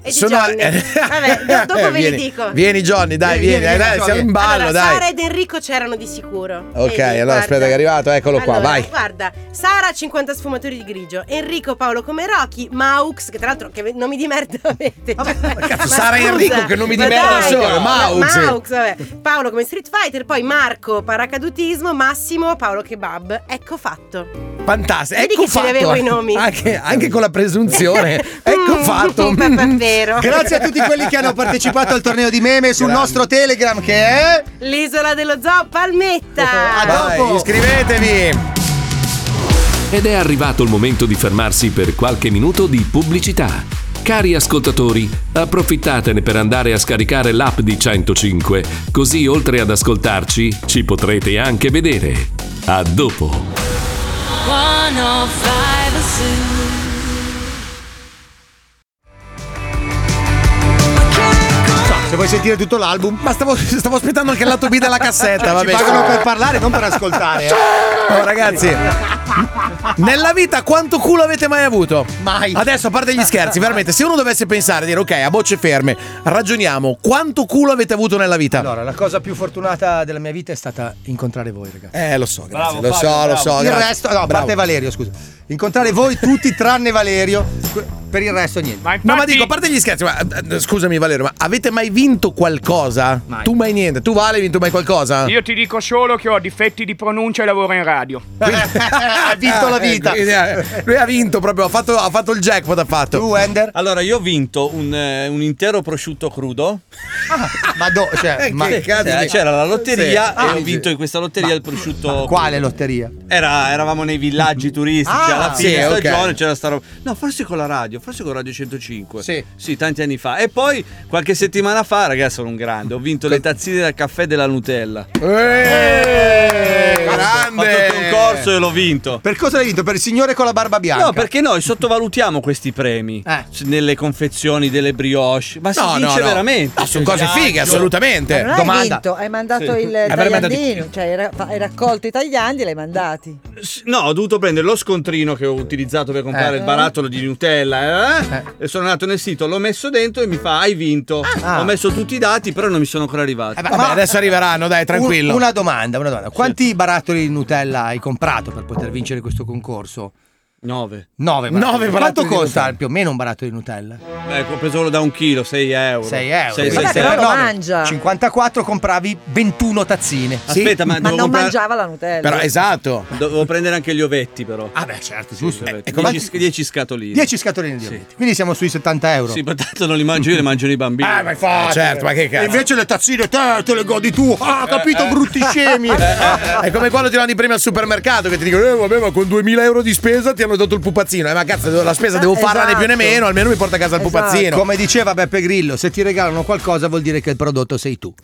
[SPEAKER 20] di Johnny. Vabbè, dopo ve li dico.
[SPEAKER 2] Vieni Johnny, dai, dai, siamo in ballo,
[SPEAKER 20] allora,
[SPEAKER 2] dai.
[SPEAKER 20] Sara ed Enrico c'erano di sicuro.
[SPEAKER 2] Ok,
[SPEAKER 20] Vedi,
[SPEAKER 2] allora aspetta che è arrivato, eccolo qua, vai.
[SPEAKER 20] Guarda, Sara 50 sfumatori di grigio, Enrico Paolo come Rocky, Maux, che tra l'altro che nomi di merda avete.
[SPEAKER 2] Cazzo, Sara e Enrico che nomi di merda sono,
[SPEAKER 20] Maux, vabbè. Paolo come Street Fighter, poi Marco paracadutismo, Massimo Paolo Kebab. Ecco fatto.
[SPEAKER 2] Fantastico,
[SPEAKER 20] Vedi
[SPEAKER 2] ecco
[SPEAKER 20] che
[SPEAKER 2] fatto.
[SPEAKER 20] ce li avevo i nomi.
[SPEAKER 2] Anche con la presunzione. Ecco fatto.
[SPEAKER 20] Vero.
[SPEAKER 4] Grazie a tutti quelli che hanno partecipato al torneo di meme sul nostro Telegram che è
[SPEAKER 20] l'Isola dello Zoo Palmetta.
[SPEAKER 4] A dopo.
[SPEAKER 2] Iscrivetevi.
[SPEAKER 1] Ed è arrivato il momento di fermarsi per qualche minuto di pubblicità. Cari ascoltatori, approfittatene per andare a scaricare l'app di 105, così oltre ad ascoltarci ci potrete anche vedere. A dopo.
[SPEAKER 6] 105
[SPEAKER 4] Se vuoi sentire tutto l'album.
[SPEAKER 2] Ma stavo aspettando anche il lato B della cassetta. Vabbè.
[SPEAKER 4] Ci pagano per parlare, non per ascoltare.
[SPEAKER 2] Oh, ragazzi, nella vita quanto culo avete mai avuto?
[SPEAKER 4] Mai.
[SPEAKER 2] Adesso, a parte gli scherzi, veramente, se uno dovesse pensare, dire ok, a bocce ferme, ragioniamo, quanto culo avete avuto nella vita?
[SPEAKER 4] Allora, la cosa più fortunata della mia vita è stata incontrare voi, ragazzi.
[SPEAKER 2] Lo so, grazie.
[SPEAKER 3] Bravo,
[SPEAKER 2] lo so.
[SPEAKER 4] Il
[SPEAKER 2] Grazie.
[SPEAKER 4] resto, no, a parte Valerio, scusa. Incontrare voi tutti tranne Valerio. Per il resto niente.
[SPEAKER 8] Ma infatti...
[SPEAKER 2] No, ma dico, a parte gli scherzi, ma scusami Valerio, ma avete mai vinto qualcosa?
[SPEAKER 4] Mai.
[SPEAKER 2] Tu mai niente. Tu Vale hai vinto mai qualcosa?
[SPEAKER 8] Io ti dico solo che ho difetti di pronuncia e lavoro in radio.
[SPEAKER 4] Ha vinto la vita.
[SPEAKER 2] Lui ha vinto proprio, ha fatto il jackpot, ha fatto.
[SPEAKER 4] Tu, Ender?
[SPEAKER 3] Allora, io ho vinto un intero prosciutto crudo.
[SPEAKER 2] Che cazzo?
[SPEAKER 3] C'era la lotteria
[SPEAKER 2] Sì.
[SPEAKER 3] e ho vinto in questa lotteria il prosciutto.
[SPEAKER 4] Quale lotteria?
[SPEAKER 3] Eravamo nei villaggi turistici alla fine
[SPEAKER 2] sì,
[SPEAKER 3] stagione,
[SPEAKER 2] ok.
[SPEAKER 3] c'era sta roba. No, forse con la radio, forse con Radio 105.
[SPEAKER 4] Sì,
[SPEAKER 3] tanti anni fa. E poi qualche settimana fa, ragazzi, sono un grande. Ho vinto le tazzine del caffè della Nutella.
[SPEAKER 2] Grande!
[SPEAKER 3] Ho fatto il concorso e l'ho vinto.
[SPEAKER 4] Per cosa l'hai vinto? Per il signore con la barba bianca?
[SPEAKER 3] No, perché noi sottovalutiamo questi premi nelle confezioni delle brioche. Ma si vince veramente.
[SPEAKER 2] No, sono cose fighe, assolutamente.
[SPEAKER 5] Ma non hai vinto, hai mandato il
[SPEAKER 2] mandato
[SPEAKER 5] tagliandino, cioè hai raccolto i tagliandi e li hai mandati.
[SPEAKER 3] No, ho dovuto prendere lo scontrino che ho utilizzato per comprare il barattolo di Nutella e sono andato nel sito, l'ho messo dentro e mi fa hai vinto. Ho messo tutti i dati, però non mi sono ancora arrivati.
[SPEAKER 2] Vabbè, adesso arriveranno, dai, tranquillo.
[SPEAKER 4] Una domanda. Quanti barattoli di Nutella hai comprato per poter vincere questo concorso?
[SPEAKER 3] 9.
[SPEAKER 4] Quanto costa più o meno un barattolo di Nutella?
[SPEAKER 3] Ecco, ho preso solo da 1 chilo, 6 euro.
[SPEAKER 4] 6 euro.
[SPEAKER 3] 6,
[SPEAKER 5] Guardate, non lo mangia.
[SPEAKER 4] 54 compravi 21 tazzine.
[SPEAKER 3] Aspetta, ma
[SPEAKER 5] non mangiava la Nutella.
[SPEAKER 2] Però esatto.
[SPEAKER 3] Dovevo prendere anche gli ovetti, però.
[SPEAKER 4] Ah, beh, certo, giusto.
[SPEAKER 3] 10 scatoline.
[SPEAKER 4] 10 scatoline di ovetti. Quindi siamo sui 70 euro.
[SPEAKER 3] Sì, ma tanto non li mangio io, li mangiano i bambini.
[SPEAKER 4] Ma infatti.
[SPEAKER 2] Certo, ma che cazzo.
[SPEAKER 4] E invece le tazzine te le godi tu. Capito, brutti scemi.
[SPEAKER 2] È come quando ti danno i premi al supermercato che ti dicono vabbè, ma con 2000 euro di spesa ti hanno dato il pupazzino. Ma cazzo, la spesa devo farla né più né meno, almeno mi porta a casa il pupazzino.
[SPEAKER 4] Come diceva Beppe Grillo, se ti regalano qualcosa vuol dire che il prodotto sei tu.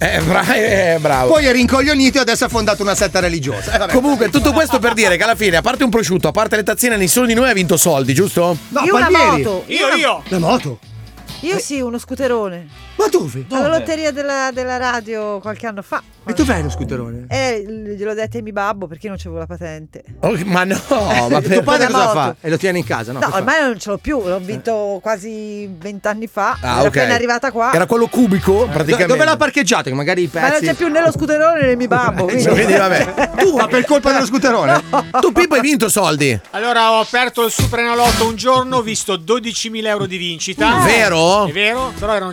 [SPEAKER 2] Bravo.
[SPEAKER 4] Poi è rincoglionito e adesso ha fondato una setta religiosa.
[SPEAKER 2] Comunque, tutto questo per dire che alla fine, a parte un prosciutto, a parte le tazzine, nessuno di noi ha vinto soldi, giusto?
[SPEAKER 4] No,
[SPEAKER 5] Io una moto.
[SPEAKER 11] Io.
[SPEAKER 4] La moto?
[SPEAKER 5] Io sì, uno scooterone.
[SPEAKER 4] Ma dove?
[SPEAKER 5] Alla lotteria della radio qualche anno fa.
[SPEAKER 4] E dov'è lo scooterone?
[SPEAKER 5] Glielo detto a mio babbo perché io non c'avevo la patente.
[SPEAKER 2] Ma no, ma
[SPEAKER 4] tuo padre
[SPEAKER 5] Una
[SPEAKER 4] cosa
[SPEAKER 5] moto.
[SPEAKER 4] fa? E lo tiene in casa, no?
[SPEAKER 5] No, ormai non ce l'ho più, l'ho vinto quasi 20 anni fa. Era
[SPEAKER 2] ok.
[SPEAKER 5] appena arrivata qua.
[SPEAKER 2] Era quello cubico, praticamente.
[SPEAKER 4] Dove l'ha parcheggiato? Che magari i
[SPEAKER 5] Ma non
[SPEAKER 4] pezzi.
[SPEAKER 5] c'è più né lo scooterone né mio babbo.
[SPEAKER 2] Quindi vabbè.
[SPEAKER 4] Ma per colpa dello scooterone?
[SPEAKER 2] Tu Pippo hai vinto soldi.
[SPEAKER 11] Allora ho aperto il Superenalotto un giorno, ho visto 12.000 euro di vincita.
[SPEAKER 2] Vero?
[SPEAKER 11] È vero, però erano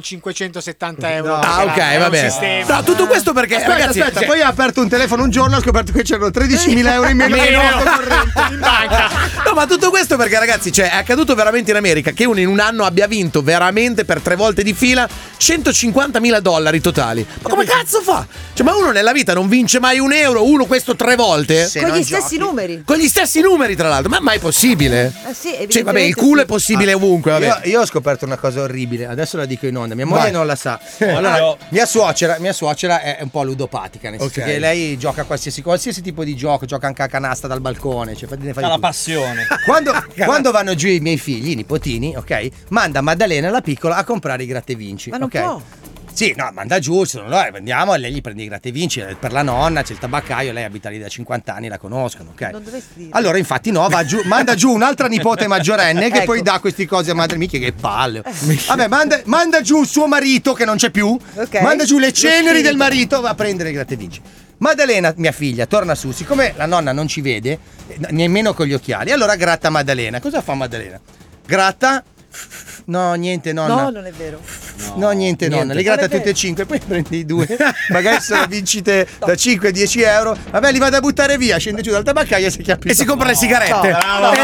[SPEAKER 11] 570 euro.
[SPEAKER 2] Ok,
[SPEAKER 11] Era
[SPEAKER 2] va
[SPEAKER 11] un
[SPEAKER 2] bene.
[SPEAKER 11] sistema.
[SPEAKER 2] No, tutto questo perché, ragazzi.
[SPEAKER 4] Aspetta,
[SPEAKER 2] cioè-
[SPEAKER 4] poi ha aperto un telefono un giorno e ha scoperto che c'erano 13.000 euro in meno.
[SPEAKER 11] in banca.
[SPEAKER 2] No, ma tutto questo perché, ragazzi, cioè, è accaduto veramente in America che uno in un anno abbia vinto veramente per 3 volte di fila $150.000 totali. Ma come cazzo fa? Cioè, ma uno nella vita non vince mai un euro, uno questo 3 volte?
[SPEAKER 5] Con gli stessi numeri.
[SPEAKER 2] Con gli stessi numeri, tra l'altro. Ma mai possibile?
[SPEAKER 5] Sì,
[SPEAKER 2] Cioè, vabbè, il culo è possibile ovunque, vabbè.
[SPEAKER 4] Io ho scoperto una cosa orribile, adesso la dico in onda, mia moglie non la sa. Allora, mia suocera è un po' ludopatica, nel senso che lei gioca qualsiasi tipo di gioco, gioca anche a canasta dal balcone, cioè ne fa di
[SPEAKER 3] Ha la
[SPEAKER 4] tutto.
[SPEAKER 3] passione.
[SPEAKER 4] Quando vanno giù i miei figli, i nipotini, ok, manda Maddalena la piccola a comprare i gratta e vinci.
[SPEAKER 5] Ma non
[SPEAKER 4] ok?
[SPEAKER 5] può.
[SPEAKER 4] Sì, no, manda giù, se non lo andiamo, lei gli prende i gratta e vinci per la nonna, c'è il tabaccaio, lei abita lì da 50 anni, la conoscono, ok?
[SPEAKER 5] Non dovresti dire.
[SPEAKER 4] Allora, infatti, no, va giù, manda giù un'altra nipote maggiorenne che poi dà queste cose a madre mia, che palle. Vabbè, manda giù il suo marito che non c'è più, manda giù le ceneri del marito, va a prendere i gratta e vinci. Maddalena, mia figlia, torna su, siccome la nonna non ci vede, nemmeno con gli occhiali, allora gratta Maddalena. Cosa fa Maddalena? Gratta. No, niente, nonna.
[SPEAKER 5] No, non è vero.
[SPEAKER 4] No, niente, nonna. Le gratta tutte e 5, poi prendi i 2. Magari sono vincite da 5 a 10 euro. Vabbè, li vado a buttare via. Scende giù dal tabaccaio e si compra le sigarette. Bravo.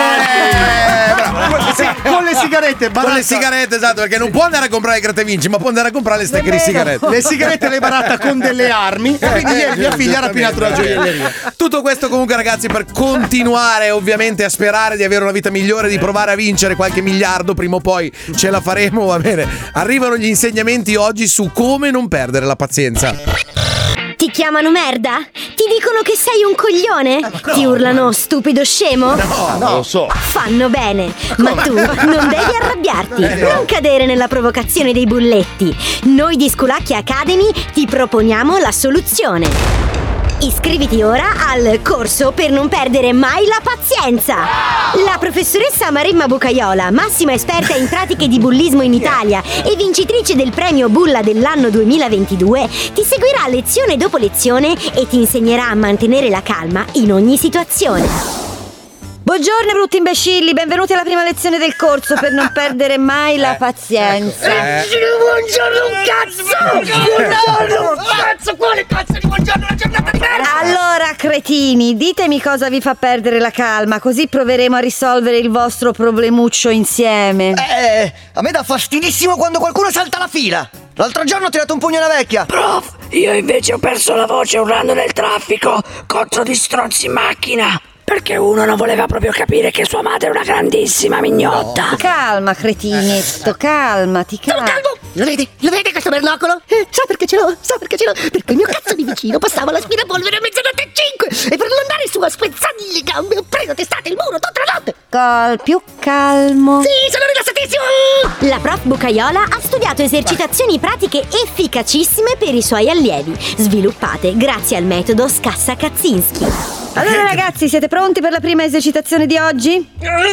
[SPEAKER 4] Con le sigarette,
[SPEAKER 2] con le sigarette, esatto, perché non può andare a comprare i gratta e vinci, ma può andare a comprare le stecche di sigarette.
[SPEAKER 4] Le sigarette le baratta con delle armi. Quindi ieri mia figlia ha rapinato una gioielleria.
[SPEAKER 2] Tutto questo comunque, ragazzi, per continuare ovviamente a sperare di avere una vita migliore, di provare a vincere qualche miliardo, prima o poi ce la faremo, va bene. Arrivano gli insegnamenti oggi su come non perdere la pazienza.
[SPEAKER 13] Ti chiamano merda? Ti dicono che sei un coglione? Ti urlano stupido scemo?
[SPEAKER 2] No, lo so.
[SPEAKER 13] Fanno bene, ma tu non devi arrabbiarti, non cadere nella provocazione dei bulletti. Noi di Sculacchi Academy ti proponiamo la soluzione. Iscriviti ora al corso per non perdere mai la pazienza. La professoressa Maremma Bucaiola, massima esperta in pratiche di bullismo in Italia e vincitrice del premio Bulla dell'anno 2022, ti seguirà lezione dopo lezione e ti insegnerà a mantenere la calma in ogni situazione.
[SPEAKER 5] Buongiorno brutti imbecilli, benvenuti alla prima lezione del corso per non perdere mai la pazienza.
[SPEAKER 13] Buongiorno un cazzo! Buongiorno! Cazzo, quale cazzo di buongiorno? La giornata di merda!
[SPEAKER 5] Allora, cretini, ditemi cosa vi fa perdere la calma, così proveremo a risolvere il vostro problemuccio insieme.
[SPEAKER 14] A me dà fastidissimo quando qualcuno salta la fila. L'altro giorno ho tirato un pugno alla vecchia.
[SPEAKER 21] Prof, io invece ho perso la voce urlando nel traffico contro di stronzi in macchina. Perché uno non voleva proprio capire che sua madre è una grandissima mignotta.
[SPEAKER 5] Calma, cretinetto, calmati, calma.
[SPEAKER 13] Lo vede questo bernocolo? Sa perché ce l'ho? Perché il mio cazzo di vicino passava l'aspirapolvere a mezzanotte e 5 e per non andare su a spezzargli le gambe ho preso testate il muro tutta la notte.
[SPEAKER 5] Più calmo.
[SPEAKER 13] Sì, sono rilassatissimo! La prof Bucaiola ha studiato esercitazioni pratiche efficacissime per i suoi allievi, sviluppate grazie al metodo Scassa-Kaczynski.
[SPEAKER 5] Allora ragazzi, siete pronti per la prima esercitazione di oggi?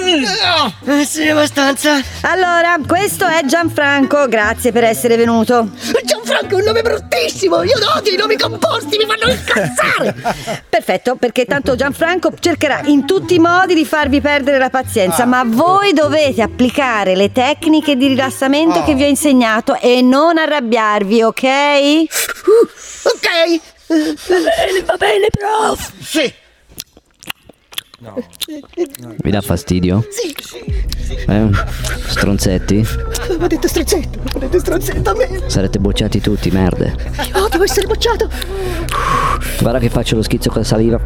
[SPEAKER 14] Sì, abbastanza.
[SPEAKER 5] Allora, questo è Gianfranco, grazie per essere venuto.
[SPEAKER 13] Gianfranco è un nome bruttissimo, io odio i nomi composti, mi fanno incazzare.
[SPEAKER 5] Perfetto, perché tanto Gianfranco cercherà in tutti i modi di farvi perdere la pazienza, ma voi dovete applicare le tecniche di rilassamento che vi ho insegnato e non arrabbiarvi, ok?
[SPEAKER 13] Ok.
[SPEAKER 21] Va bene, prof.
[SPEAKER 14] Sì. No.
[SPEAKER 23] Vi dà fastidio?
[SPEAKER 13] Sì.
[SPEAKER 23] Stronzetti?
[SPEAKER 13] Ma detto stronzetto a me.
[SPEAKER 23] Sarete bocciati tutti, merde.
[SPEAKER 13] Io odio essere bocciato.
[SPEAKER 23] Guarda che faccio lo schizzo con la saliva.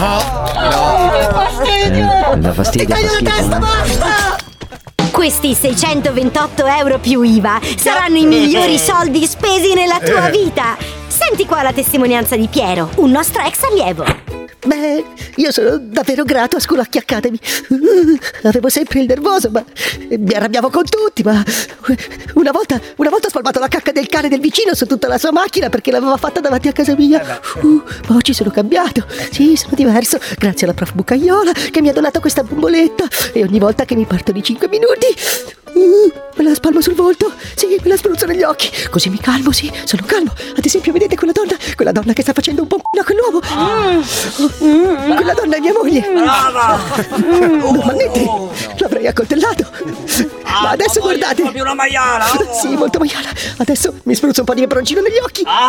[SPEAKER 23] Mi dà fastidio.
[SPEAKER 13] Basta! Questi 628 euro più IVA saranno i migliori soldi spesi nella tua vita. Senti qua la testimonianza di Piero, un nostro ex allievo. Beh, io sono davvero grato a Sculacchi Academy. Avevo sempre il nervoso, ma mi arrabbiavo con tutti, ma una volta ho spalmato la cacca del cane del vicino su tutta la sua macchina perché l'aveva fatta davanti a casa mia. Ma oggi sono cambiato. Sì, sono diverso, grazie alla prof Bucaiola che mi ha donato questa bomboletta e ogni volta che mi parto di 5 minuti me la spalmo sul volto, sì, me la spruzzo negli occhi, così mi calmo, sì, sono calmo. Ad esempio, vedete quella donna che sta facendo un po' a quell'uomo? Quella donna è mia moglie. Normalmente l'avrei accoltellato. Ma adesso guardate.
[SPEAKER 21] Proprio una maiala.
[SPEAKER 13] Sì, molto maiala. Adesso mi spruzzo un po' di peperoncino negli occhi. Io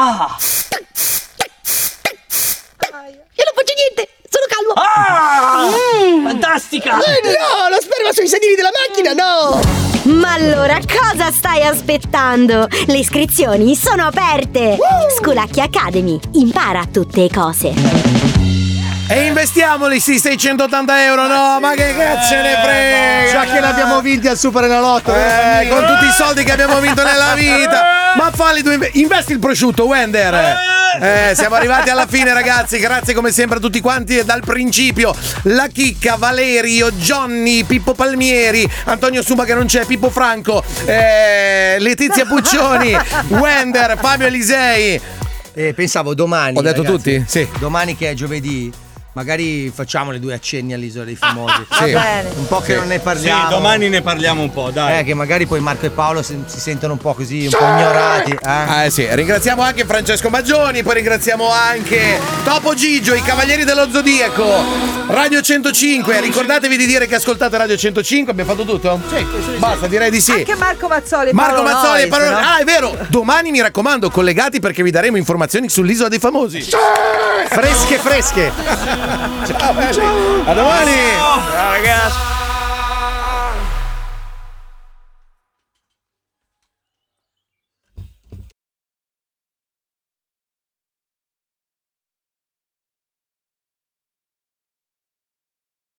[SPEAKER 13] non faccio niente. Sono calmo.
[SPEAKER 21] Fantastica.
[SPEAKER 13] No, lo sperma sui sedili della macchina, no. Ma allora cosa stai aspettando? Le iscrizioni sono aperte. Sculacchi Academy, impara tutte le cose.
[SPEAKER 2] E investiamoli, sì, 680 euro, no, ma che cazzo ne frega?
[SPEAKER 4] Già che l'abbiamo vinti al Superenalotto,
[SPEAKER 2] con tutti i soldi che abbiamo vinto nella vita. Ma falli tu, investi il prosciutto, Wender. Siamo arrivati alla fine, ragazzi. Grazie come sempre a tutti quanti e dal principio. La Chicca, Valerio, Johnny, Pippo Palmieri, Antonio Suma che non c'è, Pippo Franco, Letizia Puccioni, Wender, Fabio Elisei.
[SPEAKER 4] Pensavo domani.
[SPEAKER 2] Ho detto
[SPEAKER 4] ragazzi,
[SPEAKER 2] tutti? Sì.
[SPEAKER 4] Domani che è giovedì, magari facciamo le 2 accenni all'Isola dei Famosi.
[SPEAKER 2] Sì.
[SPEAKER 4] Un po' che non ne parliamo.
[SPEAKER 3] Sì, domani ne parliamo un po', dai.
[SPEAKER 4] Che magari poi Marco e Paolo si sentono un po' così, un po' ignorati.
[SPEAKER 2] Sì, ringraziamo anche Francesco Maggioni, poi ringraziamo anche Topo Gigio, i Cavalieri dello Zodiaco, Radio 105. Ricordatevi di dire che ascoltate Radio 105. Abbiamo fatto tutto? Sì. Basta, direi di sì.
[SPEAKER 5] Anche Marco Mazzoli e
[SPEAKER 2] Marco
[SPEAKER 5] Paolo
[SPEAKER 2] Mazzoli e
[SPEAKER 5] Noyes,
[SPEAKER 2] Paolo.
[SPEAKER 5] no?
[SPEAKER 2] È vero. Domani mi raccomando, collegati perché vi daremo informazioni sull'Isola dei Famosi.
[SPEAKER 4] Fresche.
[SPEAKER 2] Ciao, belli. A domani.
[SPEAKER 8] Ciao ragazzi.